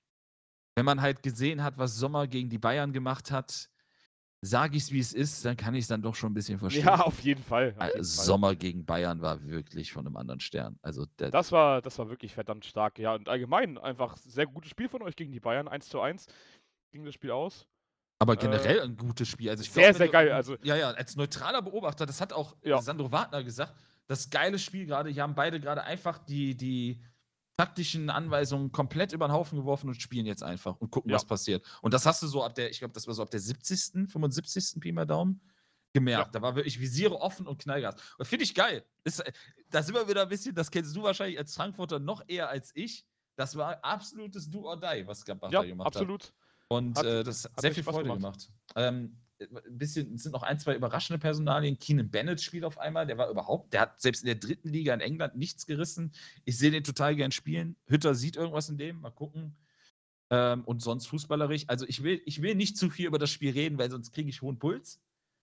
[SPEAKER 1] wenn man halt gesehen hat, was Sommer gegen die Bayern gemacht hat, sage ich's, wie es ist, dann kann ich's dann doch schon 'n bisschen
[SPEAKER 2] Ja,
[SPEAKER 1] verstehen.
[SPEAKER 2] auf jeden Fall, auf
[SPEAKER 1] Äh,
[SPEAKER 2] jeden Fall.
[SPEAKER 1] Sommer gegen Bayern war wirklich von 'nem anderen Stern. Also, der
[SPEAKER 2] Das war das war wirklich verdammt stark. Ja, und allgemein einfach sehr gutes Spiel von euch gegen die Bayern. eins zu eins ging das Spiel aus.
[SPEAKER 1] Aber
[SPEAKER 2] Äh
[SPEAKER 1] generell 'n gutes Spiel. Also, ich glaube,
[SPEAKER 2] sehr,
[SPEAKER 1] wenn
[SPEAKER 2] sehr
[SPEAKER 1] du
[SPEAKER 2] geil, also
[SPEAKER 1] ja, ja, als neutraler Beobachter, das hat auch
[SPEAKER 2] Ja.
[SPEAKER 1] Sandro Wagner gesagt, das geile Spiel grade, hier haben beide grade einfach die die taktischen Anweisungen komplett über 'n Haufen geworfen und spielen jetzt einfach und gucken,
[SPEAKER 2] Ja.
[SPEAKER 1] was passiert. Und das hast du so ab der ich glaube, das war so ab der siebzigsten, fünfundsiebzigsten Pi mal Daumen,
[SPEAKER 2] Ja.
[SPEAKER 1] gemerkt. Da war wirklich Visiere offen und Knallgas. Und finde ich geil. Ist äh, da sind wir wieder 'n bisschen das kennst du wahrscheinlich als Frankfurter noch eher als ich. Das war absolutes Do or Die, was Gladbach da
[SPEAKER 2] Ja,
[SPEAKER 1] gemacht hat.
[SPEAKER 2] absolut.
[SPEAKER 1] Und,
[SPEAKER 2] Hat
[SPEAKER 1] äh, das hat
[SPEAKER 2] hat
[SPEAKER 1] sehr
[SPEAKER 2] echt
[SPEAKER 1] viel
[SPEAKER 2] Spaß
[SPEAKER 1] Freude
[SPEAKER 2] gemacht.
[SPEAKER 1] gemacht. Ähm, äh, 'n bisschen es sind noch ein, zwei überraschende Personalien. Keenan Bennett spielt auf einmal, der war überhaupt der hat selbst in der dritten Liga in England nichts gerissen. Ich sehe den total gern spielen. Hütter sieht irgendwas in dem, mal gucken. Ähm, und sonst fußballerisch also, ich will ich will nicht zu viel über das Spiel reden, weil sonst kriege ich hohen Puls.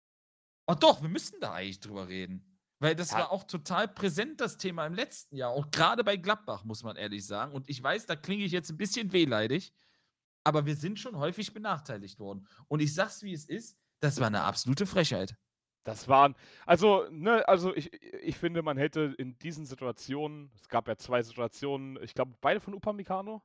[SPEAKER 1] Oh doch, wir müssen da eigentlich drüber reden. Weil das
[SPEAKER 2] Ja.
[SPEAKER 1] war auch total präsent, das Thema im letzten Jahr, auch grade bei Gladbach, muss man ehrlich sagen. Und ich weiß, da klinge ich jetzt 'n bisschen wehleidig, aber wir sind schon häufig benachteiligt worden. Und ich sage es, wie es ist, das war 'ne absolute Frechheit.
[SPEAKER 2] Das waren also, ne, also ich ich finde, man hätte in diesen Situationen es gab ja zwei Situationen, ich glaube, beide von Upamecano?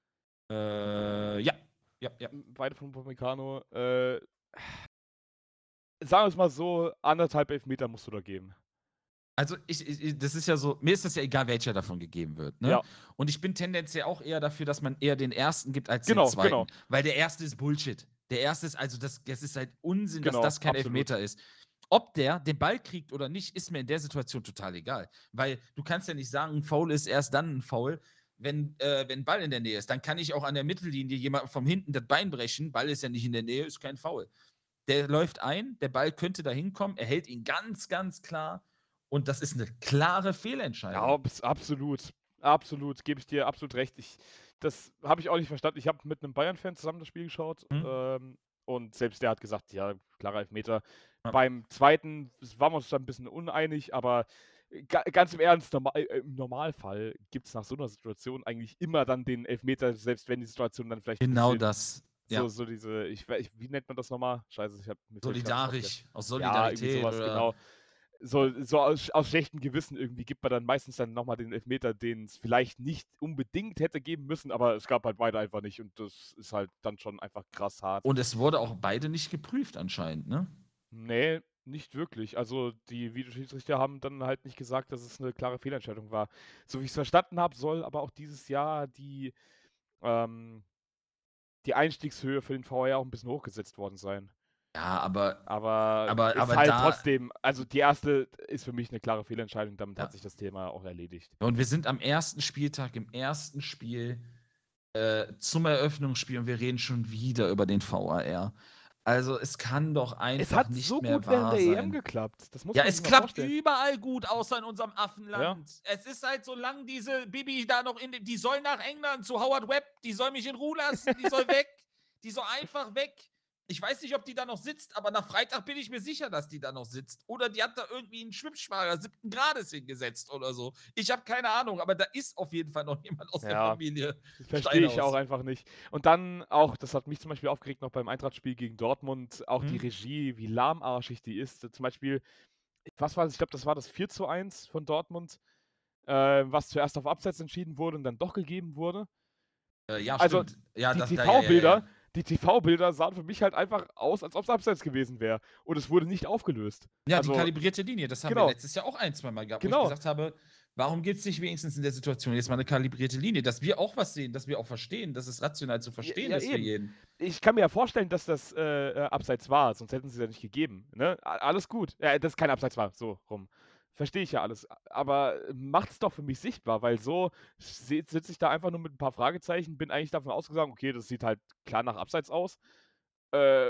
[SPEAKER 1] Äh, ja. Ja, ja.
[SPEAKER 2] Hm, beide von Upamecano, äh sagen wir's mal so, anderthalb Elfmeter musst du da geben.
[SPEAKER 1] Also, ich ich ich das ist ja so mir ist das ja egal, welcher davon gegeben wird, ne?
[SPEAKER 2] Ja.
[SPEAKER 1] Und ich bin tendenziell auch eher dafür, dass man eher den ersten gibt als den
[SPEAKER 2] Genau,
[SPEAKER 1] zweiten,
[SPEAKER 2] genau.
[SPEAKER 1] weil der erste ist Bullshit. Der erste ist also, das das ist halt Unsinn, dass
[SPEAKER 2] Genau,
[SPEAKER 1] das kein
[SPEAKER 2] absolut.
[SPEAKER 1] Elfmeter ist. Ob der den Ball kriegt oder nicht, ist mir in der Situation total egal. Weil du kannst ja nicht sagen, 'n Foul ist erst dann 'n Foul, wenn äh, wenn 'n Ball in der Nähe ist. Dann kann ich auch an der Mittellinie jemandem von hinten das Bein brechen. Ball ist ja nicht in der Nähe, ist kein Foul. Der läuft ein, der Ball könnte da hinkommen, er hält ihn ganz, ganz klar und das ist 'ne klare
[SPEAKER 2] Ja,
[SPEAKER 1] Fehlentscheidung.
[SPEAKER 2] abs absolut. Absolut, gebe ich dir absolut recht. Ich das habe ich auch nicht verstanden. Ich habe mit 'nem Bayern-Fan zusammen das Spiel geschaut,
[SPEAKER 1] Mhm.
[SPEAKER 2] ähm und selbst der hat gesagt, ja, klarer Elfmeter.
[SPEAKER 1] Ja.
[SPEAKER 2] Beim zweiten waren wir uns dann ein bisschen uneinig, aber ga ganz im Ernst, norma äh, im Normalfall gibt es nach so einer Situation eigentlich immer dann den Elfmeter, selbst wenn die Situation dann vielleicht ein
[SPEAKER 1] Genau
[SPEAKER 2] bisschen
[SPEAKER 1] das. Ja.
[SPEAKER 2] so so diese ich wei ich wie nennt man das noch mal? Scheiße, ich habe mir fällt grad das Wort nicht ein.
[SPEAKER 1] Solidarisch, aus
[SPEAKER 2] Ja, irgendwie
[SPEAKER 1] Solidarität
[SPEAKER 2] sowas,
[SPEAKER 1] oder
[SPEAKER 2] genau. So so aus aus schlechtem Gewissen irgendwie gibt man dann meistens dann noch mal den Elfmeter, den's vielleicht nicht unbedingt hätte geben müssen, aber es gab halt beide einfach nicht und das ist halt dann schon einfach krass hart.
[SPEAKER 1] und es wurde auch beide nicht geprüft anscheinend, ne?
[SPEAKER 2] Ne, nicht wirklich. Also, die Videoschiedsrichter haben dann halt nicht gesagt, dass es 'ne klare Fehlentscheidung war. So wie ich's verstanden habe, soll aber auch dieses Jahr die, ähm die Einstiegshöhe für den V A R auch 'n bisschen hochgesetzt worden sein.
[SPEAKER 1] Ja, aber
[SPEAKER 2] Aber
[SPEAKER 1] aber
[SPEAKER 2] ist
[SPEAKER 1] aber
[SPEAKER 2] halt
[SPEAKER 1] da
[SPEAKER 2] trotzdem also, die erste ist für mich 'ne klare Fehlentscheidung, damit
[SPEAKER 1] ja.
[SPEAKER 2] hat sich das Thema auch erledigt.
[SPEAKER 1] Und wir sind am ersten Spieltag, im ersten Spiel, äh, zum Eröffnungsspiel und wir reden schon wieder über den V A R. Also, es kann doch
[SPEAKER 2] Es
[SPEAKER 1] einfach
[SPEAKER 2] hat
[SPEAKER 1] nicht
[SPEAKER 2] so
[SPEAKER 1] mehr
[SPEAKER 2] gut während
[SPEAKER 1] wahr
[SPEAKER 2] der E M
[SPEAKER 1] sein.
[SPEAKER 2] geklappt. Das muss
[SPEAKER 1] Ja,
[SPEAKER 2] man
[SPEAKER 1] es
[SPEAKER 2] sich mal
[SPEAKER 1] klappt
[SPEAKER 2] vorstellen.
[SPEAKER 1] überall gut, außer in unserem
[SPEAKER 2] Ja.
[SPEAKER 1] Affenland. Es ist halt, solange diese Bibi da noch in den die soll nach England zu Howard Webb, die soll mich in Ruhe lassen, die soll weg. Die soll einfach weg. Ich weiß nicht, ob die da noch sitzt, aber nach Freitag bin ich mir sicher, dass die da noch sitzt. Oder die hat da irgendwie 'n Schwimmschwager siebten Grades hingesetzt oder so. Ich habe keine Ahnung, aber da ist auf jeden Fall noch jemand aus der
[SPEAKER 2] Ja,
[SPEAKER 1] Familie
[SPEAKER 2] verstehe ich auch
[SPEAKER 1] Steinhaus.
[SPEAKER 2] einfach nicht. Und dann auch, das hat mich zum Beispiel aufgeregt noch beim Eintracht-Spiel gegen Dortmund, auch die
[SPEAKER 1] Mhm.
[SPEAKER 2] Regie, wie lahmarschig die ist. Zum Beispiel, was war das? Ich glaube, das war das vier zu eins von Dortmund, äh, was zuerst auf Abseits entschieden wurde und dann doch gegeben wurde.
[SPEAKER 1] Äh, ja,
[SPEAKER 2] Also,
[SPEAKER 1] stimmt. Ja,
[SPEAKER 2] die
[SPEAKER 1] das da ja, ja, ja,
[SPEAKER 2] TV-Bilder
[SPEAKER 1] ja.
[SPEAKER 2] die TV-Bilder sahen für mich halt einfach aus, als ob's Abseits gewesen wäre. Und es wurde nicht aufgelöst.
[SPEAKER 1] Ja, die
[SPEAKER 2] Also
[SPEAKER 1] kalibrierte Linie, das haben wir
[SPEAKER 2] genau,
[SPEAKER 1] letztes Jahr auch ein, zweimal gehabt, wo ich
[SPEAKER 2] genau.
[SPEAKER 1] gesagt habe: „Warum gibt's nicht wenigstens in der Situation jetzt mal 'ne kalibrierte Linie, dass wir auch was sehen, dass wir auch verstehen, dass es rational zu
[SPEAKER 2] Ja,
[SPEAKER 1] verstehen
[SPEAKER 2] ja,
[SPEAKER 1] ist für
[SPEAKER 2] eben.
[SPEAKER 1] jeden.“
[SPEAKER 2] Ich kann mir ja vorstellen, dass das, äh, äh, Abseits war, sonst hätten sie's ja nicht gegeben, ne? A alles gut. Äh, dass es kein Abseits war, so rum. Verstehe ich ja alles. A aber macht's doch für mich sichtbar, weil so se sitze ich da einfach nur mit 'n paar Fragezeichen, bin eigentlich davon ausgegangen: „Okay, das sieht halt klar nach Abseits aus.“ Äh,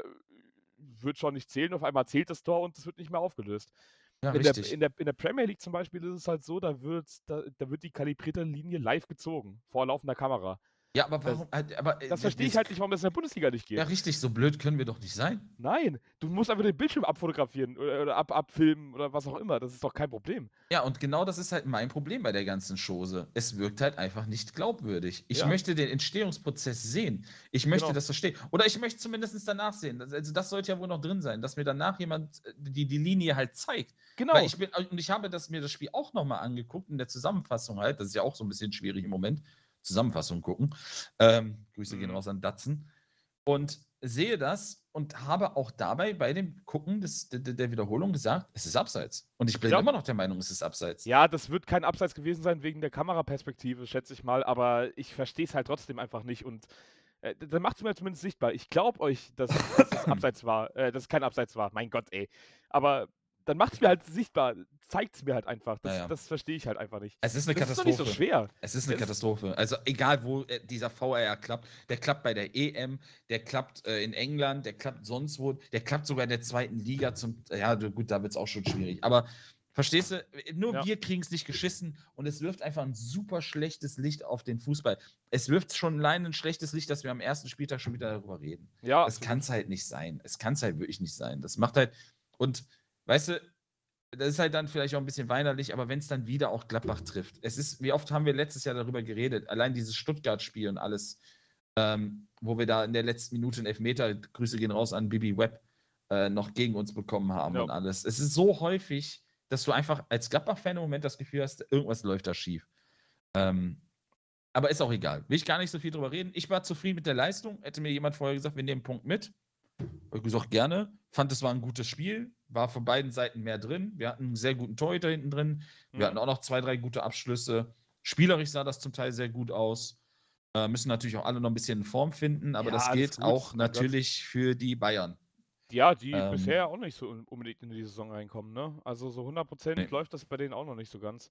[SPEAKER 2] wird schon nicht zählen. Auf einmal zählt das Tor und es wird nicht mehr aufgelöst.
[SPEAKER 1] Ja,
[SPEAKER 2] In der
[SPEAKER 1] richtig.
[SPEAKER 2] in der in der Premier League zum Beispiel ist es halt so, da wird da da wird die kalibrierte Linie live gezogen, vor laufender Kamera.
[SPEAKER 1] Ja, aber
[SPEAKER 2] Das
[SPEAKER 1] warum halt aber, äh,
[SPEAKER 2] das
[SPEAKER 1] d
[SPEAKER 2] verstehe ich
[SPEAKER 1] das
[SPEAKER 2] halt nicht, warum das in der Bundesliga nicht
[SPEAKER 1] ja,
[SPEAKER 2] geht.
[SPEAKER 1] richtig, so blöd können wir doch nicht sein.
[SPEAKER 2] Nein, du musst einfach den Bildschirm abfotografieren oder oder ab abfilmen oder was auch immer. Das ist doch kein Problem.
[SPEAKER 1] Ja, und genau das ist halt mein Problem bei der ganzen Chose. Es wirkt halt einfach nicht glaubwürdig. Ich
[SPEAKER 2] Ja,
[SPEAKER 1] möchte den Entstehungsprozess sehen. Ich möchte
[SPEAKER 2] genau.
[SPEAKER 1] das verstehen. Oder ich möchte zumindest danach sehen. Das also, das sollte ja wohl noch drin sein, dass mir danach jemand, äh, die die Linie halt zeigt. Weil
[SPEAKER 2] Genau.
[SPEAKER 1] ich bin und ich habe das mir das Spiel auch noch mal angeguckt in der Zusammenfassung halt. Das ist ja auch so 'n bisschen schwierig im Moment. Zusammenfassung gucken. Ähm, Grüße gehen
[SPEAKER 2] Mhm.
[SPEAKER 1] raus an Datsen. Und sehe das und habe auch dabei bei dem Gucken des d d der Wiederholung gesagt: „Es ist Abseits.“ Und ich bin
[SPEAKER 2] Ja.
[SPEAKER 1] immer noch der Meinung, es ist Abseits.
[SPEAKER 2] Ja, das wird kein Abseits gewesen sein wegen der Kameraperspektive, schätze ich mal, aber ich verstehe es halt trotzdem einfach nicht und, äh, d dann macht's mir zumindest sichtbar. Ich glaube euch, dass dass es Abseits war äh, dass es kein Abseits war. Mein Gott, ey. Aber dann macht's mir halt sichtbar. Zeigt's mir halt einfach.
[SPEAKER 1] Ja,
[SPEAKER 2] Das
[SPEAKER 1] ja.
[SPEAKER 2] das verstehe ich halt einfach nicht.
[SPEAKER 1] Es ist 'ne
[SPEAKER 2] Das ist doch nicht so
[SPEAKER 1] Katastrophe.
[SPEAKER 2] schwer.
[SPEAKER 1] Es ist 'ne
[SPEAKER 2] Es
[SPEAKER 1] Katastrophe. Also, egal wo, äh, dieser V A R klappt. Der klappt bei der E M, der klappt, äh, in England, der klappt sonst wo, der klappt sogar in der zweiten Liga zum ja, du gut, da wird's auch schon schwierig. Aber verstehst du, äh, nur
[SPEAKER 2] Ja.
[SPEAKER 1] wir kriegen's nicht geschissen und es wirft einfach 'n super schlechtes Licht auf den Fußball. Es wirft schon allein 'n schlechtes Licht, dass wir am ersten Spieltag schon wieder darüber reden.
[SPEAKER 2] Ja,
[SPEAKER 1] Das
[SPEAKER 2] absolut.
[SPEAKER 1] kann's halt nicht sein. Es kann's halt wirklich nicht sein. Das macht halt und weißt du, das ist halt dann vielleicht auch 'n bisschen weinerlich, aber wenn's dann wieder auch Gladbach trifft. Es ist wie oft haben wir letztes Jahr darüber geredet, allein dieses Stuttgart-Spiel und alles, ähm, wo wir da in der letzten Minute 'n Elfmeter, Grüße gehen raus an Bibi Webb, äh, noch gegen uns bekommen haben
[SPEAKER 2] Ja.
[SPEAKER 1] und alles. Es ist so häufig, dass du einfach als Gladbach-Fan im Moment das Gefühl hast, irgendwas läuft da schief. Ähm, aber ist auch egal. Will ich gar nicht so viel drüber reden. Ich war zufrieden mit der Leistung. Hätte mir jemand vorher gesagt: „Wir nehmen 'n Punkt mit“, hätte ich gesagt: „Gerne.“ Fand, es war 'n gutes Spiel, war von beiden Seiten mehr drin. Wir hatten 'n sehr guten Torhüter hinten drin. Wir
[SPEAKER 2] Mhm.
[SPEAKER 1] hatten auch noch zwei, drei gute Abschlüsse. Spielerisch sah das zum Teil sehr gut aus. Äh, müssen natürlich auch alle noch 'n bisschen in Form finden, aber
[SPEAKER 2] Ja,
[SPEAKER 1] das
[SPEAKER 2] alles
[SPEAKER 1] gilt
[SPEAKER 2] gut,
[SPEAKER 1] auch
[SPEAKER 2] mein Gott.
[SPEAKER 1] natürlich für die Bayern.
[SPEAKER 2] Ja, die
[SPEAKER 1] Ähm
[SPEAKER 2] bisher auch nicht so un unbedingt in die Saison reinkommen, ne? Also, so hundert Prozent
[SPEAKER 1] Ne.
[SPEAKER 2] läuft das bei denen auch noch nicht so ganz.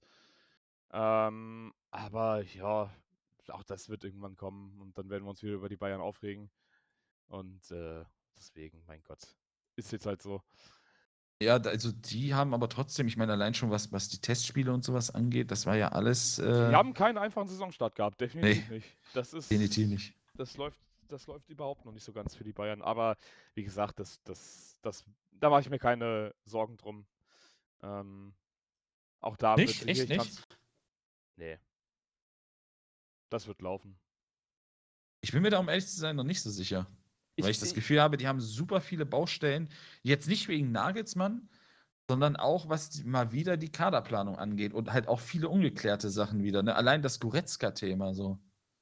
[SPEAKER 2] Ähm, aber ja, auch das wird irgendwann kommen und dann werden wir uns wieder über die Bayern aufregen. Und, äh, deswegen, mein Gott, ist jetzt halt so.
[SPEAKER 1] Ja, d also, die haben aber trotzdem ich meine, allein schon was was die Testspiele und so was angeht, das war ja alles,
[SPEAKER 2] Die
[SPEAKER 1] äh
[SPEAKER 2] haben keinen einfachen Saisonstart gehabt,
[SPEAKER 1] Ne,
[SPEAKER 2] definitiv nicht. Das ist
[SPEAKER 1] definitiv nicht.
[SPEAKER 2] das läuft das läuft überhaupt noch nicht so ganz für die Bayern. Aber wie gesagt, das, das, das, da mache ich mir keine Sorgen drum. Ähm, auch da wird
[SPEAKER 1] Nicht? Echt
[SPEAKER 2] sicherlich
[SPEAKER 1] nicht?
[SPEAKER 2] Trans nee, das wird laufen.
[SPEAKER 1] Ich bin mir da, um ehrlich zu sein, noch nicht so sicher. Weil
[SPEAKER 2] Ich,
[SPEAKER 1] ich das
[SPEAKER 2] ich,
[SPEAKER 1] Gefühl habe, die haben super viele Baustellen. Jetzt nicht wegen Nagelsmann, sondern auch, was die, mal wieder die Kaderplanung angeht und halt auch viele ungeklärte Sachen wieder. Ne? Allein das Goretzka-Thema so.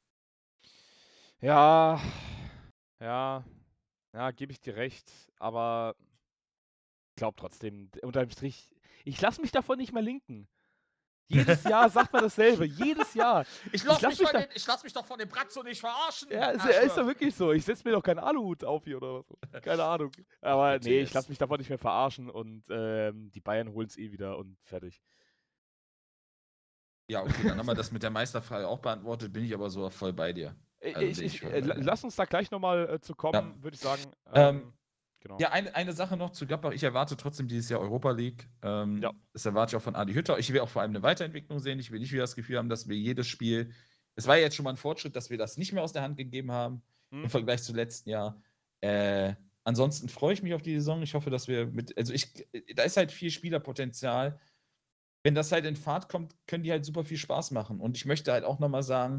[SPEAKER 2] ja, ja, ja, gebe ich dir recht. Aber ich glaube trotzdem, unterm Strich, ich lasse mich davon nicht mehr linken. Jedes Jahr sagt man dasselbe. Jedes Jahr.
[SPEAKER 1] Ich
[SPEAKER 2] Ich
[SPEAKER 1] lass,
[SPEAKER 2] lass
[SPEAKER 1] mich
[SPEAKER 2] mich
[SPEAKER 1] von
[SPEAKER 2] da.
[SPEAKER 1] den, ich lass mich doch von dem Bratzo nicht verarschen.
[SPEAKER 2] Ja, ist,
[SPEAKER 1] Ah, ich
[SPEAKER 2] ist
[SPEAKER 1] schwör.
[SPEAKER 2] doch wirklich so. Ich setze mir doch keinen Aluhut auf hier oder was. Keine Ahnung. Aber
[SPEAKER 1] bitte
[SPEAKER 2] nee, ich
[SPEAKER 1] jetzt.
[SPEAKER 2] lasse mich davon nicht mehr verarschen und ähm, die Bayern holen es eh wieder und fertig.
[SPEAKER 1] Ja, okay, dann haben wir das mit der Meisterfrage auch beantwortet, bin ich aber so voll bei dir. Also
[SPEAKER 2] Ich,
[SPEAKER 1] bin ich
[SPEAKER 2] ich,
[SPEAKER 1] voll
[SPEAKER 2] äh,
[SPEAKER 1] bei
[SPEAKER 2] la-
[SPEAKER 1] dir.
[SPEAKER 2] lass uns da gleich nochmal äh, zu
[SPEAKER 1] Ja.
[SPEAKER 2] kommen, würde ich sagen.
[SPEAKER 1] Ähm,
[SPEAKER 2] Ähm, genau.
[SPEAKER 1] Ja, eine, eine Sache noch zu Gladbach. Ich erwarte trotzdem dieses Jahr Europa League. Ähm,
[SPEAKER 2] Ja.
[SPEAKER 1] Das erwarte ich auch von Adi Hütter. Ich will auch vor allem eine Weiterentwicklung sehen. Ich will nicht wieder das Gefühl haben, dass wir jedes Spiel. Es war ja jetzt schon mal ein Fortschritt, dass wir das nicht mehr aus der Hand gegeben haben
[SPEAKER 2] Hm?
[SPEAKER 1] im Vergleich zu letzten Jahr. Äh, ansonsten freue ich mich auf die Saison. Ich hoffe, dass wir mit. Also ich, da ist halt viel Spielerpotenzial. Wenn das halt in Fahrt kommt, können die halt super viel Spaß machen. Und ich möchte halt auch nochmal sagen,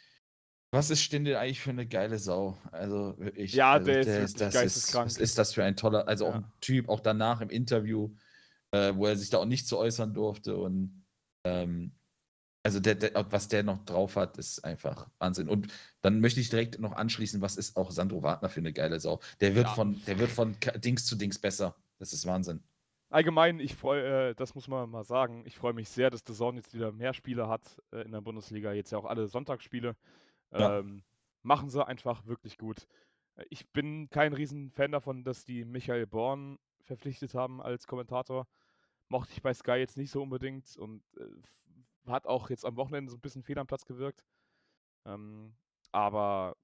[SPEAKER 1] was ist Stindl eigentlich für eine geile Sau? Also wirklich,
[SPEAKER 2] Ja,
[SPEAKER 1] also
[SPEAKER 2] der ist
[SPEAKER 1] der ist,
[SPEAKER 2] wirklich
[SPEAKER 1] das ist, was
[SPEAKER 2] geisteskrank.
[SPEAKER 1] ist das für ein toller, also auch
[SPEAKER 2] Ja.
[SPEAKER 1] ein Typ, auch danach im Interview, äh, wo er sich da auch nicht zu äußern durfte und ähm, also der, der, was der noch drauf hat, ist einfach Wahnsinn. Und dann möchte ich direkt noch anschließen, was ist auch Sandro Wagner für eine geile Sau? Der wird
[SPEAKER 2] Ja.
[SPEAKER 1] von, der wird von Ka- Dings zu Dings besser. Das ist Wahnsinn.
[SPEAKER 2] Allgemein, ich freue, äh, das muss man mal sagen, ich freue mich sehr, dass der Zone jetzt wieder mehr Spiele hat äh, in der Bundesliga. Jetzt ja auch alle Sonntagsspiele.
[SPEAKER 1] Ja.
[SPEAKER 2] Ähm, machen sie einfach wirklich gut. Äh, Ich bin kein Riesenfan davon, dass die Michael Born verpflichtet haben als Kommentator. Mochte ich bei Sky jetzt nicht so unbedingt und äh, f- hat auch jetzt am Wochenende so ein bisschen fehl am Platz gewirkt. Ähm, aber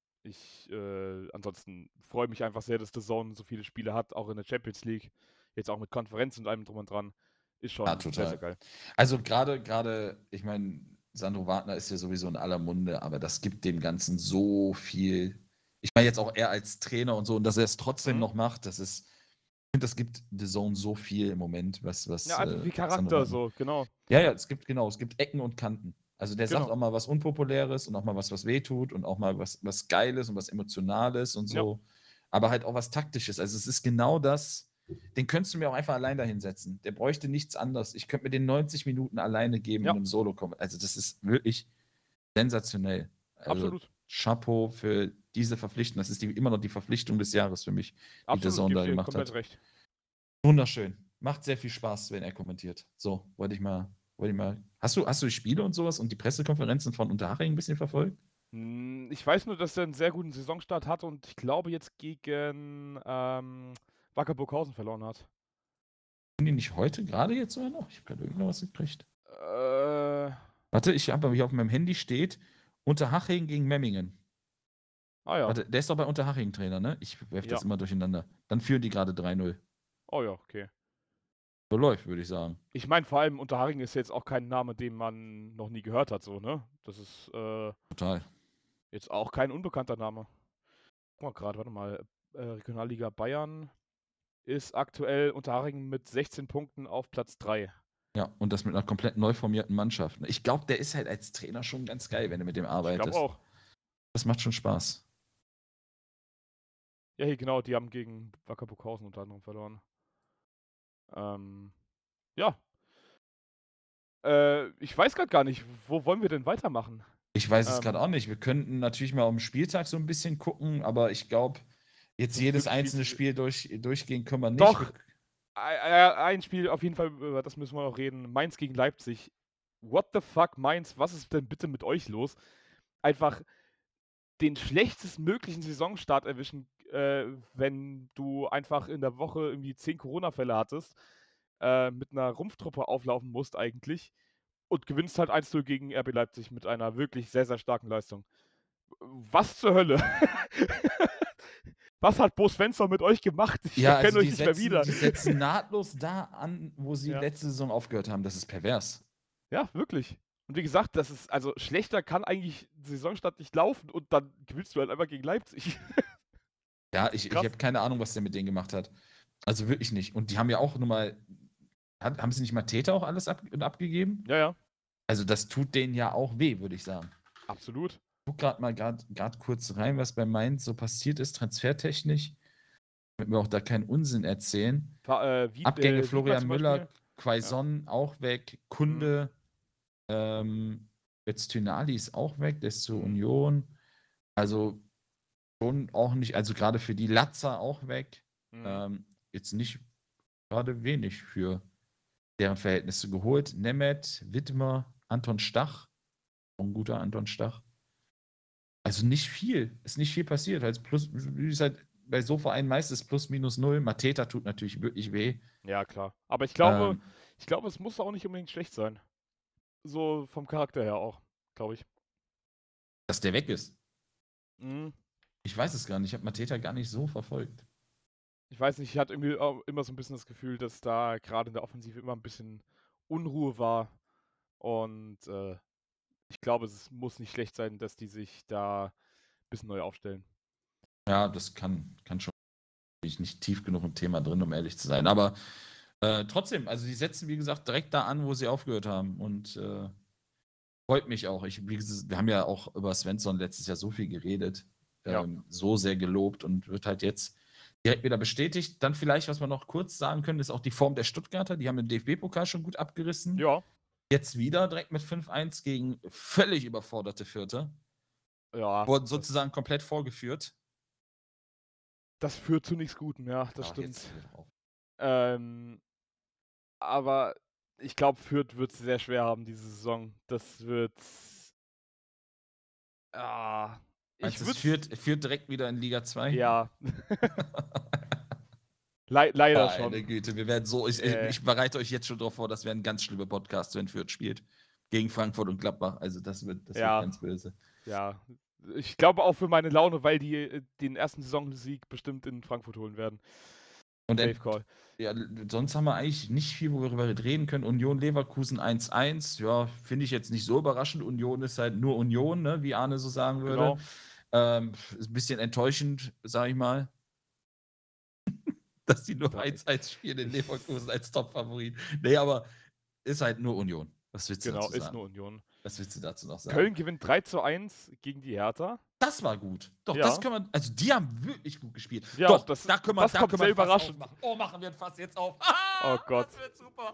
[SPEAKER 2] ich äh, ansonsten freue mich einfach sehr, dass The Zone so viele Spiele hat, auch in der Champions League. Jetzt auch mit Konferenz und allem drum und dran. Ist
[SPEAKER 1] Ja,
[SPEAKER 2] schon sehr, sehr
[SPEAKER 1] total.
[SPEAKER 2] geil.
[SPEAKER 1] Also gerade, gerade, ich meine, Sandro Wagner ist ja sowieso in aller Munde, aber das gibt dem Ganzen so viel. Ich meine jetzt auch er als Trainer und so, und dass er es trotzdem
[SPEAKER 2] Mhm.
[SPEAKER 1] noch macht, das ist, ich finde, das gibt The Zone so viel im Moment, was, was
[SPEAKER 2] Ja, einfach
[SPEAKER 1] äh,
[SPEAKER 2] wie
[SPEAKER 1] Sandro
[SPEAKER 2] Charakter
[SPEAKER 1] Wagner.
[SPEAKER 2] so, genau.
[SPEAKER 1] Ja, ja, es gibt, genau, es gibt Ecken und Kanten. Also der sagt
[SPEAKER 2] Genau.
[SPEAKER 1] auch mal was Unpopuläres und auch mal was, was wehtut und auch mal was, was Geiles und was Emotionales und
[SPEAKER 2] Ja.
[SPEAKER 1] so. Aber halt auch was Taktisches. Also es ist genau das, den könntest du mir auch einfach allein dahinsetzen. Der bräuchte nichts anderes. Ich könnte mir den neunzig Minuten alleine geben
[SPEAKER 2] Ja.
[SPEAKER 1] in einem Solo kommen. Also das ist wirklich sensationell. Also
[SPEAKER 2] Absolut.
[SPEAKER 1] Chapeau für diese Verpflichtung. Das ist die, immer noch die Verpflichtung des Jahres für mich, die der
[SPEAKER 2] Absolut,
[SPEAKER 1] Zone
[SPEAKER 2] gebe
[SPEAKER 1] da
[SPEAKER 2] ich dir
[SPEAKER 1] gemacht
[SPEAKER 2] komplett
[SPEAKER 1] hat.
[SPEAKER 2] recht.
[SPEAKER 1] Wunderschön. Macht sehr viel Spaß, wenn er kommentiert. So, wollte ich mal, wollte ich mal. Hast du, hast du die Spiele und sowas und die Pressekonferenzen von Unterhaching ein bisschen verfolgt?
[SPEAKER 2] Hm, Ich weiß nur, dass er einen sehr guten Saisonstart hat und ich glaube jetzt gegen ähm, Wacker Burghausen verloren hat.
[SPEAKER 1] Sind die nicht heute gerade jetzt sogar noch? Ich habe gerade irgendwas gekriegt.
[SPEAKER 2] Äh,
[SPEAKER 1] Warte, ich habe hier auf meinem Handy steht Unterhaching gegen Memmingen.
[SPEAKER 2] ah ja.
[SPEAKER 1] Warte, der ist doch bei Unterhaching Trainer, ne? Ich werfe das
[SPEAKER 2] Ja.
[SPEAKER 1] immer durcheinander. Dann führen die gerade drei null.
[SPEAKER 2] Oh ja, okay.
[SPEAKER 1] So läuft, würde ich sagen.
[SPEAKER 2] Ich meine, vor allem Unterhaching ist jetzt auch kein Name, den man noch nie gehört hat, so, ne? Das ist äh,
[SPEAKER 1] Total.
[SPEAKER 2] jetzt auch kein unbekannter Name. Guck mal gerade, warte mal. Äh, Regionalliga Bayern ist aktuell Unterhaching mit sechzehn Punkten auf Platz drei.
[SPEAKER 1] Ja, und das mit einer komplett neu formierten Mannschaft. Ich glaube, der ist halt als Trainer schon ganz geil, wenn du mit dem
[SPEAKER 2] Ich glaube
[SPEAKER 1] arbeitest.
[SPEAKER 2] auch.
[SPEAKER 1] Das macht schon Spaß.
[SPEAKER 2] Ja, hier, genau, die haben gegen Wacker Burghausen unter anderem verloren. Ähm, ja. Äh, ich weiß gerade gar nicht, wo wollen wir denn weitermachen?
[SPEAKER 1] Ich weiß es
[SPEAKER 2] Ähm,
[SPEAKER 1] gerade auch nicht. Wir könnten natürlich mal am Spieltag so ein bisschen gucken, aber ich glaube, jetzt
[SPEAKER 2] Das ist
[SPEAKER 1] jedes
[SPEAKER 2] wirklich viel
[SPEAKER 1] einzelne
[SPEAKER 2] zu-
[SPEAKER 1] Spiel durch, durchgehen können wir nicht.
[SPEAKER 2] Doch.
[SPEAKER 1] Wir,
[SPEAKER 2] Ei- ei- Ein Spiel auf jeden Fall, über das müssen wir noch reden. Mainz gegen Leipzig. What the fuck, Mainz? Was ist denn bitte mit euch los? Einfach den schlechtesten möglichen Saisonstart erwischen, äh, wenn du einfach in der Woche irgendwie zehn Corona-Fälle hattest, äh, mit einer Rumpftruppe auflaufen musst eigentlich und gewinnst halt eins null gegen R B Leipzig mit einer wirklich sehr, sehr starken Leistung. Was zur Hölle? Was hat Bo Svensson mit euch gemacht? Ich
[SPEAKER 1] ja,
[SPEAKER 2] erkenne
[SPEAKER 1] also
[SPEAKER 2] euch
[SPEAKER 1] die
[SPEAKER 2] nicht mehr
[SPEAKER 1] setzen,
[SPEAKER 2] wieder.
[SPEAKER 1] die setzen nahtlos da an, wo sie
[SPEAKER 2] Ja.
[SPEAKER 1] letzte Saison aufgehört haben. Das ist pervers.
[SPEAKER 2] Ja, wirklich. Und wie gesagt, das ist also schlechter kann eigentlich Saisonstart nicht laufen und dann gewinnst du halt einfach gegen Leipzig.
[SPEAKER 1] Ja, ich, ich
[SPEAKER 2] Krass.
[SPEAKER 1] habe keine Ahnung, was der mit denen gemacht hat. Also wirklich nicht. Und die haben ja auch nur mal, hat, haben sie nicht mal Täter auch alles ab, abgegeben?
[SPEAKER 2] Ja, ja,
[SPEAKER 1] Also das tut denen ja auch weh, würde ich sagen.
[SPEAKER 2] absolut.
[SPEAKER 1] Ich guck gerade mal gerade kurz rein, was bei Mainz so passiert ist, transfertechnisch. Damit wir auch da keinen Unsinn erzählen.
[SPEAKER 2] War, äh, Wied,
[SPEAKER 1] Abgänge
[SPEAKER 2] äh, Wiedmer
[SPEAKER 1] Florian
[SPEAKER 2] zum
[SPEAKER 1] Müller,
[SPEAKER 2] Beispiel. Ja.
[SPEAKER 1] Quaison auch weg,
[SPEAKER 2] Mhm.
[SPEAKER 1] Kunde, ähm, jetzt Tynali ist auch weg, der ist zur
[SPEAKER 2] Mhm.
[SPEAKER 1] Union. Also schon auch nicht, also gerade für die Latzer auch weg.
[SPEAKER 2] Mhm.
[SPEAKER 1] Ähm, jetzt nicht gerade wenig für deren Verhältnisse geholt. Nemeth, Widmer, Anton Stach. Auch ein guter Anton Stach. Also nicht viel. Ist nicht viel passiert. Also plus, wie es halt bei so Vereinen meistens plus minus null. Mateta tut natürlich wirklich weh.
[SPEAKER 2] Ja, klar. Aber ich glaube,
[SPEAKER 1] Ähm,
[SPEAKER 2] ich glaube, es muss auch nicht unbedingt schlecht sein. So vom Charakter her auch, glaube ich.
[SPEAKER 1] dass der weg ist.
[SPEAKER 2] Mhm.
[SPEAKER 1] Ich weiß es gar nicht. Ich habe Mateta gar nicht so verfolgt.
[SPEAKER 2] Ich weiß nicht, ich hatte irgendwie auch immer so ein bisschen das Gefühl, dass da gerade in der Offensive immer ein bisschen Unruhe war. Und äh, ich glaube, es muss nicht schlecht sein, dass die sich da ein bisschen neu aufstellen.
[SPEAKER 1] Ja, das kann, kann schon. Bin ich nicht tief genug im Thema drin, um ehrlich zu sein. Aber äh, trotzdem, also die setzen, wie gesagt, direkt da an, wo sie aufgehört haben. Und äh, freut mich auch. Ich, wie gesagt, wir haben ja auch über Svensson letztes Jahr so viel geredet,
[SPEAKER 2] Ja.
[SPEAKER 1] ähm, so sehr gelobt und wird halt jetzt direkt wieder bestätigt. Dann vielleicht, was wir noch kurz sagen können, ist auch die Form der Stuttgarter. Die haben den D F B-Pokal schon gut abgerissen.
[SPEAKER 2] Ja.
[SPEAKER 1] Jetzt wieder direkt mit fünf eins gegen völlig überforderte Vierte.
[SPEAKER 2] Ja.
[SPEAKER 1] Wurden
[SPEAKER 2] Das,
[SPEAKER 1] sozusagen komplett vorgeführt.
[SPEAKER 2] das führt zu nichts Gutem, ja, das
[SPEAKER 1] Ach,
[SPEAKER 2] stimmt.
[SPEAKER 1] jetzt hör auf.
[SPEAKER 2] Ähm, aber ich glaube, Fürth wird es sehr schwer haben diese Saison. Das wird. Ah,
[SPEAKER 1] Meinst
[SPEAKER 2] ich
[SPEAKER 1] du, es
[SPEAKER 2] würde.
[SPEAKER 1] führt, führt direkt wieder in Liga zwei?
[SPEAKER 2] Ja. Le leider
[SPEAKER 1] Meine
[SPEAKER 2] schon.
[SPEAKER 1] Güte, wir werden so. Ich,
[SPEAKER 2] Äh,
[SPEAKER 1] ich bereite euch jetzt schon darauf vor, das werden ganz schlimme Podcasts, wenn Fürth spielt. Gegen Frankfurt und Gladbach. Also, das wird, das wird
[SPEAKER 2] ja,
[SPEAKER 1] ganz böse.
[SPEAKER 2] ja. Ich glaube auch für meine Laune, weil die äh, den ersten Saisonsieg bestimmt in Frankfurt holen werden.
[SPEAKER 1] Und
[SPEAKER 2] Safe
[SPEAKER 1] ent,
[SPEAKER 2] Call.
[SPEAKER 1] ja, sonst haben wir eigentlich nicht viel, worüber wir reden können. Union Leverkusen eins eins. Ja, finde ich jetzt nicht so überraschend. Union ist halt nur Union, ne, wie Arne so sagen würde.
[SPEAKER 2] Genau.
[SPEAKER 1] Ähm, ist ein bisschen enttäuschend, sage ich mal, dass die nur
[SPEAKER 2] Da,
[SPEAKER 1] eins eins spielen in
[SPEAKER 2] ich,
[SPEAKER 1] Leverkusen als Top-Favorit. Nee, aber ist halt nur Union. Was willst du
[SPEAKER 2] genau,
[SPEAKER 1] dazu
[SPEAKER 2] ist
[SPEAKER 1] sagen?
[SPEAKER 2] nur Union.
[SPEAKER 1] Was willst du dazu noch sagen?
[SPEAKER 2] Köln gewinnt drei zu eins gegen die Hertha.
[SPEAKER 1] Das war gut. Doch, das
[SPEAKER 2] Ja.
[SPEAKER 1] kann man. Also, die haben wirklich gut gespielt.
[SPEAKER 2] Ja,
[SPEAKER 1] Doch,
[SPEAKER 2] das,
[SPEAKER 1] da können wir,
[SPEAKER 2] das
[SPEAKER 1] da
[SPEAKER 2] kommt
[SPEAKER 1] können wir
[SPEAKER 2] sehr
[SPEAKER 1] ein Fass
[SPEAKER 2] überraschend.
[SPEAKER 1] aufmachen. Oh, machen wir ein Fass jetzt auf.
[SPEAKER 2] Oh Gott.
[SPEAKER 1] Das wird super.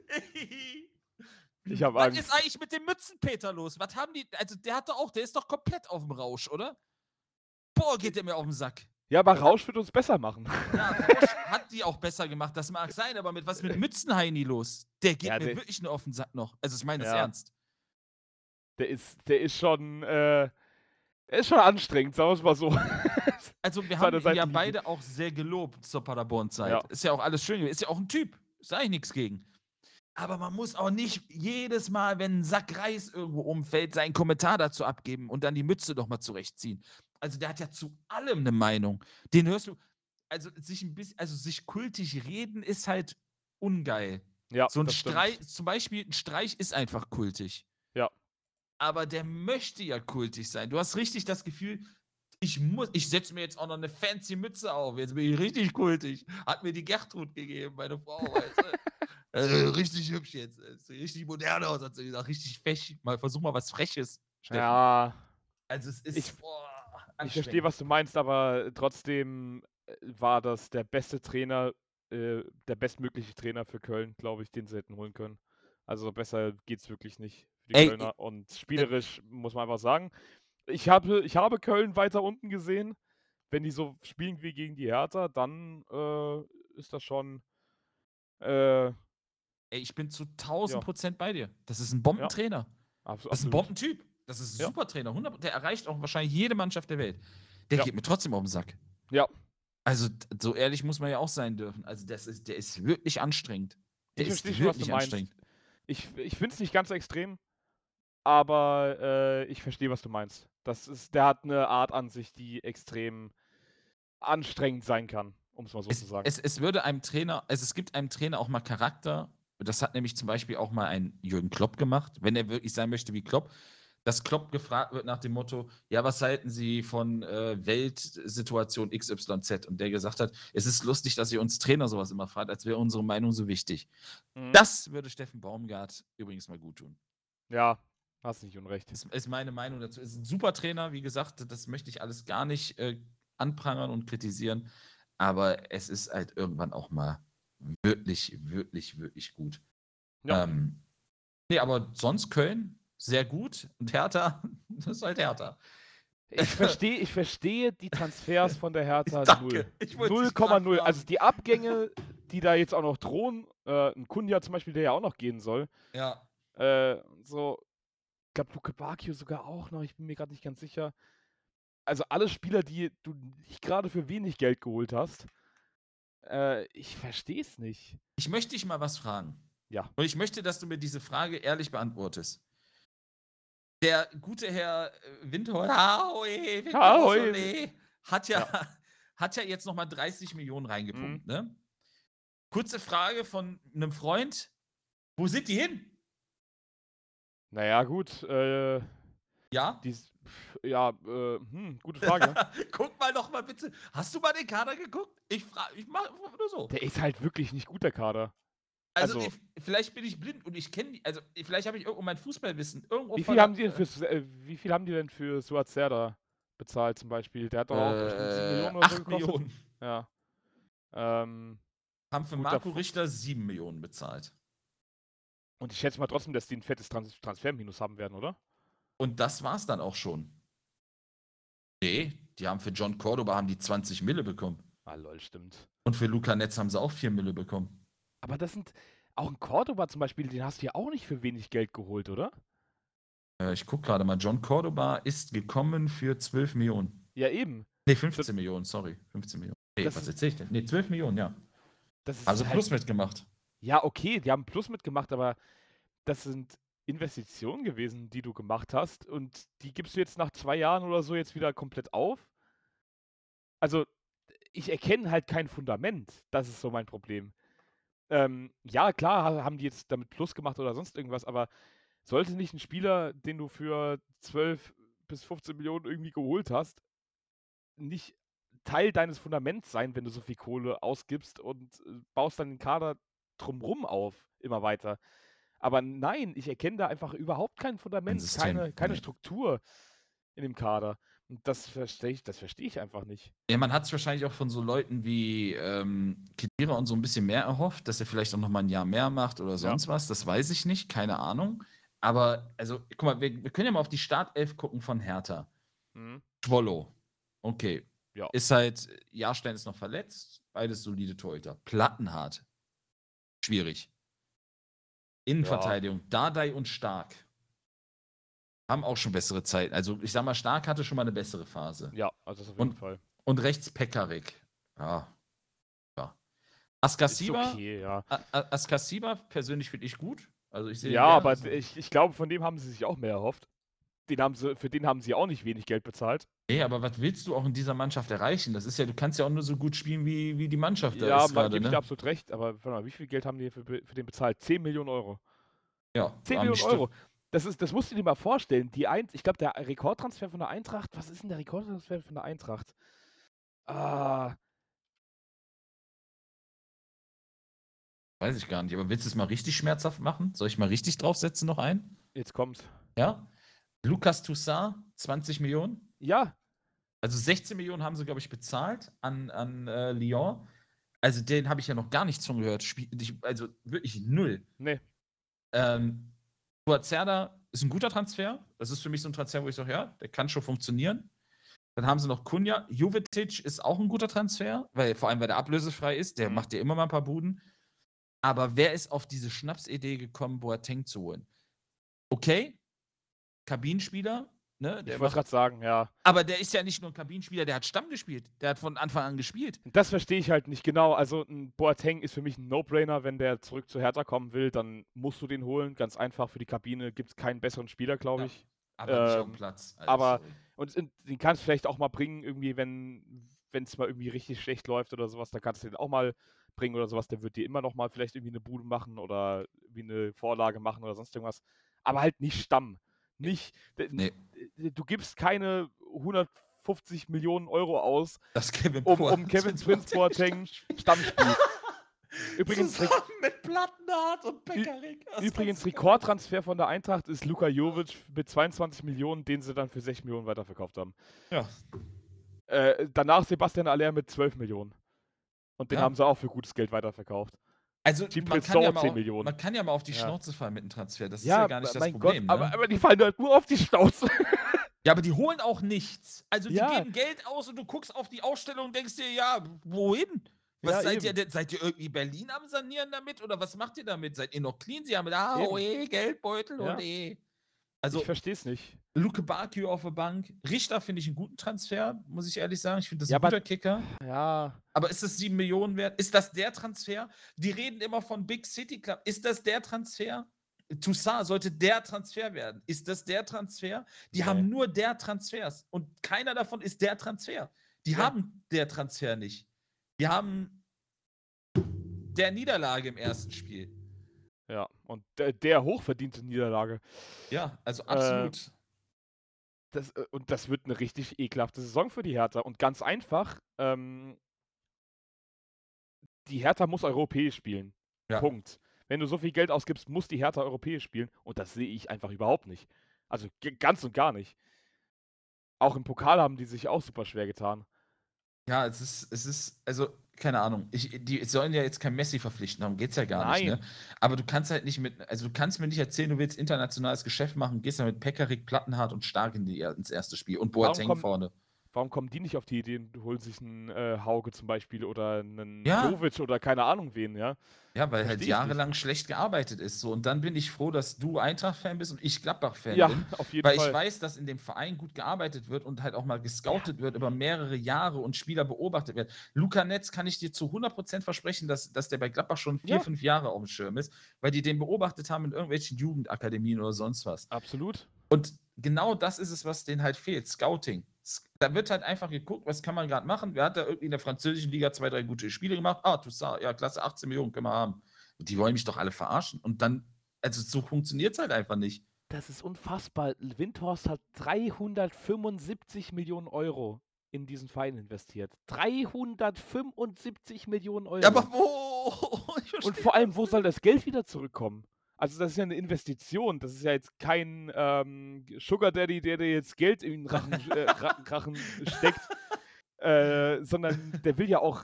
[SPEAKER 2] Ich habe
[SPEAKER 1] Was
[SPEAKER 2] Angst.
[SPEAKER 1] ist eigentlich mit dem Mützenpeter los? Was haben die. Also, der hat doch auch, der ist doch komplett auf dem Rausch, oder? Boah, geht der mir auf den Sack.
[SPEAKER 2] Ja, aber Rausch wird uns besser machen.
[SPEAKER 1] Ja, Rausch hat die auch besser gemacht, das mag sein, aber mit was mit Mützenheini los? Der geht
[SPEAKER 2] Ja,
[SPEAKER 1] mir
[SPEAKER 2] der-
[SPEAKER 1] wirklich nur auf den Sack noch. Also, ich meine das
[SPEAKER 2] Ja.
[SPEAKER 1] ernst.
[SPEAKER 2] Der ist, der ist schon, äh, der ist schon anstrengend, sagen wir es mal so.
[SPEAKER 1] Also, wir
[SPEAKER 2] Seine
[SPEAKER 1] haben ihn ja
[SPEAKER 2] Seitenlinie.
[SPEAKER 1] beide auch sehr gelobt zur Paderborn-Zeit.
[SPEAKER 2] Ja.
[SPEAKER 1] Ist ja auch alles schön. Ist ja auch ein Typ. Sag ich nichts gegen. Aber man muss auch nicht jedes Mal, wenn ein Sack Reis irgendwo umfällt, seinen Kommentar dazu abgeben und dann die Mütze doch mal zurechtziehen. Also, der hat ja zu allem eine Meinung. Den hörst du. Also, sich ein bisschen, also sich kultig reden ist halt ungeil.
[SPEAKER 2] Ja,
[SPEAKER 1] So ein
[SPEAKER 2] das stimmt.
[SPEAKER 1] Streich, zum Beispiel, ein Streich ist einfach kultig.
[SPEAKER 2] Ja.
[SPEAKER 1] Aber der möchte ja kultig sein. Du hast richtig das Gefühl, ich muss, ich setze mir jetzt auch noch eine fancy Mütze auf. Jetzt bin ich richtig kultig. Hat mir die Gertrud gegeben, meine Frau, weißt du? Also, richtig hübsch jetzt. Sieht richtig modern aus, hat sie gesagt. Richtig frech. Mal, versuch mal was Freches, Steffen.
[SPEAKER 2] Ja,
[SPEAKER 1] Also es ist,
[SPEAKER 2] Ich-
[SPEAKER 1] boah,
[SPEAKER 2] ich verstehe,
[SPEAKER 1] anstrengend.
[SPEAKER 2] was du meinst, aber trotzdem äh, war das der beste Trainer, äh, der bestmögliche Trainer für Köln, glaube ich, den sie hätten holen können. Also besser geht's wirklich nicht für die
[SPEAKER 1] Ey,
[SPEAKER 2] Kölner. Und spielerisch muss man einfach sagen, ich habe, ich habe Köln weiter unten gesehen. Wenn die so spielen wie gegen die Hertha, dann äh, ist das schon. Äh,
[SPEAKER 1] Ey, ich bin zu tausend
[SPEAKER 2] Ja.
[SPEAKER 1] Prozent bei dir. Das ist ein Bombentrainer.
[SPEAKER 2] abs
[SPEAKER 1] Das ist ein
[SPEAKER 2] absolut.
[SPEAKER 1] Bombentyp. Das ist ein
[SPEAKER 2] Ja.
[SPEAKER 1] super Trainer. hundert Der erreicht auch wahrscheinlich jede Mannschaft der Welt. Der
[SPEAKER 2] Ja.
[SPEAKER 1] geht mir trotzdem auf den Sack.
[SPEAKER 2] Ja.
[SPEAKER 1] Also, d- so ehrlich muss man ja auch sein dürfen. Also, das ist, der ist wirklich anstrengend. Der
[SPEAKER 2] Ich
[SPEAKER 1] ist
[SPEAKER 2] verstehe schon, was du
[SPEAKER 1] wirklich
[SPEAKER 2] meinst.
[SPEAKER 1] anstrengend.
[SPEAKER 2] Ich, ich finde es nicht ganz so extrem, aber äh, ich verstehe, was du meinst. Das ist, der hat eine Art an sich, die extrem anstrengend sein kann, um es mal so
[SPEAKER 1] Es,
[SPEAKER 2] zu sagen.
[SPEAKER 1] es, es würde einem Trainer, also es gibt einem Trainer auch mal Charakter das hat nämlich zum Beispiel auch mal ein Jürgen Klopp gemacht, wenn er wirklich sein möchte wie Klopp, dass Klopp gefragt wird nach dem Motto: „Ja, was halten Sie von, äh, Weltsituation X Y Z?" Und der gesagt hat: „Es ist lustig, dass ihr uns Trainer sowas immer fragt, als wäre unsere Meinung so wichtig."
[SPEAKER 2] Mhm.
[SPEAKER 1] Das würde Steffen Baumgart übrigens mal gut tun.
[SPEAKER 2] Ja, hast nicht unrecht.
[SPEAKER 1] Ist ist meine Meinung dazu. Ist 'n super Trainer, wie gesagt, das möchte ich alles gar nicht, äh, anprangern und kritisieren, aber es ist halt irgendwann auch mal wirklich, wirklich, wirklich gut.
[SPEAKER 2] Ja.
[SPEAKER 1] Ähm, ne, aber sonst Köln sehr gut und Hertha, das ist halt Hertha.
[SPEAKER 2] Ich verstehe ich verstehe die Transfers von der Hertha null.
[SPEAKER 1] Danke, ich wollte
[SPEAKER 2] null
[SPEAKER 1] dich grad
[SPEAKER 2] Komma null. Also,
[SPEAKER 1] fragen.
[SPEAKER 2] die Abgänge, die da jetzt auch noch drohen, äh, 'n Cunha zum Beispiel, der ja auch noch gehen soll,
[SPEAKER 1] Ja.
[SPEAKER 2] äh, so, ich glaube Luke Bacchio sogar auch noch, ich bin mir grad nicht ganz sicher. Also, alle Spieler, die du nicht grade für wenig Geld geholt hast. Äh, ich verstehe es nicht.
[SPEAKER 1] Ich möchte dich mal was fragen.
[SPEAKER 2] Ja.
[SPEAKER 1] Und ich möchte, dass du mir diese Frage ehrlich beantwortest. Der gute Herr, äh, Windhorst Ahoi, Windhorst,
[SPEAKER 2] Ahoi.
[SPEAKER 1] ole, hat ja
[SPEAKER 2] Ja.
[SPEAKER 1] hat ja jetzt noch mal dreißig Millionen
[SPEAKER 2] Mhm.
[SPEAKER 1] reingepumpt, ne? Kurze Frage von 'nem Freund: Wo sind die hin?
[SPEAKER 2] Na ja, gut, äh,
[SPEAKER 1] Ja?
[SPEAKER 2] dies ja, äh, hm, gute Frage.
[SPEAKER 1] Guck mal doch mal bitte. Hast du mal den Kader geguckt? Ich frage ich mache nur so.
[SPEAKER 2] Der ist halt wirklich nicht gut, der Kader.
[SPEAKER 1] Also,
[SPEAKER 2] Also
[SPEAKER 1] ich vielleicht bin ich blind und ich kenne die also, vielleicht habe ich irgendwo mein Fußballwissen irgendwo
[SPEAKER 2] Wie viel haben
[SPEAKER 1] verla
[SPEAKER 2] die denn
[SPEAKER 1] äh
[SPEAKER 2] fürs äh, wie viel haben die denn für Suat Serdar bezahlt zum Beispiel? Der hat doch auch bestimmt sieben
[SPEAKER 1] Äh,
[SPEAKER 2] Millionen oder so
[SPEAKER 1] acht
[SPEAKER 2] gekostet?
[SPEAKER 1] Millionen.
[SPEAKER 2] Ja. Ähm,
[SPEAKER 1] Haben für
[SPEAKER 2] gut,
[SPEAKER 1] Marco
[SPEAKER 2] dav
[SPEAKER 1] Richter sieben Millionen bezahlt.
[SPEAKER 2] Und ich schätze mal trotzdem, dass die 'n fettes Trans Transferminus haben werden, oder?
[SPEAKER 1] Und das war's dann auch schon. Ne, die haben für John Cordoba haben die zwanzig Mille bekommen.
[SPEAKER 2] Ah, lol, stimmt.
[SPEAKER 1] Und für Luca Netz haben sie auch vier Mille bekommen.
[SPEAKER 2] Aber das sind auch 'n Cordoba zum Beispiel, den hast du ja auch nicht für wenig Geld geholt, oder?
[SPEAKER 1] Äh, ich gucke grade mal. John Cordoba ist gekommen für zwölf Millionen.
[SPEAKER 2] Ja, eben.
[SPEAKER 1] Ne,
[SPEAKER 2] So
[SPEAKER 1] fünfzehn Millionen, sorry, fünfzehn Millionen. Ne,
[SPEAKER 2] Das
[SPEAKER 1] was
[SPEAKER 2] ist
[SPEAKER 1] erzähle ich denn? Ne, zwölf Millionen, ja.
[SPEAKER 2] das
[SPEAKER 1] Haben
[SPEAKER 2] ist
[SPEAKER 1] sie
[SPEAKER 2] halt
[SPEAKER 1] Plus mitgemacht.
[SPEAKER 2] Ja, okay, die haben Plus mitgemacht, aber das sind Investitionen gewesen, die du gemacht hast und die gibst du jetzt nach zwei Jahren oder so jetzt wieder komplett auf? Also, ich erkenne halt kein Fundament. Das ist so mein Problem. Ähm, ja, klar ha haben die jetzt damit Plus gemacht oder sonst irgendwas, aber sollte nicht 'n Spieler, den du für zwölf bis fünfzehn Millionen irgendwie geholt hast, nicht Teil deines Fundaments sein, wenn du so viel Kohle ausgibst und, äh, baust dann den Kader drum rum auf, immer weiter. Aber nein, ich erkenne da einfach überhaupt kein
[SPEAKER 1] Ein
[SPEAKER 2] Fundament,
[SPEAKER 1] System,
[SPEAKER 2] keine keine
[SPEAKER 1] ne.
[SPEAKER 2] Struktur in dem Kader. Und das verstehe ich das verstehe ich einfach nicht.
[SPEAKER 1] Ja, man hat's wahrscheinlich auch von so Leuten wie, ähm, Khedira und so 'n bisschen mehr erhofft, dass er vielleicht auch noch mal 'n Jahr mehr macht oder
[SPEAKER 2] Ja.
[SPEAKER 1] sonst was. Das weiß ich nicht, keine Ahnung. Aber also, guck mal, wir wir können ja mal auf die Startelf gucken von Hertha.
[SPEAKER 2] Mhm.
[SPEAKER 1] Schwolo, okay.
[SPEAKER 2] Ja.
[SPEAKER 1] Ist halt Jahrstein ist noch verletzt, beides solide Torhüter. Plattenhardt, schwierig.
[SPEAKER 2] Ja.
[SPEAKER 1] Innenverteidigung, Dardai und Stark. Haben auch schon bessere Zeiten. Also, ich sage mal, Stark hatte schon mal 'ne bessere Phase.
[SPEAKER 2] Ja, also das auf jeden
[SPEAKER 1] Und
[SPEAKER 2] Fall.
[SPEAKER 1] und rechts Pekarik. Ja. Ja.
[SPEAKER 2] Ist
[SPEAKER 1] Askasiba
[SPEAKER 2] okay, ja.
[SPEAKER 1] A A Askasiba persönlich finde ich gut. Also, ich sehe den
[SPEAKER 2] Ja,
[SPEAKER 1] gerne,
[SPEAKER 2] aber
[SPEAKER 1] ist
[SPEAKER 2] d
[SPEAKER 1] 'n
[SPEAKER 2] ich ich glaube, von dem haben sie sich auch mehr erhofft. Den haben sie für den haben sie auch nicht wenig Geld bezahlt.
[SPEAKER 1] Ne, aber was willst du auch in dieser Mannschaft erreichen? Das ist ja du kannst ja auch nur so gut spielen, wie wie die Mannschaft da
[SPEAKER 2] Ja,
[SPEAKER 1] ist
[SPEAKER 2] ma
[SPEAKER 1] grade,
[SPEAKER 2] gebe ich dir
[SPEAKER 1] ne?
[SPEAKER 2] absolut recht, aber warte mal, wie viel Geld haben die für be für den bezahlt? zehn Millionen Euro.
[SPEAKER 1] Ja,
[SPEAKER 2] zehn
[SPEAKER 1] haben die
[SPEAKER 2] Millionen
[SPEAKER 1] Stück
[SPEAKER 2] Euro. Das ist das musst du dir mal vorstellen. Die Eint ich glaube, der Rekordtransfer von der Eintracht was ist 'n der Rekordtransfer von der Eintracht? Ah.
[SPEAKER 1] Weiß ich gar nicht, aber willst du's mal richtig schmerzhaft machen? Soll ich mal richtig draufsetzen noch einen?
[SPEAKER 2] Jetzt kommt's.
[SPEAKER 1] Ja? Lucas Toussaint, zwanzig Millionen.
[SPEAKER 2] Ja.
[SPEAKER 1] Also, sechzehn Millionen haben sie, glaube ich, bezahlt an an, äh, Lyon. Also, den habe ich ja noch gar nichts von gehört. Spie ich also, wirklich null.
[SPEAKER 2] Ne.
[SPEAKER 1] Ähm, Suat Serdar ist 'n guter Transfer. Das ist für mich so 'n Transfer, wo ich sage: „Ja, der kann schon funktionieren." Dann haben sie noch Cunha. Jovetic ist auch 'n guter Transfer, weil vor allem, weil der ablösefrei ist. Der
[SPEAKER 2] Mhm.
[SPEAKER 1] macht dir immer mal 'n paar Buden. Aber wer ist auf diese Schnapsidee gekommen, Boateng zu holen? Okay, Kabinenspieler, ne,
[SPEAKER 2] Ich
[SPEAKER 1] der
[SPEAKER 2] wollte es
[SPEAKER 1] macht
[SPEAKER 2] grad sagen, ja.
[SPEAKER 1] aber der ist ja nicht nur 'n Kabinenspieler, der hat Stamm gespielt. Der hat von Anfang an gespielt.
[SPEAKER 2] Das verstehe ich halt nicht genau. Also, 'n Boateng ist für mich 'n No-Brainer. Wenn der zurück zu Hertha kommen will, dann musst du den holen. Ganz einfach, für die Kabine gibt's keinen besseren Spieler, glaube
[SPEAKER 1] Ja,
[SPEAKER 2] ich.
[SPEAKER 1] aber nicht aufm
[SPEAKER 2] Ähm,
[SPEAKER 1] Platz. Also,
[SPEAKER 2] aber
[SPEAKER 1] sorry.
[SPEAKER 2] und und den kannst du vielleicht auch mal bringen, irgendwie, wenn wenn's mal irgendwie richtig schlecht läuft oder so was, dann kannst du den auch mal bringen oder sowas, der wird dir immer noch mal vielleicht irgendwie eine Bude machen oder wie eine Vorlage machen oder sonst irgendwas. Aber halt nicht Stamm. Nicht, d-
[SPEAKER 1] Nee,
[SPEAKER 2] d- du gibst keine hundertfünfzig Millionen Euro aus,
[SPEAKER 1] dass Kevin
[SPEAKER 2] um, um Kevin Prince Boateng Stamm spielt. Übrigens, Re
[SPEAKER 1] Zusammen mit Plattenhardt und
[SPEAKER 2] Ü
[SPEAKER 1] Pekarik. Das
[SPEAKER 2] übrigens
[SPEAKER 1] ist geil.
[SPEAKER 2] Rekordtransfer von der Eintracht ist Luka Jovic mit zweiundzwanzig Millionen, den sie dann für sechs Millionen weiterverkauft haben.
[SPEAKER 1] Ja,
[SPEAKER 2] Äh, danach Sebastian Aller mit zwölf Millionen. Und den
[SPEAKER 1] ja.
[SPEAKER 2] haben sie auch für gutes Geld weiterverkauft.
[SPEAKER 1] Also,
[SPEAKER 2] Team
[SPEAKER 1] man kann, ja
[SPEAKER 2] Prince
[SPEAKER 1] mal
[SPEAKER 2] zehn
[SPEAKER 1] auch,
[SPEAKER 2] Millionen.
[SPEAKER 1] man kann ja mal auf die
[SPEAKER 2] Ja.
[SPEAKER 1] Schnauze fallen mit dem Transfer. Das ist
[SPEAKER 2] Ja,
[SPEAKER 1] ja gar nicht das
[SPEAKER 2] mein
[SPEAKER 1] Problem,
[SPEAKER 2] Gott,
[SPEAKER 1] ne?
[SPEAKER 2] aber, aber die fallen halt nur auf die Schnauze.
[SPEAKER 1] Ja, aber die holen auch nichts. Also, die
[SPEAKER 2] Ja.
[SPEAKER 1] geben Geld aus und du guckst auf die Ausstellung und denkst dir, ja, wohin? Was
[SPEAKER 2] Ja,
[SPEAKER 1] seid ihr
[SPEAKER 2] eben.
[SPEAKER 1] denn? Seid ihr irgendwie Berlin am Sanieren damit? Oder was macht ihr damit? Seid ihr noch clean? Sie haben da,
[SPEAKER 2] Eben.
[SPEAKER 1] oh eh, Geldbeutel
[SPEAKER 2] Ja.
[SPEAKER 1] und eh.
[SPEAKER 2] Ich
[SPEAKER 1] Also,
[SPEAKER 2] verstehe es nicht.
[SPEAKER 1] Luke Bakio auf der Bank. Richter finde ich einen guten Transfer, muss ich ehrlich sagen. Ich finde das
[SPEAKER 2] Ja,
[SPEAKER 1] ein
[SPEAKER 2] aber-
[SPEAKER 1] guter Kicker.
[SPEAKER 2] Ja,
[SPEAKER 1] Aber ist das sieben Millionen wert? Ist das der Transfer? Die reden immer von Big City Club. Ist das der Transfer? Toussaint sollte der Transfer werden. Ist das der Transfer? Die
[SPEAKER 2] Nee.
[SPEAKER 1] haben nur der Transfers. Und keiner davon ist der Transfer. Die
[SPEAKER 2] Ja.
[SPEAKER 1] haben der Transfer nicht. Die haben der Niederlage im ersten Spiel.
[SPEAKER 2] ja. Und der, der hochverdiente Niederlage.
[SPEAKER 1] Ja, also
[SPEAKER 2] Äh,
[SPEAKER 1] absolut.
[SPEAKER 2] Das, äh, und das wird eine richtig ekelhafte Saison für die Hertha. Und ganz einfach, ähm, die Hertha muss europäisch spielen.
[SPEAKER 1] Ja.
[SPEAKER 2] Punkt. Wenn du so viel Geld ausgibst, muss die Hertha europäisch spielen. Und das sehe ich einfach überhaupt nicht. Also g- ganz und gar nicht. Auch im Pokal haben die sich auch super schwer getan.
[SPEAKER 1] Ja, es ist, es ist, also, keine Ahnung. Ich, die sollen ja jetzt kein Messi verpflichten, darum geht es ja gar nicht, ne?
[SPEAKER 2] Nein.
[SPEAKER 1] Aber du kannst halt nicht mit, also du kannst mir nicht erzählen, du willst internationales Geschäft machen, gehst dann mit Pekarik, Plattenhardt und Stark in die, ins erste Spiel und
[SPEAKER 2] Warum
[SPEAKER 1] Boateng
[SPEAKER 2] kommen,
[SPEAKER 1] vorne.
[SPEAKER 2] warum kommen die nicht auf die Idee und holen sich einen äh, Hauge zum Beispiel oder einen
[SPEAKER 1] Ja.
[SPEAKER 2] Jovic oder keine Ahnung wen, ja?
[SPEAKER 1] Ja, weil
[SPEAKER 2] Versteh
[SPEAKER 1] halt
[SPEAKER 2] ich
[SPEAKER 1] jahrelang schlecht gearbeitet ist. So. Und dann bin ich froh, dass du Eintracht-Fan bist und ich Gladbach-Fan
[SPEAKER 2] Ja,
[SPEAKER 1] bin.
[SPEAKER 2] auf jeden
[SPEAKER 1] Weil
[SPEAKER 2] Fall.
[SPEAKER 1] ich weiß, dass in dem Verein gut gearbeitet wird und halt auch mal gescoutet wird über mehrere Jahre und Spieler beobachtet wird. Luca Netz kann ich dir zu hundert Prozent versprechen, dass, dass der bei Gladbach schon vier,
[SPEAKER 2] Ja.
[SPEAKER 1] fünf Jahre auf dem Schirm ist, weil die den beobachtet haben in irgendwelchen Jugendakademien oder sonst was.
[SPEAKER 2] Absolut.
[SPEAKER 1] Und genau das ist es, was denen halt fehlt, Scouting. S- Da wird halt einfach geguckt, was kann man gerade machen. Wer hat da irgendwie in der französischen Liga zwei, drei gute Spiele gemacht? Ah, Toussaint, ja, Klasse, achtzehn Millionen können wir haben. Und die wollen mich doch alle verarschen. Und dann, also so funktioniert es halt einfach nicht.
[SPEAKER 2] Das ist unfassbar. Windhorst hat dreihundertfünfundsiebzig Millionen Euro in diesen Verein investiert. dreihundertfünfundsiebzig Millionen Euro.
[SPEAKER 1] Ja, aber wo? Ich
[SPEAKER 2] Und
[SPEAKER 1] verstehe
[SPEAKER 2] vor allem,
[SPEAKER 1] das
[SPEAKER 2] wo
[SPEAKER 1] nicht.
[SPEAKER 2] soll das Geld wieder zurückkommen? Also das ist ja eine Investition. Das ist ja jetzt kein ähm, Sugar Daddy, der dir jetzt Geld in den Rachen, äh, Ra- Rachen steckt, äh, sondern der will ja auch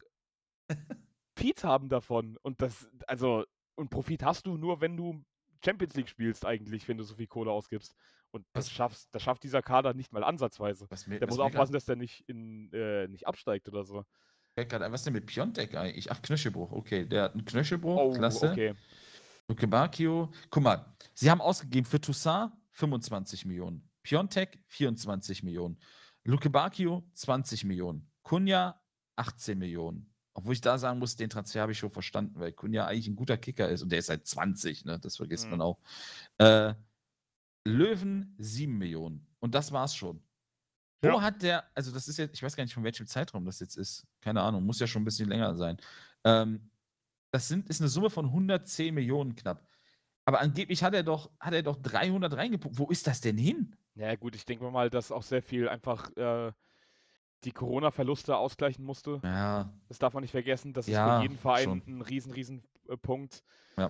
[SPEAKER 2] Profit haben davon. Und das, also, und Profit hast du nur, wenn du Champions League spielst eigentlich, wenn du so viel Kohle ausgibst. Und das
[SPEAKER 1] Was-
[SPEAKER 2] schaffst, das schafft dieser Kader nicht mal ansatzweise.
[SPEAKER 1] Was mir,
[SPEAKER 2] Der
[SPEAKER 1] was
[SPEAKER 2] muss
[SPEAKER 1] mir
[SPEAKER 2] aufpassen, dass der nicht, in, äh, nicht absteigt oder so.
[SPEAKER 1] grad, grad, was ist denn mit Piontek eigentlich? Ach, Knöchelbruch, okay. Der hat einen Knöchelbruch,
[SPEAKER 2] Oh,
[SPEAKER 1] klasse.
[SPEAKER 2] okay.
[SPEAKER 1] Luke Bacchio. Guck mal, sie haben ausgegeben für Toussaint fünfundzwanzig Millionen. Piontek vierundzwanzig Millionen. Luke Bacchio zwanzig Millionen. Kunja achtzehn Millionen. Obwohl ich da sagen muss, den Transfer habe ich schon verstanden, weil Kunja eigentlich ein guter Kicker ist und der ist halt zwanzig, ne? Das vergisst
[SPEAKER 2] Mhm.
[SPEAKER 1] man auch. Äh, Löwen sieben Millionen. Und das war's schon. Wo
[SPEAKER 2] Ja.
[SPEAKER 1] hat der, also das ist jetzt, ich weiß gar nicht, von welchem Zeitraum das jetzt ist. Keine Ahnung, muss ja schon ein bisschen länger sein. Ähm, das sind, ist eine Summe von hundertzehn Millionen knapp. Aber angeblich hat er doch, hat er doch dreihundert reingepumpt. Wo ist das denn hin?
[SPEAKER 2] Ja, gut, ich denke mal, dass auch sehr viel einfach äh, die Corona-Verluste ausgleichen musste.
[SPEAKER 1] Ja,
[SPEAKER 2] Das darf man nicht vergessen. Das ist
[SPEAKER 1] Ja,
[SPEAKER 2] für jeden Verein
[SPEAKER 1] schon.
[SPEAKER 2] ein riesen, riesen äh, Punkt.
[SPEAKER 1] ja.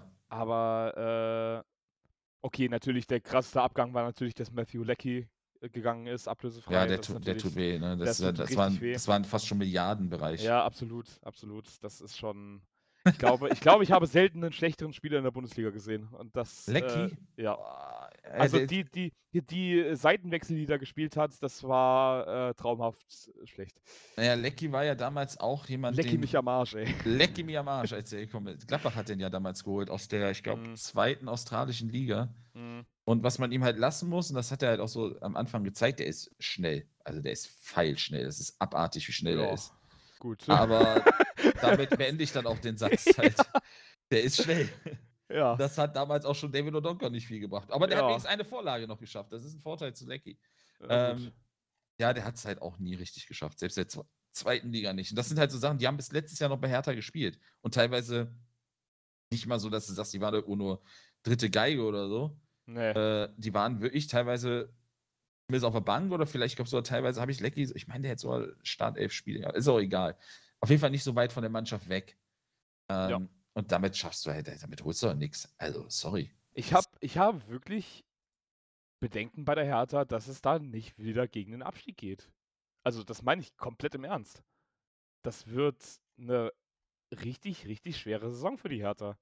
[SPEAKER 2] Aber äh, okay, natürlich der krasseste Abgang war natürlich, dass Matthew Leckie äh, gegangen ist, ablösefrei.
[SPEAKER 1] Ja, der,
[SPEAKER 2] Das ist
[SPEAKER 1] tut, der
[SPEAKER 2] natürlich-
[SPEAKER 1] tut weh. Ne? Das,
[SPEAKER 2] das
[SPEAKER 1] äh,
[SPEAKER 2] tut
[SPEAKER 1] das,
[SPEAKER 2] richtig
[SPEAKER 1] waren,
[SPEAKER 2] weh.
[SPEAKER 1] das waren fast schon Milliardenbereich.
[SPEAKER 2] Ja, absolut, absolut. Das ist schon. Ich glaube, ich glaube, ich habe selten einen schlechteren Spieler in der Bundesliga gesehen. Und das. Äh,
[SPEAKER 1] Lecky?
[SPEAKER 2] ja.
[SPEAKER 1] Boah, äh,
[SPEAKER 2] Also
[SPEAKER 1] der-
[SPEAKER 2] die, die, die, die Seitenwechsel, die er gespielt hat, das war äh, traumhaft schlecht.
[SPEAKER 1] Naja, Lecky war ja damals auch jemand,
[SPEAKER 2] Lecki
[SPEAKER 1] den,
[SPEAKER 2] mich am Arsch, ey.
[SPEAKER 1] Lecky mich am Arsch, als er gekommen ist. Gladbach hat den ja damals geholt aus der, ich glaube,
[SPEAKER 2] Mhm.
[SPEAKER 1] zweiten australischen Liga.
[SPEAKER 2] Mhm.
[SPEAKER 1] Und was man ihm halt lassen muss, und das hat er halt auch so am Anfang gezeigt, der ist schnell. Also der ist feilschnell. Das ist abartig, wie schnell
[SPEAKER 2] Ja,
[SPEAKER 1] er ist.
[SPEAKER 2] Gut.
[SPEAKER 1] Aber damit beende ich dann auch den Satz halt. Der ist schnell.
[SPEAKER 2] ja.
[SPEAKER 1] Das hat damals auch schon David O'Donkor nicht viel gebracht. Aber der hat
[SPEAKER 2] Ja.
[SPEAKER 1] wenigstens eine Vorlage noch geschafft. Das ist ein Vorteil zu Lecky.
[SPEAKER 2] Ja, gut.
[SPEAKER 1] Ähm, ja, der hat es halt auch nie richtig geschafft. Selbst der, zwe- zweiten Liga nicht. Und das sind halt so Sachen, die haben bis letztes Jahr noch bei Hertha gespielt. Und teilweise nicht mal so, dass du sagst, die waren da nur dritte Geige oder so.
[SPEAKER 2] Nee.
[SPEAKER 1] Äh, die waren wirklich teilweise zumindest auf der Bank oder vielleicht, ich glaube sogar teilweise habe ich Lecky, ich meine, der hat sogar Startelf-Spiele. Ja, ist auch egal. Auf jeden Fall nicht so weit von der Mannschaft weg. Ähm,
[SPEAKER 2] Ja.
[SPEAKER 1] Und damit schaffst du halt, damit holst du doch nichts. Also, sorry.
[SPEAKER 2] Ich habe ich hab wirklich Bedenken bei der Hertha, dass es da nicht wieder gegen den Abstieg geht. Also, das meine ich komplett im Ernst. Das wird eine richtig, richtig schwere Saison für die Hertha.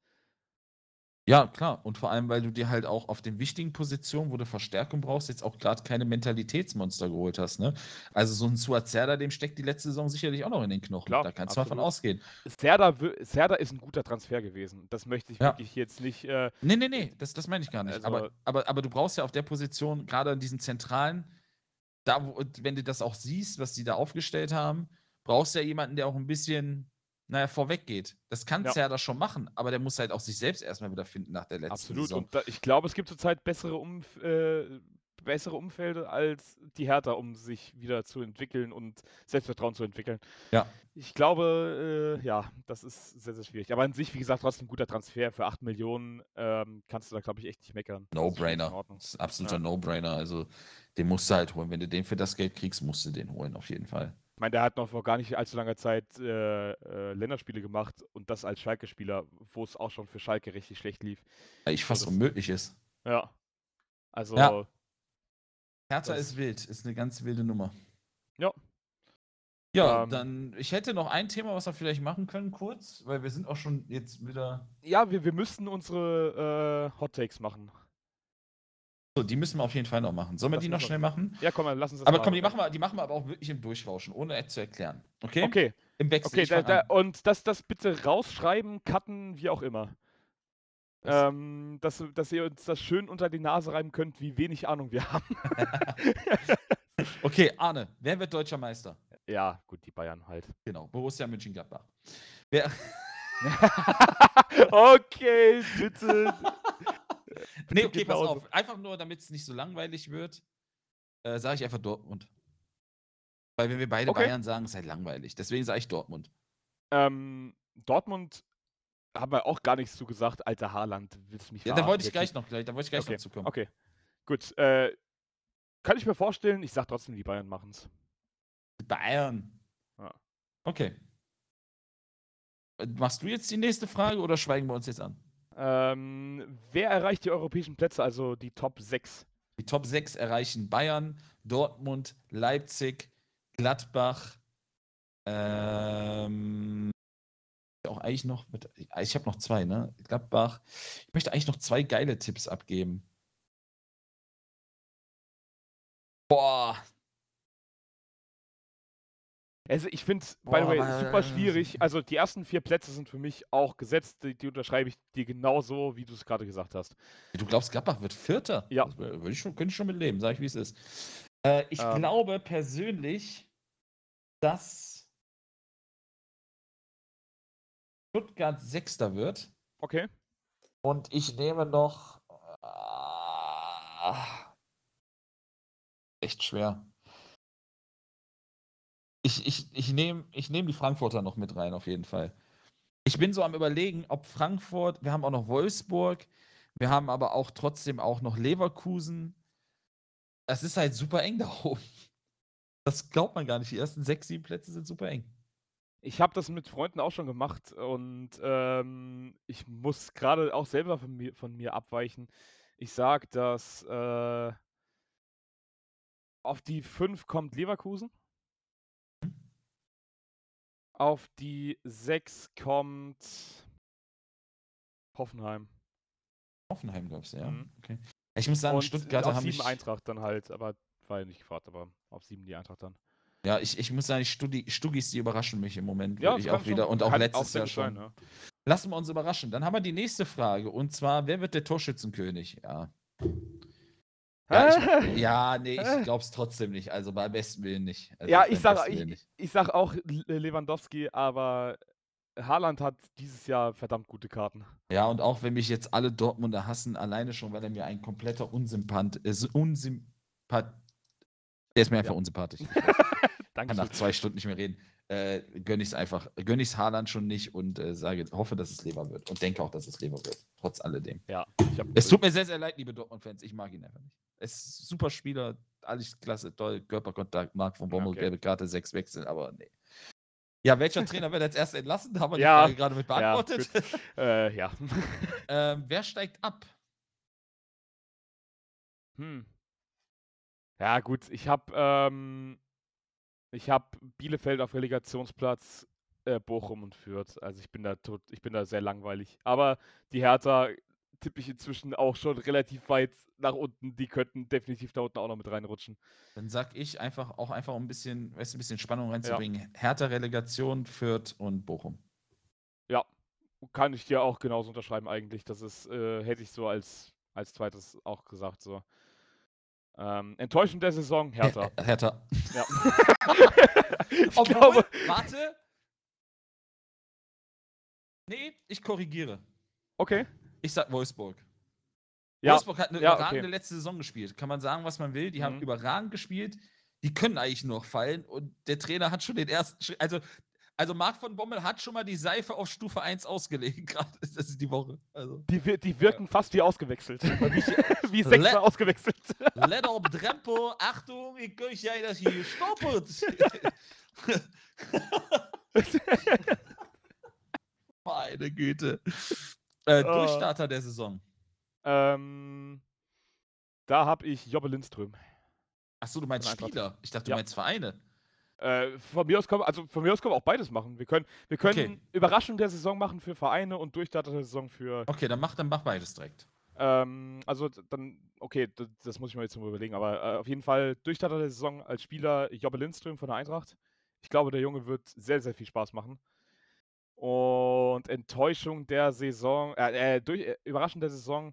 [SPEAKER 1] Ja, klar. Und vor allem, weil du dir halt auch auf den wichtigen Positionen, wo du Verstärkung brauchst, jetzt auch gerade keine Mentalitätsmonster geholt hast, ne? Also so ein Suazerda, dem steckt die letzte Saison sicherlich auch noch in den Knochen.
[SPEAKER 2] Klar,
[SPEAKER 1] Da kannst du mal von
[SPEAKER 2] absolut.
[SPEAKER 1] ausgehen.
[SPEAKER 2] Serda, wi- Serda ist ein guter Transfer gewesen. Das möchte ich
[SPEAKER 1] Ja.
[SPEAKER 2] wirklich jetzt nicht. Äh,
[SPEAKER 1] Nee, nee, nee, das, das meine ich gar nicht.
[SPEAKER 2] Also-
[SPEAKER 1] aber, aber, aber du brauchst ja auf der Position, gerade an diesen Zentralen, da, wo, wenn du das auch siehst, was die da aufgestellt haben, brauchst du ja jemanden, der auch ein bisschen, naja, vorweg geht. Das kann
[SPEAKER 2] Ja.
[SPEAKER 1] Serda schon machen, aber der muss halt auch sich selbst erstmal wieder finden nach der letzten
[SPEAKER 2] absolut.
[SPEAKER 1] Saison.
[SPEAKER 2] Und da, ich glaube, es gibt zurzeit bessere, Umf äh, bessere Umfelder als die Hertha, um sich wieder zu entwickeln und Selbstvertrauen zu entwickeln.
[SPEAKER 1] Ja.
[SPEAKER 2] Ich glaube, äh, ja, das ist sehr, sehr schwierig. Aber an sich, wie gesagt, trotzdem ein guter Transfer für acht Millionen. Ähm, kannst du da, glaube ich, echt nicht meckern. Das ist völlig in
[SPEAKER 1] No-Brainer.
[SPEAKER 2] Ordnung.
[SPEAKER 1] Das ist ein absoluter
[SPEAKER 2] Ja.
[SPEAKER 1] No-Brainer. Also, den musst du halt holen. Wenn du den für das Geld kriegst, musst du den holen, auf jeden Fall.
[SPEAKER 2] Ich meine, der hat noch vor gar nicht allzu langer Zeit äh, äh, Länderspiele gemacht und das als Schalke-Spieler, wo es auch schon für Schalke richtig schlecht lief.
[SPEAKER 1] Weil ich fast
[SPEAKER 2] das-
[SPEAKER 1] unmöglich ist.
[SPEAKER 2] Ja. Also,
[SPEAKER 1] Ja. Hertha
[SPEAKER 2] Das-
[SPEAKER 1] ist wild. Ist eine ganz wilde Nummer.
[SPEAKER 2] Ja.
[SPEAKER 1] Ja,
[SPEAKER 2] Ähm.
[SPEAKER 1] dann, ich hätte noch ein Thema, was wir vielleicht machen können, kurz, weil wir sind auch schon jetzt wieder.
[SPEAKER 2] ja, wir, wir müssten unsere äh, Hot Takes machen.
[SPEAKER 1] So, die müssen wir auf jeden Fall noch machen. Sollen wir
[SPEAKER 2] Das
[SPEAKER 1] die noch
[SPEAKER 2] müssen wir-
[SPEAKER 1] schnell machen?
[SPEAKER 2] Ja, komm mal, lass uns das
[SPEAKER 1] Aber
[SPEAKER 2] mal
[SPEAKER 1] komm, die
[SPEAKER 2] machen.
[SPEAKER 1] machen, wir, die machen wir aber auch wirklich im Durchrauschen, ohne es zu erklären. Okay?
[SPEAKER 2] Okay,
[SPEAKER 1] Im Wechsel.
[SPEAKER 2] okay,
[SPEAKER 1] ich
[SPEAKER 2] da,
[SPEAKER 1] fang
[SPEAKER 2] da,
[SPEAKER 1] an.
[SPEAKER 2] und das, das bitte rausschreiben, cutten, wie auch immer.
[SPEAKER 1] Was?
[SPEAKER 2] Ähm, dass, dass ihr uns das schön unter die Nase reiben könnt, wie wenig Ahnung wir haben.
[SPEAKER 1] Okay, Arne, wer wird deutscher Meister?
[SPEAKER 2] Ja, gut, die Bayern halt.
[SPEAKER 1] Genau, Borussia Mönchengladbach. Wer.
[SPEAKER 2] Okay, bitte.
[SPEAKER 1] Nee, okay,
[SPEAKER 2] geht
[SPEAKER 1] pass
[SPEAKER 2] nach Hause.
[SPEAKER 1] auf. Einfach nur, damit es nicht so langweilig wird, äh, sage ich einfach Dortmund. Weil wenn wir beide
[SPEAKER 2] Okay.
[SPEAKER 1] Bayern sagen, ist halt langweilig. Deswegen sage ich Dortmund.
[SPEAKER 2] Ähm, Dortmund haben wir auch gar nichts zu gesagt. Alter Haaland, willst du mich
[SPEAKER 1] Ja, da
[SPEAKER 2] verarschen?
[SPEAKER 1] wollte ich
[SPEAKER 2] Der
[SPEAKER 1] gleich
[SPEAKER 2] Typ-
[SPEAKER 1] noch, gleich, da wollte ich gleich
[SPEAKER 2] okay.
[SPEAKER 1] noch zu kommen.
[SPEAKER 2] Okay, gut. Äh, kann ich mir vorstellen, ich sag trotzdem, die Bayern machen's.
[SPEAKER 1] Bayern.
[SPEAKER 2] Ja.
[SPEAKER 1] Okay. Äh, Machst du jetzt die nächste Frage oder schweigen wir uns jetzt an?
[SPEAKER 2] Ähm, wer erreicht die europäischen Plätze, also die Top sechs?
[SPEAKER 1] Die Top sechs erreichen Bayern, Dortmund, Leipzig, Gladbach. Ähm, auch eigentlich noch mit, ich habe noch zwei, ne? Gladbach. Ich möchte eigentlich noch zwei geile Tipps abgeben. Boah.
[SPEAKER 2] Also ich finde es, by
[SPEAKER 1] Boah,
[SPEAKER 2] the way,
[SPEAKER 1] aber-
[SPEAKER 2] super schwierig. Also die ersten vier Plätze sind für mich auch gesetzt. Die, die unterschreibe ich dir genauso, wie du es gerade gesagt hast.
[SPEAKER 1] Du glaubst, Gladbach wird Vierter?
[SPEAKER 2] Ja.
[SPEAKER 1] Das wür- würde ich schon, könnte ich schon mit leben, sag ich, wie es ist. Äh, ich
[SPEAKER 2] Ähm.
[SPEAKER 1] glaube persönlich, dass Stuttgart Sechster wird.
[SPEAKER 2] Okay.
[SPEAKER 1] Und ich nehme noch. Ah, echt schwer. Ich, ich, ich nehme ich nehm die Frankfurter noch mit rein, auf jeden Fall. Ich bin so am Überlegen, ob Frankfurt, wir haben auch noch Wolfsburg, wir haben aber auch trotzdem auch noch Leverkusen. Das ist halt super eng da oben. Das glaubt man gar nicht. Die ersten sechs, sieben Plätze sind super eng.
[SPEAKER 2] Ich habe das mit Freunden auch schon gemacht und ähm, ich muss gerade auch selber von mir, von mir abweichen. Ich sage, dass äh, auf die fünf kommt Leverkusen. Auf die sechs kommt Hoffenheim.
[SPEAKER 1] Hoffenheim, glaubst du, ja?
[SPEAKER 2] Mhm.
[SPEAKER 1] Okay. Ich muss sagen,
[SPEAKER 2] Und
[SPEAKER 1] Stuttgarter
[SPEAKER 2] auf
[SPEAKER 1] haben
[SPEAKER 2] sieben
[SPEAKER 1] mich,
[SPEAKER 2] Eintracht dann halt, aber war ja nicht gefragt, aber auf sieben die Eintracht dann.
[SPEAKER 1] ja, ich, ich muss sagen, Studi, Stuggis, die überraschen mich im Moment
[SPEAKER 2] Ja,
[SPEAKER 1] wirklich
[SPEAKER 2] das
[SPEAKER 1] auch
[SPEAKER 2] kann
[SPEAKER 1] wieder.
[SPEAKER 2] schon-
[SPEAKER 1] Und auch
[SPEAKER 2] kann
[SPEAKER 1] letztes
[SPEAKER 2] sehr
[SPEAKER 1] Jahr
[SPEAKER 2] gut
[SPEAKER 1] schon.
[SPEAKER 2] sein, ja.
[SPEAKER 1] Lassen wir uns überraschen. Dann haben wir die nächste Frage. Und zwar, wer wird der Torschützenkönig? Ja. Ja, ich, ja nee, ich glaube es trotzdem nicht. Also beim besten Willen nicht. Also
[SPEAKER 2] Ja,
[SPEAKER 1] beim
[SPEAKER 2] ich sag,
[SPEAKER 1] besten Willen
[SPEAKER 2] ich,
[SPEAKER 1] nicht.
[SPEAKER 2] ich sag auch Le- Lewandowski, aber Haaland hat dieses Jahr verdammt gute Karten.
[SPEAKER 1] Ja, und auch wenn mich jetzt alle Dortmunder hassen, alleine schon, weil er mir ein kompletter Unsympath ist. Unsympath. Der ist mir einfach
[SPEAKER 2] Ja.
[SPEAKER 1] unsympathisch. Ich kann
[SPEAKER 2] Danke.
[SPEAKER 1] nach zwei Stunden nicht mehr reden. äh, gönne ich es einfach, gönne ich es Haaland schon nicht und äh, sage, hoffe, dass es Lever wird und denke auch, dass es Lever wird, trotz alledem.
[SPEAKER 2] Ja, ich hab,
[SPEAKER 1] Es tut mir sehr, sehr leid, liebe Dortmund-Fans, ich mag ihn einfach nicht. Es ist ein super Spieler, alles klasse, toll, Körperkontakt, Marc von Bommel,
[SPEAKER 2] Okay.
[SPEAKER 1] gelbe Karte, sechs Wechsel, aber nee. Ja, welcher Trainer wird als erster entlassen? Haben wir die
[SPEAKER 2] Ja,
[SPEAKER 1] Frage gerade mit beantwortet.
[SPEAKER 2] Ja, äh, ja.
[SPEAKER 1] ähm, wer steigt ab?
[SPEAKER 2] Hm. Ja, gut, ich habe ähm, ich hab Bielefeld auf Relegationsplatz, äh, Bochum und Fürth. Also ich bin da tot, ich bin da sehr langweilig. Aber die Hertha tippe ich inzwischen auch schon relativ weit nach unten. Die könnten definitiv da unten auch noch mit reinrutschen.
[SPEAKER 1] Dann sag ich einfach auch einfach um ein bisschen, weißt, du, ein bisschen Spannung reinzubringen. Ja. Hertha Relegation, Fürth und Bochum.
[SPEAKER 2] Ja, kann ich dir auch genauso unterschreiben eigentlich. Das ist, äh, hätte ich so als, als zweites auch gesagt. So. Ähm, enttäuschend der Saison, Hertha.
[SPEAKER 1] Her Hertha.
[SPEAKER 2] Ja.
[SPEAKER 1] ich Obwohl, glaube, warte. Nee, ich korrigiere.
[SPEAKER 2] Okay.
[SPEAKER 1] Ich sag Wolfsburg.
[SPEAKER 2] Ja.
[SPEAKER 1] Wolfsburg hat eine
[SPEAKER 2] ja,
[SPEAKER 1] überragende
[SPEAKER 2] okay.
[SPEAKER 1] letzte Saison gespielt. Kann man sagen, was man will. Die mhm. haben überragend gespielt. Die können eigentlich nur noch fallen. Und der Trainer hat schon den ersten Schritt. Also, also Marc von Bommel hat schon mal die Seife auf Stufe eins ausgelegt. Gerade das ist die Woche. Also.
[SPEAKER 2] Die, die wirken ja. fast wie ausgewechselt. wie sechsmal ausgewechselt.
[SPEAKER 1] Let up Drempo. Achtung, ich könnte ja das hier stoppen. Meine Güte. Äh, uh. Durchstarter der Saison.
[SPEAKER 2] Ähm, da habe ich Jobbe Lindström.
[SPEAKER 1] Achso, du meinst Spieler? Ich dachte, du
[SPEAKER 2] ja.
[SPEAKER 1] meinst Vereine.
[SPEAKER 2] Äh, von mir aus können wir, also von mir aus können wir auch beides machen. Wir können, wir können
[SPEAKER 1] okay.
[SPEAKER 2] Überraschung der Saison machen für Vereine und Durchstarter der Saison für.
[SPEAKER 1] Okay, dann mach, dann mach beides direkt.
[SPEAKER 2] Ähm, also dann, okay, das, das muss ich mir jetzt mal überlegen, aber äh, auf jeden Fall Durchstarter der Saison als Spieler Jobbe Lindström von der Eintracht. Ich glaube, der Junge wird sehr, sehr viel Spaß machen. Und Enttäuschung der Saison, äh, äh durch, äh, Überraschung der Saison.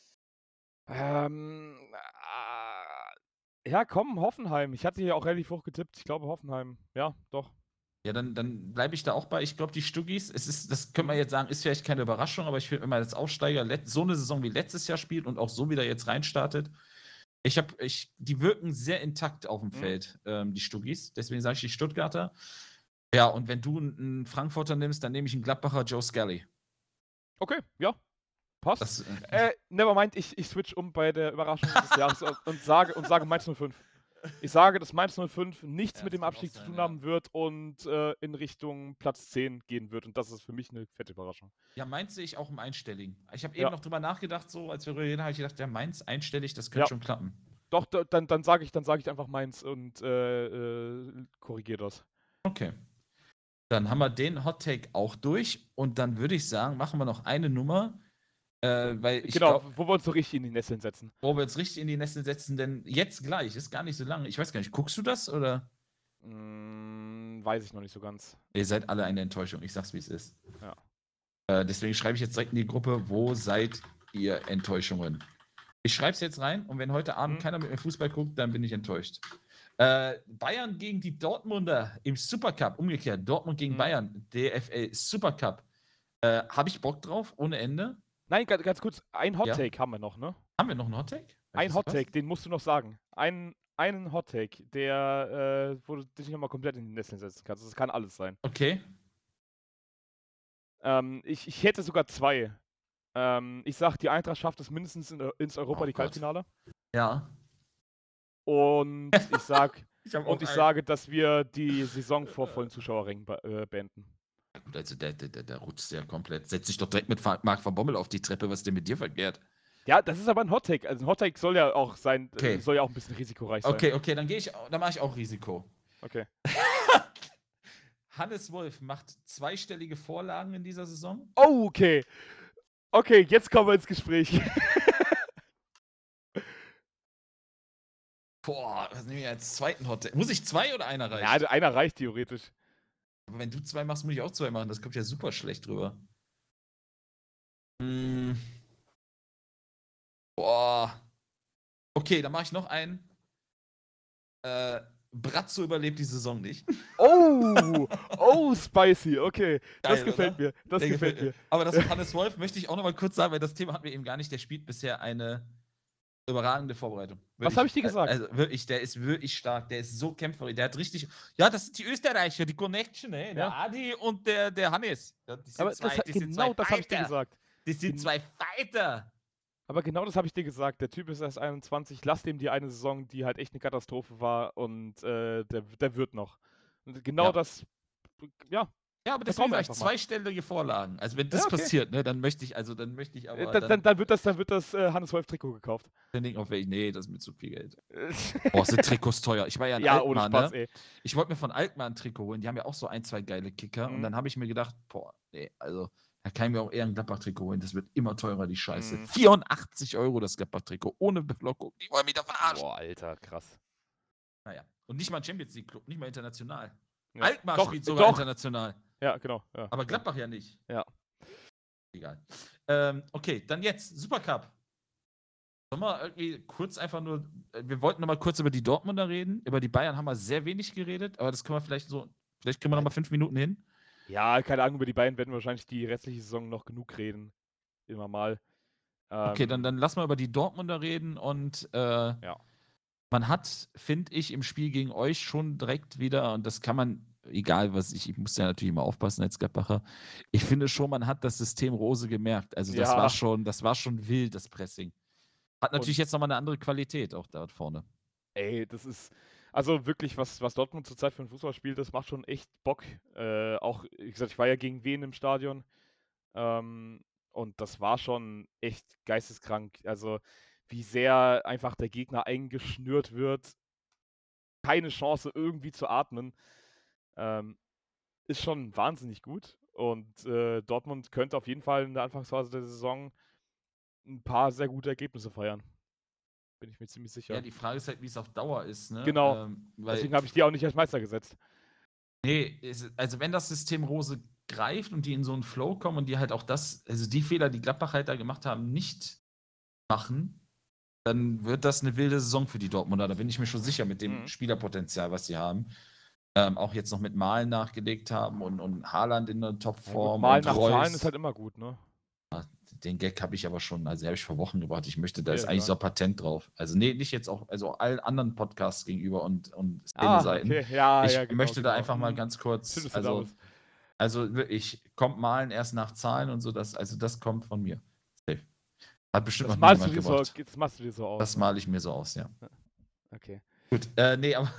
[SPEAKER 2] Ähm, äh, ja, komm, Hoffenheim. Ich hatte hier auch relativ hoch getippt. Ich glaube Hoffenheim. Ja, doch.
[SPEAKER 1] Ja, dann, dann bleibe ich da auch bei. Ich glaube, die Stuggis, es ist, das könnte man jetzt sagen, ist vielleicht keine Überraschung, aber ich finde, wenn man als Aufsteiger so eine Saison wie letztes Jahr spielt und auch so wieder jetzt reinstartet, ich habe, ich, die wirken sehr intakt auf dem mhm. Feld, ähm, die Stuggis. Deswegen sage ich die Stuttgarter. Ja, und wenn du einen Frankfurter nimmst, dann nehme ich einen Gladbacher Joe Scully.
[SPEAKER 2] Okay, ja. Passt.
[SPEAKER 1] Das,
[SPEAKER 2] äh, nevermind, ich, ich switch um bei der Überraschung des Jahres und, und sage und sage Mainz null fünf. Ich sage, dass Mainz null fünf nichts ja, mit dem Abstieg sein, zu tun ja. haben wird und äh, in Richtung Platz zehn gehen wird. Und das ist für mich eine fette Überraschung.
[SPEAKER 1] Ja, Mainz sehe ich auch im Einstelligen. Ich habe eben ja. noch drüber nachgedacht, so als wir reden, habe ich gedacht, ja, Mainz einstellig, das könnte ja. schon klappen.
[SPEAKER 2] Doch, dann, dann sage ich, sag ich einfach Mainz und äh, äh, korrigiere das.
[SPEAKER 1] Okay. Dann haben wir den Hot Take auch durch. Und dann würde ich sagen, machen wir noch eine Nummer. Äh, weil ich
[SPEAKER 2] genau,
[SPEAKER 1] glaub,
[SPEAKER 2] wo wir uns so richtig in die Nesseln setzen.
[SPEAKER 1] Wo wir uns richtig in die Nesseln setzen, denn jetzt gleich, ist gar nicht so lange. Ich weiß gar nicht, guckst du das oder?
[SPEAKER 2] Mm, weiß ich noch nicht so ganz.
[SPEAKER 1] Ihr seid alle eine Enttäuschung, ich sag's wie es ist.
[SPEAKER 2] Ja.
[SPEAKER 1] Äh, deswegen schreibe ich jetzt direkt in die Gruppe, wo seid ihr Enttäuschungen? Ich schreibe es jetzt rein und wenn heute Abend hm. keiner mit mir Fußball guckt, dann bin ich enttäuscht. Äh, Bayern gegen die Dortmunder im Supercup, umgekehrt, Dortmund gegen hm. Bayern, D F L Supercup. Äh, Habe ich Bock drauf, ohne Ende?
[SPEAKER 2] Nein, ganz, ganz kurz, ein Hot-Take ja. haben wir noch, ne?
[SPEAKER 1] Haben wir noch einen Hot-Take?
[SPEAKER 2] Ein Hot-Take, den musst du noch sagen. Ein, einen Hot-Take, der, äh, wo du dich nochmal komplett in die Nesseln setzen kannst. Das kann alles sein.
[SPEAKER 1] Okay.
[SPEAKER 2] Ähm, ich, ich hätte sogar zwei. Ähm, ich sag, die Eintracht schafft es mindestens in, ins Europa League Halbfinale.
[SPEAKER 1] Ja.
[SPEAKER 2] Und ich sag, ich und ich sage, dass wir die Saison vor vollen Zuschauerrängen be äh, beenden.
[SPEAKER 1] Also der, der, der, der rutscht ja komplett. Setz dich doch direkt mit Marc von Bommel auf die Treppe, was ist denn mit dir verkehrt?
[SPEAKER 2] Ja, das ist aber ein Hottake. Also ein Hottake soll ja auch sein,
[SPEAKER 1] okay.
[SPEAKER 2] soll ja auch ein bisschen risikoreich sein.
[SPEAKER 1] Okay, okay, dann gehe ich, dann mache ich auch Risiko.
[SPEAKER 2] Okay.
[SPEAKER 1] Hannes Wolf macht zweistellige Vorlagen in dieser Saison.
[SPEAKER 2] Oh, okay. Okay, jetzt kommen wir ins Gespräch.
[SPEAKER 1] Boah, was nehme ich als zweiten Hottake? Muss ich zwei oder einer reichen?
[SPEAKER 2] Ja, einer reicht theoretisch.
[SPEAKER 1] Aber wenn du zwei machst, muss ich auch zwei machen. Das kommt ja super schlecht drüber. Hm. Boah. Okay, dann mache ich noch einen. Äh, Brazzo überlebt die Saison nicht.
[SPEAKER 2] Oh, oh, spicy, okay. Das
[SPEAKER 1] Geil,
[SPEAKER 2] gefällt
[SPEAKER 1] oder?
[SPEAKER 2] mir, das
[SPEAKER 1] Der
[SPEAKER 2] gefällt mir.
[SPEAKER 1] Aber das mit Hannes Wolf möchte ich auch noch mal kurz sagen, weil das Thema hatten wir eben gar nicht. Der spielt bisher eine Überragende Vorbereitung.
[SPEAKER 2] Was habe ich dir gesagt?
[SPEAKER 1] Also wirklich, der ist wirklich stark. Der ist so kämpferisch. Der hat richtig. Ja, das sind die Österreicher, die Connection, ne? Der
[SPEAKER 2] Ja.
[SPEAKER 1] Adi und der, der Hannes. Ja, die sind
[SPEAKER 2] Aber
[SPEAKER 1] zwei,
[SPEAKER 2] das,
[SPEAKER 1] die sind
[SPEAKER 2] genau
[SPEAKER 1] zwei
[SPEAKER 2] das habe ich dir
[SPEAKER 1] Fighter.
[SPEAKER 2] gesagt.
[SPEAKER 1] Die sind
[SPEAKER 2] Gen-
[SPEAKER 1] zwei Fighter.
[SPEAKER 2] Aber genau das habe ich dir gesagt. Der Typ ist erst einundzwanzig. Lass dem die eine Saison, die halt echt eine Katastrophe war. Und äh, der, der wird noch. Und genau
[SPEAKER 1] Ja.
[SPEAKER 2] das. Ja.
[SPEAKER 1] Ja, aber
[SPEAKER 2] Vertrauen
[SPEAKER 1] deswegen
[SPEAKER 2] wir
[SPEAKER 1] sage ich
[SPEAKER 2] einfach mal.
[SPEAKER 1] zweistellige Vorlagen. Also wenn das
[SPEAKER 2] Ja, okay.
[SPEAKER 1] passiert, ne, dann möchte ich, also dann möchte ich
[SPEAKER 2] Äh,
[SPEAKER 1] aber
[SPEAKER 2] Dann,
[SPEAKER 1] dann,
[SPEAKER 2] dann, dann wird das, dann wird das äh, Hannes Wolf Trikot gekauft.
[SPEAKER 1] dann denken auf welche, nee, das ist mir zu viel Geld. Boah, sind Trikots teuer. Ich war ja in
[SPEAKER 2] Ja, ohne
[SPEAKER 1] Alkmaar,
[SPEAKER 2] Spaß,
[SPEAKER 1] ne?
[SPEAKER 2] ey.
[SPEAKER 1] Ich wollte mir von Alkmaar ein Trikot holen. Die haben ja auch so ein, zwei geile Kicker. Und
[SPEAKER 2] Mhm.
[SPEAKER 1] dann habe ich mir gedacht, boah, nee, also da kann ich mir auch eher ein Gladbach-Trikot holen. Das wird immer teurer, die Scheiße.
[SPEAKER 2] Mhm.
[SPEAKER 1] vierundachtzig Euro das Gladbach-Trikot, ohne Belockung. Die wollen mich da verarschen.
[SPEAKER 2] Boah, Alter, krass.
[SPEAKER 1] Naja. Und nicht mal ein Champions League-Club, nicht mal international.
[SPEAKER 2] Ja.
[SPEAKER 1] Alkmaar
[SPEAKER 2] Doch,
[SPEAKER 1] spielt sogar
[SPEAKER 2] doch.
[SPEAKER 1] international.
[SPEAKER 2] Ja, genau. Ja,
[SPEAKER 1] Aber
[SPEAKER 2] stimmt.
[SPEAKER 1] Gladbach ja nicht.
[SPEAKER 2] Ja.
[SPEAKER 1] Egal. Ähm, okay, dann jetzt Supercup. Sollen wir irgendwie kurz einfach nur, äh, wir wollten noch mal kurz über die Dortmunder reden. Über die Bayern haben wir sehr wenig geredet, aber das können wir vielleicht so, vielleicht kriegen wir noch mal fünf Minuten hin.
[SPEAKER 2] Ja, keine Ahnung, über die Bayern werden wir wahrscheinlich die restliche Saison noch genug reden. Immer mal.
[SPEAKER 1] Okay, dann,
[SPEAKER 2] Ähm,
[SPEAKER 1] dann lass mal über die Dortmunder reden und äh,
[SPEAKER 2] Ja.
[SPEAKER 1] man hat, finde ich, im Spiel gegen euch schon direkt wieder, und das kann man, egal was ich, ich muss ja natürlich immer aufpassen als Gladbacher, ich finde schon, man hat das System Rose gemerkt. Also das
[SPEAKER 2] Ja.
[SPEAKER 1] war schon, das war schon wild, das Pressing. Hat natürlich
[SPEAKER 2] Und-
[SPEAKER 1] jetzt nochmal eine andere Qualität auch da vorne.
[SPEAKER 2] Ey, das ist. Also wirklich, was, was Dortmund zurzeit für einen Fußball spielt, das macht schon echt Bock. Äh, auch, wie gesagt, ich war ja gegen Wien im Stadion. Ähm, und das war schon echt geisteskrank. Also, wie sehr einfach der Gegner eingeschnürt wird. Keine Chance, irgendwie zu atmen. Ähm, ist schon wahnsinnig gut. Und äh, Dortmund könnte auf jeden Fall in der Anfangsphase der Saison ein paar sehr gute Ergebnisse feiern. Bin ich mir ziemlich sicher.
[SPEAKER 1] Ja, die Frage ist halt, wie es auf Dauer ist, ne?
[SPEAKER 2] Genau.
[SPEAKER 1] Ähm, weil,
[SPEAKER 2] Deswegen habe ich die auch nicht als Meister gesetzt.
[SPEAKER 1] nee, es- also wenn das System Rose greift und die in so einen Flow kommen und die halt auch das, also die Fehler, die Gladbach halt da gemacht haben, nicht machen, dann wird das eine wilde Saison für die Dortmunder. Da bin ich mir schon sicher mit dem
[SPEAKER 2] Mhm.
[SPEAKER 1] Spielerpotenzial, was sie haben. Ähm, auch jetzt noch mit Malen nachgelegt haben und, und Haaland in der
[SPEAKER 2] Ja, gut,
[SPEAKER 1] Topform
[SPEAKER 2] mal
[SPEAKER 1] und
[SPEAKER 2] nach Zahlen
[SPEAKER 1] Reus.
[SPEAKER 2] ist halt immer gut, ne?
[SPEAKER 1] Den Gag habe ich aber schon, also den habe ich vor Wochen gebracht. Ich möchte, da
[SPEAKER 2] Ja,
[SPEAKER 1] ist
[SPEAKER 2] ist
[SPEAKER 1] eigentlich so
[SPEAKER 2] egal.
[SPEAKER 1] Patent drauf. Also nee, nicht jetzt auch, also allen anderen Podcasts gegenüber und, und
[SPEAKER 2] Ah,
[SPEAKER 1] Szene-Seiten.
[SPEAKER 2] okay. Ja,
[SPEAKER 1] ich
[SPEAKER 2] ja, genau,
[SPEAKER 1] möchte da
[SPEAKER 2] genau.
[SPEAKER 1] einfach mal
[SPEAKER 2] Mhm.
[SPEAKER 1] ganz kurz,
[SPEAKER 2] Schön, dass du da
[SPEAKER 1] also,
[SPEAKER 2] bist.
[SPEAKER 1] also wirklich, kommt Malen erst nach Zahlen und so, das, also das kommt von mir. Safe. Hat bestimmt
[SPEAKER 2] Das
[SPEAKER 1] noch nie
[SPEAKER 2] malst, du
[SPEAKER 1] jemand
[SPEAKER 2] dir so,
[SPEAKER 1] gebracht.
[SPEAKER 2] das machst du dir so aus.
[SPEAKER 1] Das
[SPEAKER 2] ne?
[SPEAKER 1] male ich mir so aus, ja.
[SPEAKER 2] Okay.
[SPEAKER 1] Gut, äh, nee, aber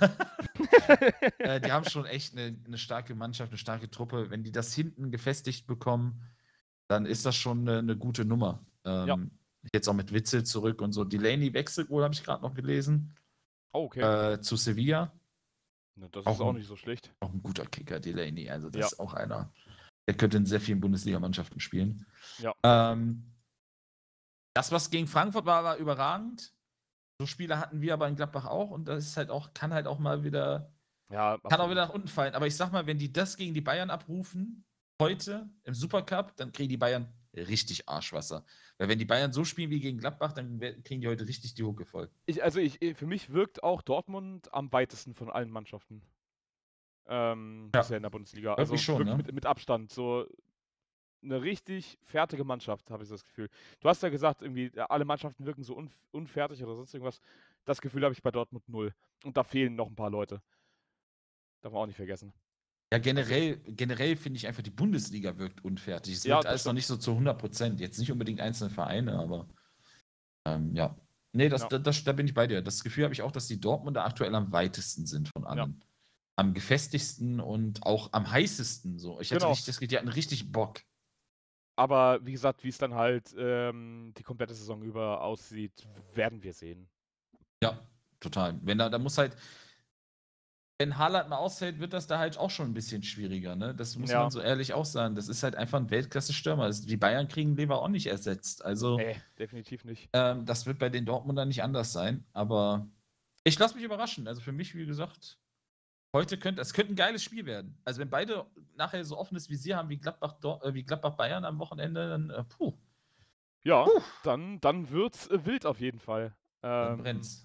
[SPEAKER 1] äh, die haben schon echt eine, eine starke Mannschaft, eine starke Truppe. Wenn die das hinten gefestigt bekommen, dann ist das schon eine, eine gute Nummer. Ähm,
[SPEAKER 2] Ja.
[SPEAKER 1] Jetzt auch mit Witzel zurück und so. Delaney wechselt wohl, habe ich gerade noch gelesen,
[SPEAKER 2] Oh, okay.
[SPEAKER 1] äh, zu Sevilla.
[SPEAKER 2] Na, das
[SPEAKER 1] auch
[SPEAKER 2] ist auch
[SPEAKER 1] ein-
[SPEAKER 2] nicht so schlecht.
[SPEAKER 1] Auch ein guter Kicker, Delaney. Also das
[SPEAKER 2] Ja.
[SPEAKER 1] ist auch einer, der könnte in sehr vielen Bundesligamannschaften spielen.
[SPEAKER 2] Ja.
[SPEAKER 1] Ähm, das, was gegen Frankfurt war, war überragend. So Spiele hatten wir aber in Gladbach auch und das ist halt auch, kann halt auch mal wieder,
[SPEAKER 2] Ja,
[SPEAKER 1] kann auch
[SPEAKER 2] absolut.
[SPEAKER 1] wieder nach unten fallen. Aber ich sag mal, wenn die das gegen die Bayern abrufen, heute im Supercup, dann kriegen die Bayern richtig Arschwasser. Weil wenn die Bayern so spielen wie gegen Gladbach, dann wer- kriegen die heute richtig die Hucke voll.
[SPEAKER 2] Ich, also ich, für mich wirkt auch Dortmund am weitesten von allen Mannschaften. Ähm,
[SPEAKER 1] Ja.
[SPEAKER 2] bisher in der Bundesliga.
[SPEAKER 1] Irgendwie
[SPEAKER 2] Also
[SPEAKER 1] schon,
[SPEAKER 2] wirklich
[SPEAKER 1] ne?
[SPEAKER 2] mit, mit Abstand. So eine richtig fertige Mannschaft, habe ich das Gefühl. Du hast ja gesagt, irgendwie ja, alle Mannschaften wirken so unf unfertig oder sonst irgendwas. Das Gefühl habe ich bei Dortmund null. Und da fehlen noch ein paar Leute. Darf man auch nicht vergessen.
[SPEAKER 1] Ja, generell, generell finde ich einfach, die Bundesliga wirkt unfertig. Es
[SPEAKER 2] Ja,
[SPEAKER 1] wirkt
[SPEAKER 2] das
[SPEAKER 1] alles noch
[SPEAKER 2] stimmt.
[SPEAKER 1] nicht so zu hundert Prozent. Jetzt nicht unbedingt einzelne Vereine, aber ähm, ja. Nee, das,
[SPEAKER 2] Ja.
[SPEAKER 1] da, das, da bin ich bei dir. Das Gefühl habe ich auch, dass die Dortmunder aktuell am weitesten sind von allen. Am gefestigsten und auch am heißesten. So. Ich hätte
[SPEAKER 2] Genau.
[SPEAKER 1] richtig, das, die hatten richtig Bock.
[SPEAKER 2] Aber wie gesagt, wie es dann halt ähm, die komplette Saison über aussieht, werden wir sehen.
[SPEAKER 1] Ja, total. Wenn da, da muss halt, wenn Haaland mal ausfällt, wird das da halt auch schon ein bisschen schwieriger, ne? Das muss
[SPEAKER 2] Ja.
[SPEAKER 1] man so ehrlich auch sagen. Das ist halt einfach ein Weltklasse-Stürmer. Das- Die Bayern kriegen Lever auch nicht ersetzt. Also,
[SPEAKER 2] Nee, definitiv nicht.
[SPEAKER 1] ähm, das wird bei den Dortmundern nicht anders sein. Aber ich lasse mich überraschen. Also für mich, wie gesagt, heute könnte, es könnte ein geiles Spiel werden. Also wenn beide nachher so offenes Visier haben wie Gladbach, Dor- äh, wie Gladbach Bayern am Wochenende, dann äh, puh,
[SPEAKER 2] Ja,
[SPEAKER 1] Puh.
[SPEAKER 2] dann, dann wird's äh, wild auf jeden Fall.
[SPEAKER 1] dann
[SPEAKER 2] Ähm,
[SPEAKER 1] brennt's.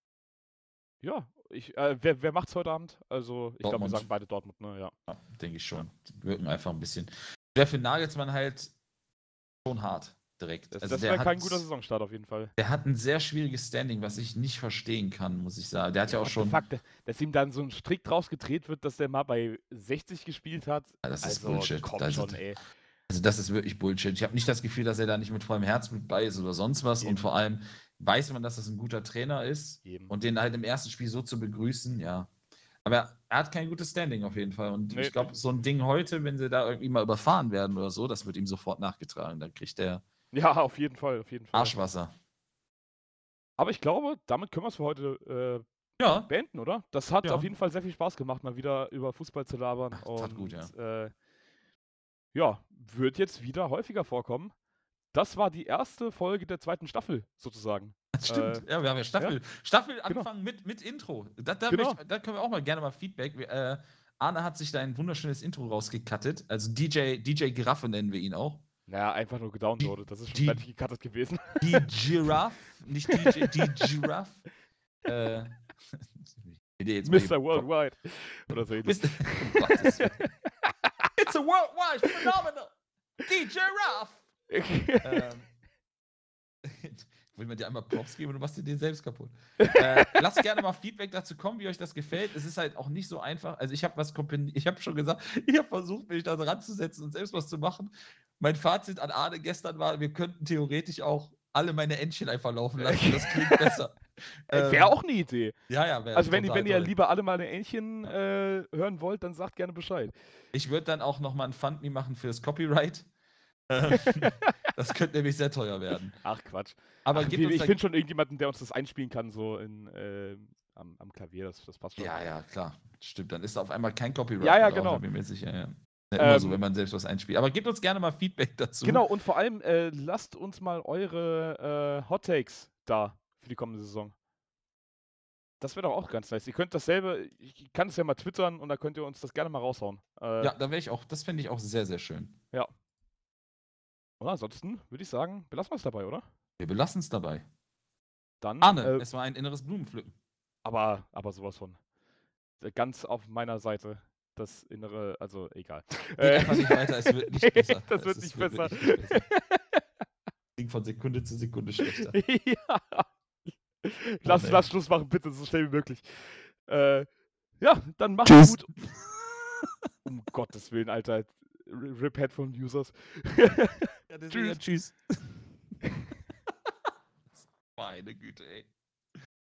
[SPEAKER 2] ja, ich, äh, wer, wer macht's heute Abend? Also, ich glaube, wir
[SPEAKER 1] Dortmund.
[SPEAKER 2] sagen beide Dortmund, ne? Ja.
[SPEAKER 1] Ja, denke ich schon. Die wirken einfach ein bisschen. Wäre für Nagelsmann halt schon hart. direkt.
[SPEAKER 2] Das,
[SPEAKER 1] Also
[SPEAKER 2] das
[SPEAKER 1] der
[SPEAKER 2] wäre
[SPEAKER 1] hat,
[SPEAKER 2] kein guter Saisonstart auf jeden Fall.
[SPEAKER 1] der hat ein sehr schwieriges Standing, was ich nicht verstehen kann, muss ich sagen. Der hat ja, ja auch schon.
[SPEAKER 2] Fakt, dass ihm dann so ein Strick draus gedreht wird, dass der mal bei sechzig gespielt hat.
[SPEAKER 1] Ja, das ist
[SPEAKER 2] also,
[SPEAKER 1] Bullshit.
[SPEAKER 2] Kommt
[SPEAKER 1] das
[SPEAKER 2] schon,
[SPEAKER 1] ist,
[SPEAKER 2] ey.
[SPEAKER 1] Also das ist wirklich Bullshit. Ich habe nicht das Gefühl, dass er da nicht mit vollem Herzblut bei ist oder sonst was.
[SPEAKER 2] Eben.
[SPEAKER 1] Und vor allem weiß man, dass das ein guter Trainer ist.
[SPEAKER 2] Eben.
[SPEAKER 1] Und den halt im ersten Spiel so zu begrüßen, ja. Aber er, er hat kein gutes Standing auf jeden Fall. Und
[SPEAKER 2] Nee,
[SPEAKER 1] ich glaube, so ein Ding heute, wenn sie da irgendwie mal überfahren werden oder so, das wird ihm sofort nachgetragen. Dann kriegt er
[SPEAKER 2] Ja, auf jeden Fall, auf jeden Fall.
[SPEAKER 1] Arschwasser.
[SPEAKER 2] Aber ich glaube, damit können wir es für heute äh,
[SPEAKER 1] Ja.
[SPEAKER 2] beenden, oder? Das hat
[SPEAKER 1] Ja.
[SPEAKER 2] auf jeden Fall sehr viel Spaß gemacht, mal wieder über Fußball zu labern.
[SPEAKER 1] Ach,
[SPEAKER 2] und,
[SPEAKER 1] tat gut, ja.
[SPEAKER 2] Äh, ja, wird jetzt wieder häufiger vorkommen. Das war die erste Folge der zweiten Staffel, sozusagen.
[SPEAKER 1] Das stimmt.
[SPEAKER 2] Äh,
[SPEAKER 1] ja, wir haben ja Staffel,
[SPEAKER 2] ja.
[SPEAKER 1] Staffel
[SPEAKER 2] Genau.
[SPEAKER 1] anfangen mit, mit Intro. Da, da,
[SPEAKER 2] Genau.
[SPEAKER 1] möchte, da können wir auch mal gerne mal Feedback. Wir, äh, Arne hat sich da ein wunderschönes Intro rausgecuttet. Also D J, D J Giraffe nennen wir ihn auch.
[SPEAKER 2] Naja, einfach nur gedownloadet. Das ist schon
[SPEAKER 1] die-
[SPEAKER 2] fertig gecuttet gewesen.
[SPEAKER 1] Die Giraffe, nicht D J, die Giraffe. äh, jetzt mal
[SPEAKER 2] Mister
[SPEAKER 1] hier-
[SPEAKER 2] Worldwide. Oder so ähnlich.
[SPEAKER 1] Mister Um Gottes Willen. It's a worldwide phenomenon. Die Giraffe. ähm, will man dir einmal Props geben und du machst dir den selbst kaputt. äh, lasst gerne mal Feedback dazu kommen, wie euch das gefällt. Es ist halt auch nicht so einfach. Also ich habe was ich habe schon gesagt, ich habe versucht, mich da ranzusetzen und selbst was zu machen. Mein Fazit an Arne gestern war, wir könnten theoretisch auch alle meine Entchen einfach laufen lassen. Das klingt besser.
[SPEAKER 2] Äh, Wäre auch eine Idee.
[SPEAKER 1] Ja, ja, wäre
[SPEAKER 2] Also wenn,
[SPEAKER 1] total
[SPEAKER 2] wenn ihr
[SPEAKER 1] toll.
[SPEAKER 2] lieber alle meine Entchen äh, hören wollt, dann sagt gerne Bescheid.
[SPEAKER 1] Ich würde dann auch nochmal ein Fundme machen für das Copyright. Ähm, das könnte nämlich sehr teuer werden.
[SPEAKER 2] Ach Quatsch.
[SPEAKER 1] Aber
[SPEAKER 2] Ach,
[SPEAKER 1] gebt
[SPEAKER 2] wir,
[SPEAKER 1] uns
[SPEAKER 2] ich
[SPEAKER 1] da-
[SPEAKER 2] finde schon irgendjemanden, der uns das einspielen kann, so in, äh, am, am Klavier, das, das passt schon.
[SPEAKER 1] Ja, ja, klar. Stimmt, dann ist auf einmal kein Copyright.
[SPEAKER 2] Ja, ja,
[SPEAKER 1] drauf,
[SPEAKER 2] genau.
[SPEAKER 1] Da bin ich mir sicher, ja. Ja, immer
[SPEAKER 2] Ähm,
[SPEAKER 1] so, wenn man selbst was einspielt. Aber gebt uns gerne mal Feedback dazu.
[SPEAKER 2] Genau, und vor allem äh, lasst uns mal eure äh, Hot Takes da für die kommende Saison. Das wäre doch auch ganz nice. Ihr könnt dasselbe, ich kann es ja mal twittern und da könnt ihr uns das gerne mal raushauen. Äh,
[SPEAKER 1] Ja, da wäre ich auch, das fände ich auch sehr, sehr schön.
[SPEAKER 2] Ja. Und ansonsten würde ich sagen, belassen wir es dabei, oder?
[SPEAKER 1] Wir belassen es dabei.
[SPEAKER 2] Dann,
[SPEAKER 1] Arne,
[SPEAKER 2] äh,
[SPEAKER 1] es war ein inneres Blumenpflücken.
[SPEAKER 2] aber, aber sowas von. Ganz auf meiner Seite. Das innere, also egal.
[SPEAKER 1] Geht einfach nicht weiter, es wird nicht
[SPEAKER 2] Nee,
[SPEAKER 1] besser.
[SPEAKER 2] das
[SPEAKER 1] Es
[SPEAKER 2] wird
[SPEAKER 1] ist
[SPEAKER 2] nicht
[SPEAKER 1] wirklich
[SPEAKER 2] besser.
[SPEAKER 1] nicht besser. Ging von Sekunde zu Sekunde schlechter.
[SPEAKER 2] Ja. Lass,
[SPEAKER 1] ey.
[SPEAKER 2] lass Schluss machen, bitte, so schnell wie möglich. Äh, ja, dann macht's
[SPEAKER 1] Tschüss.
[SPEAKER 2] gut. Um Gottes Willen, Alter. R- Rip Headphone-Users.
[SPEAKER 1] Ja, deswegen
[SPEAKER 2] Tschüss.
[SPEAKER 1] ja, tschüss. Meine Güte, ey.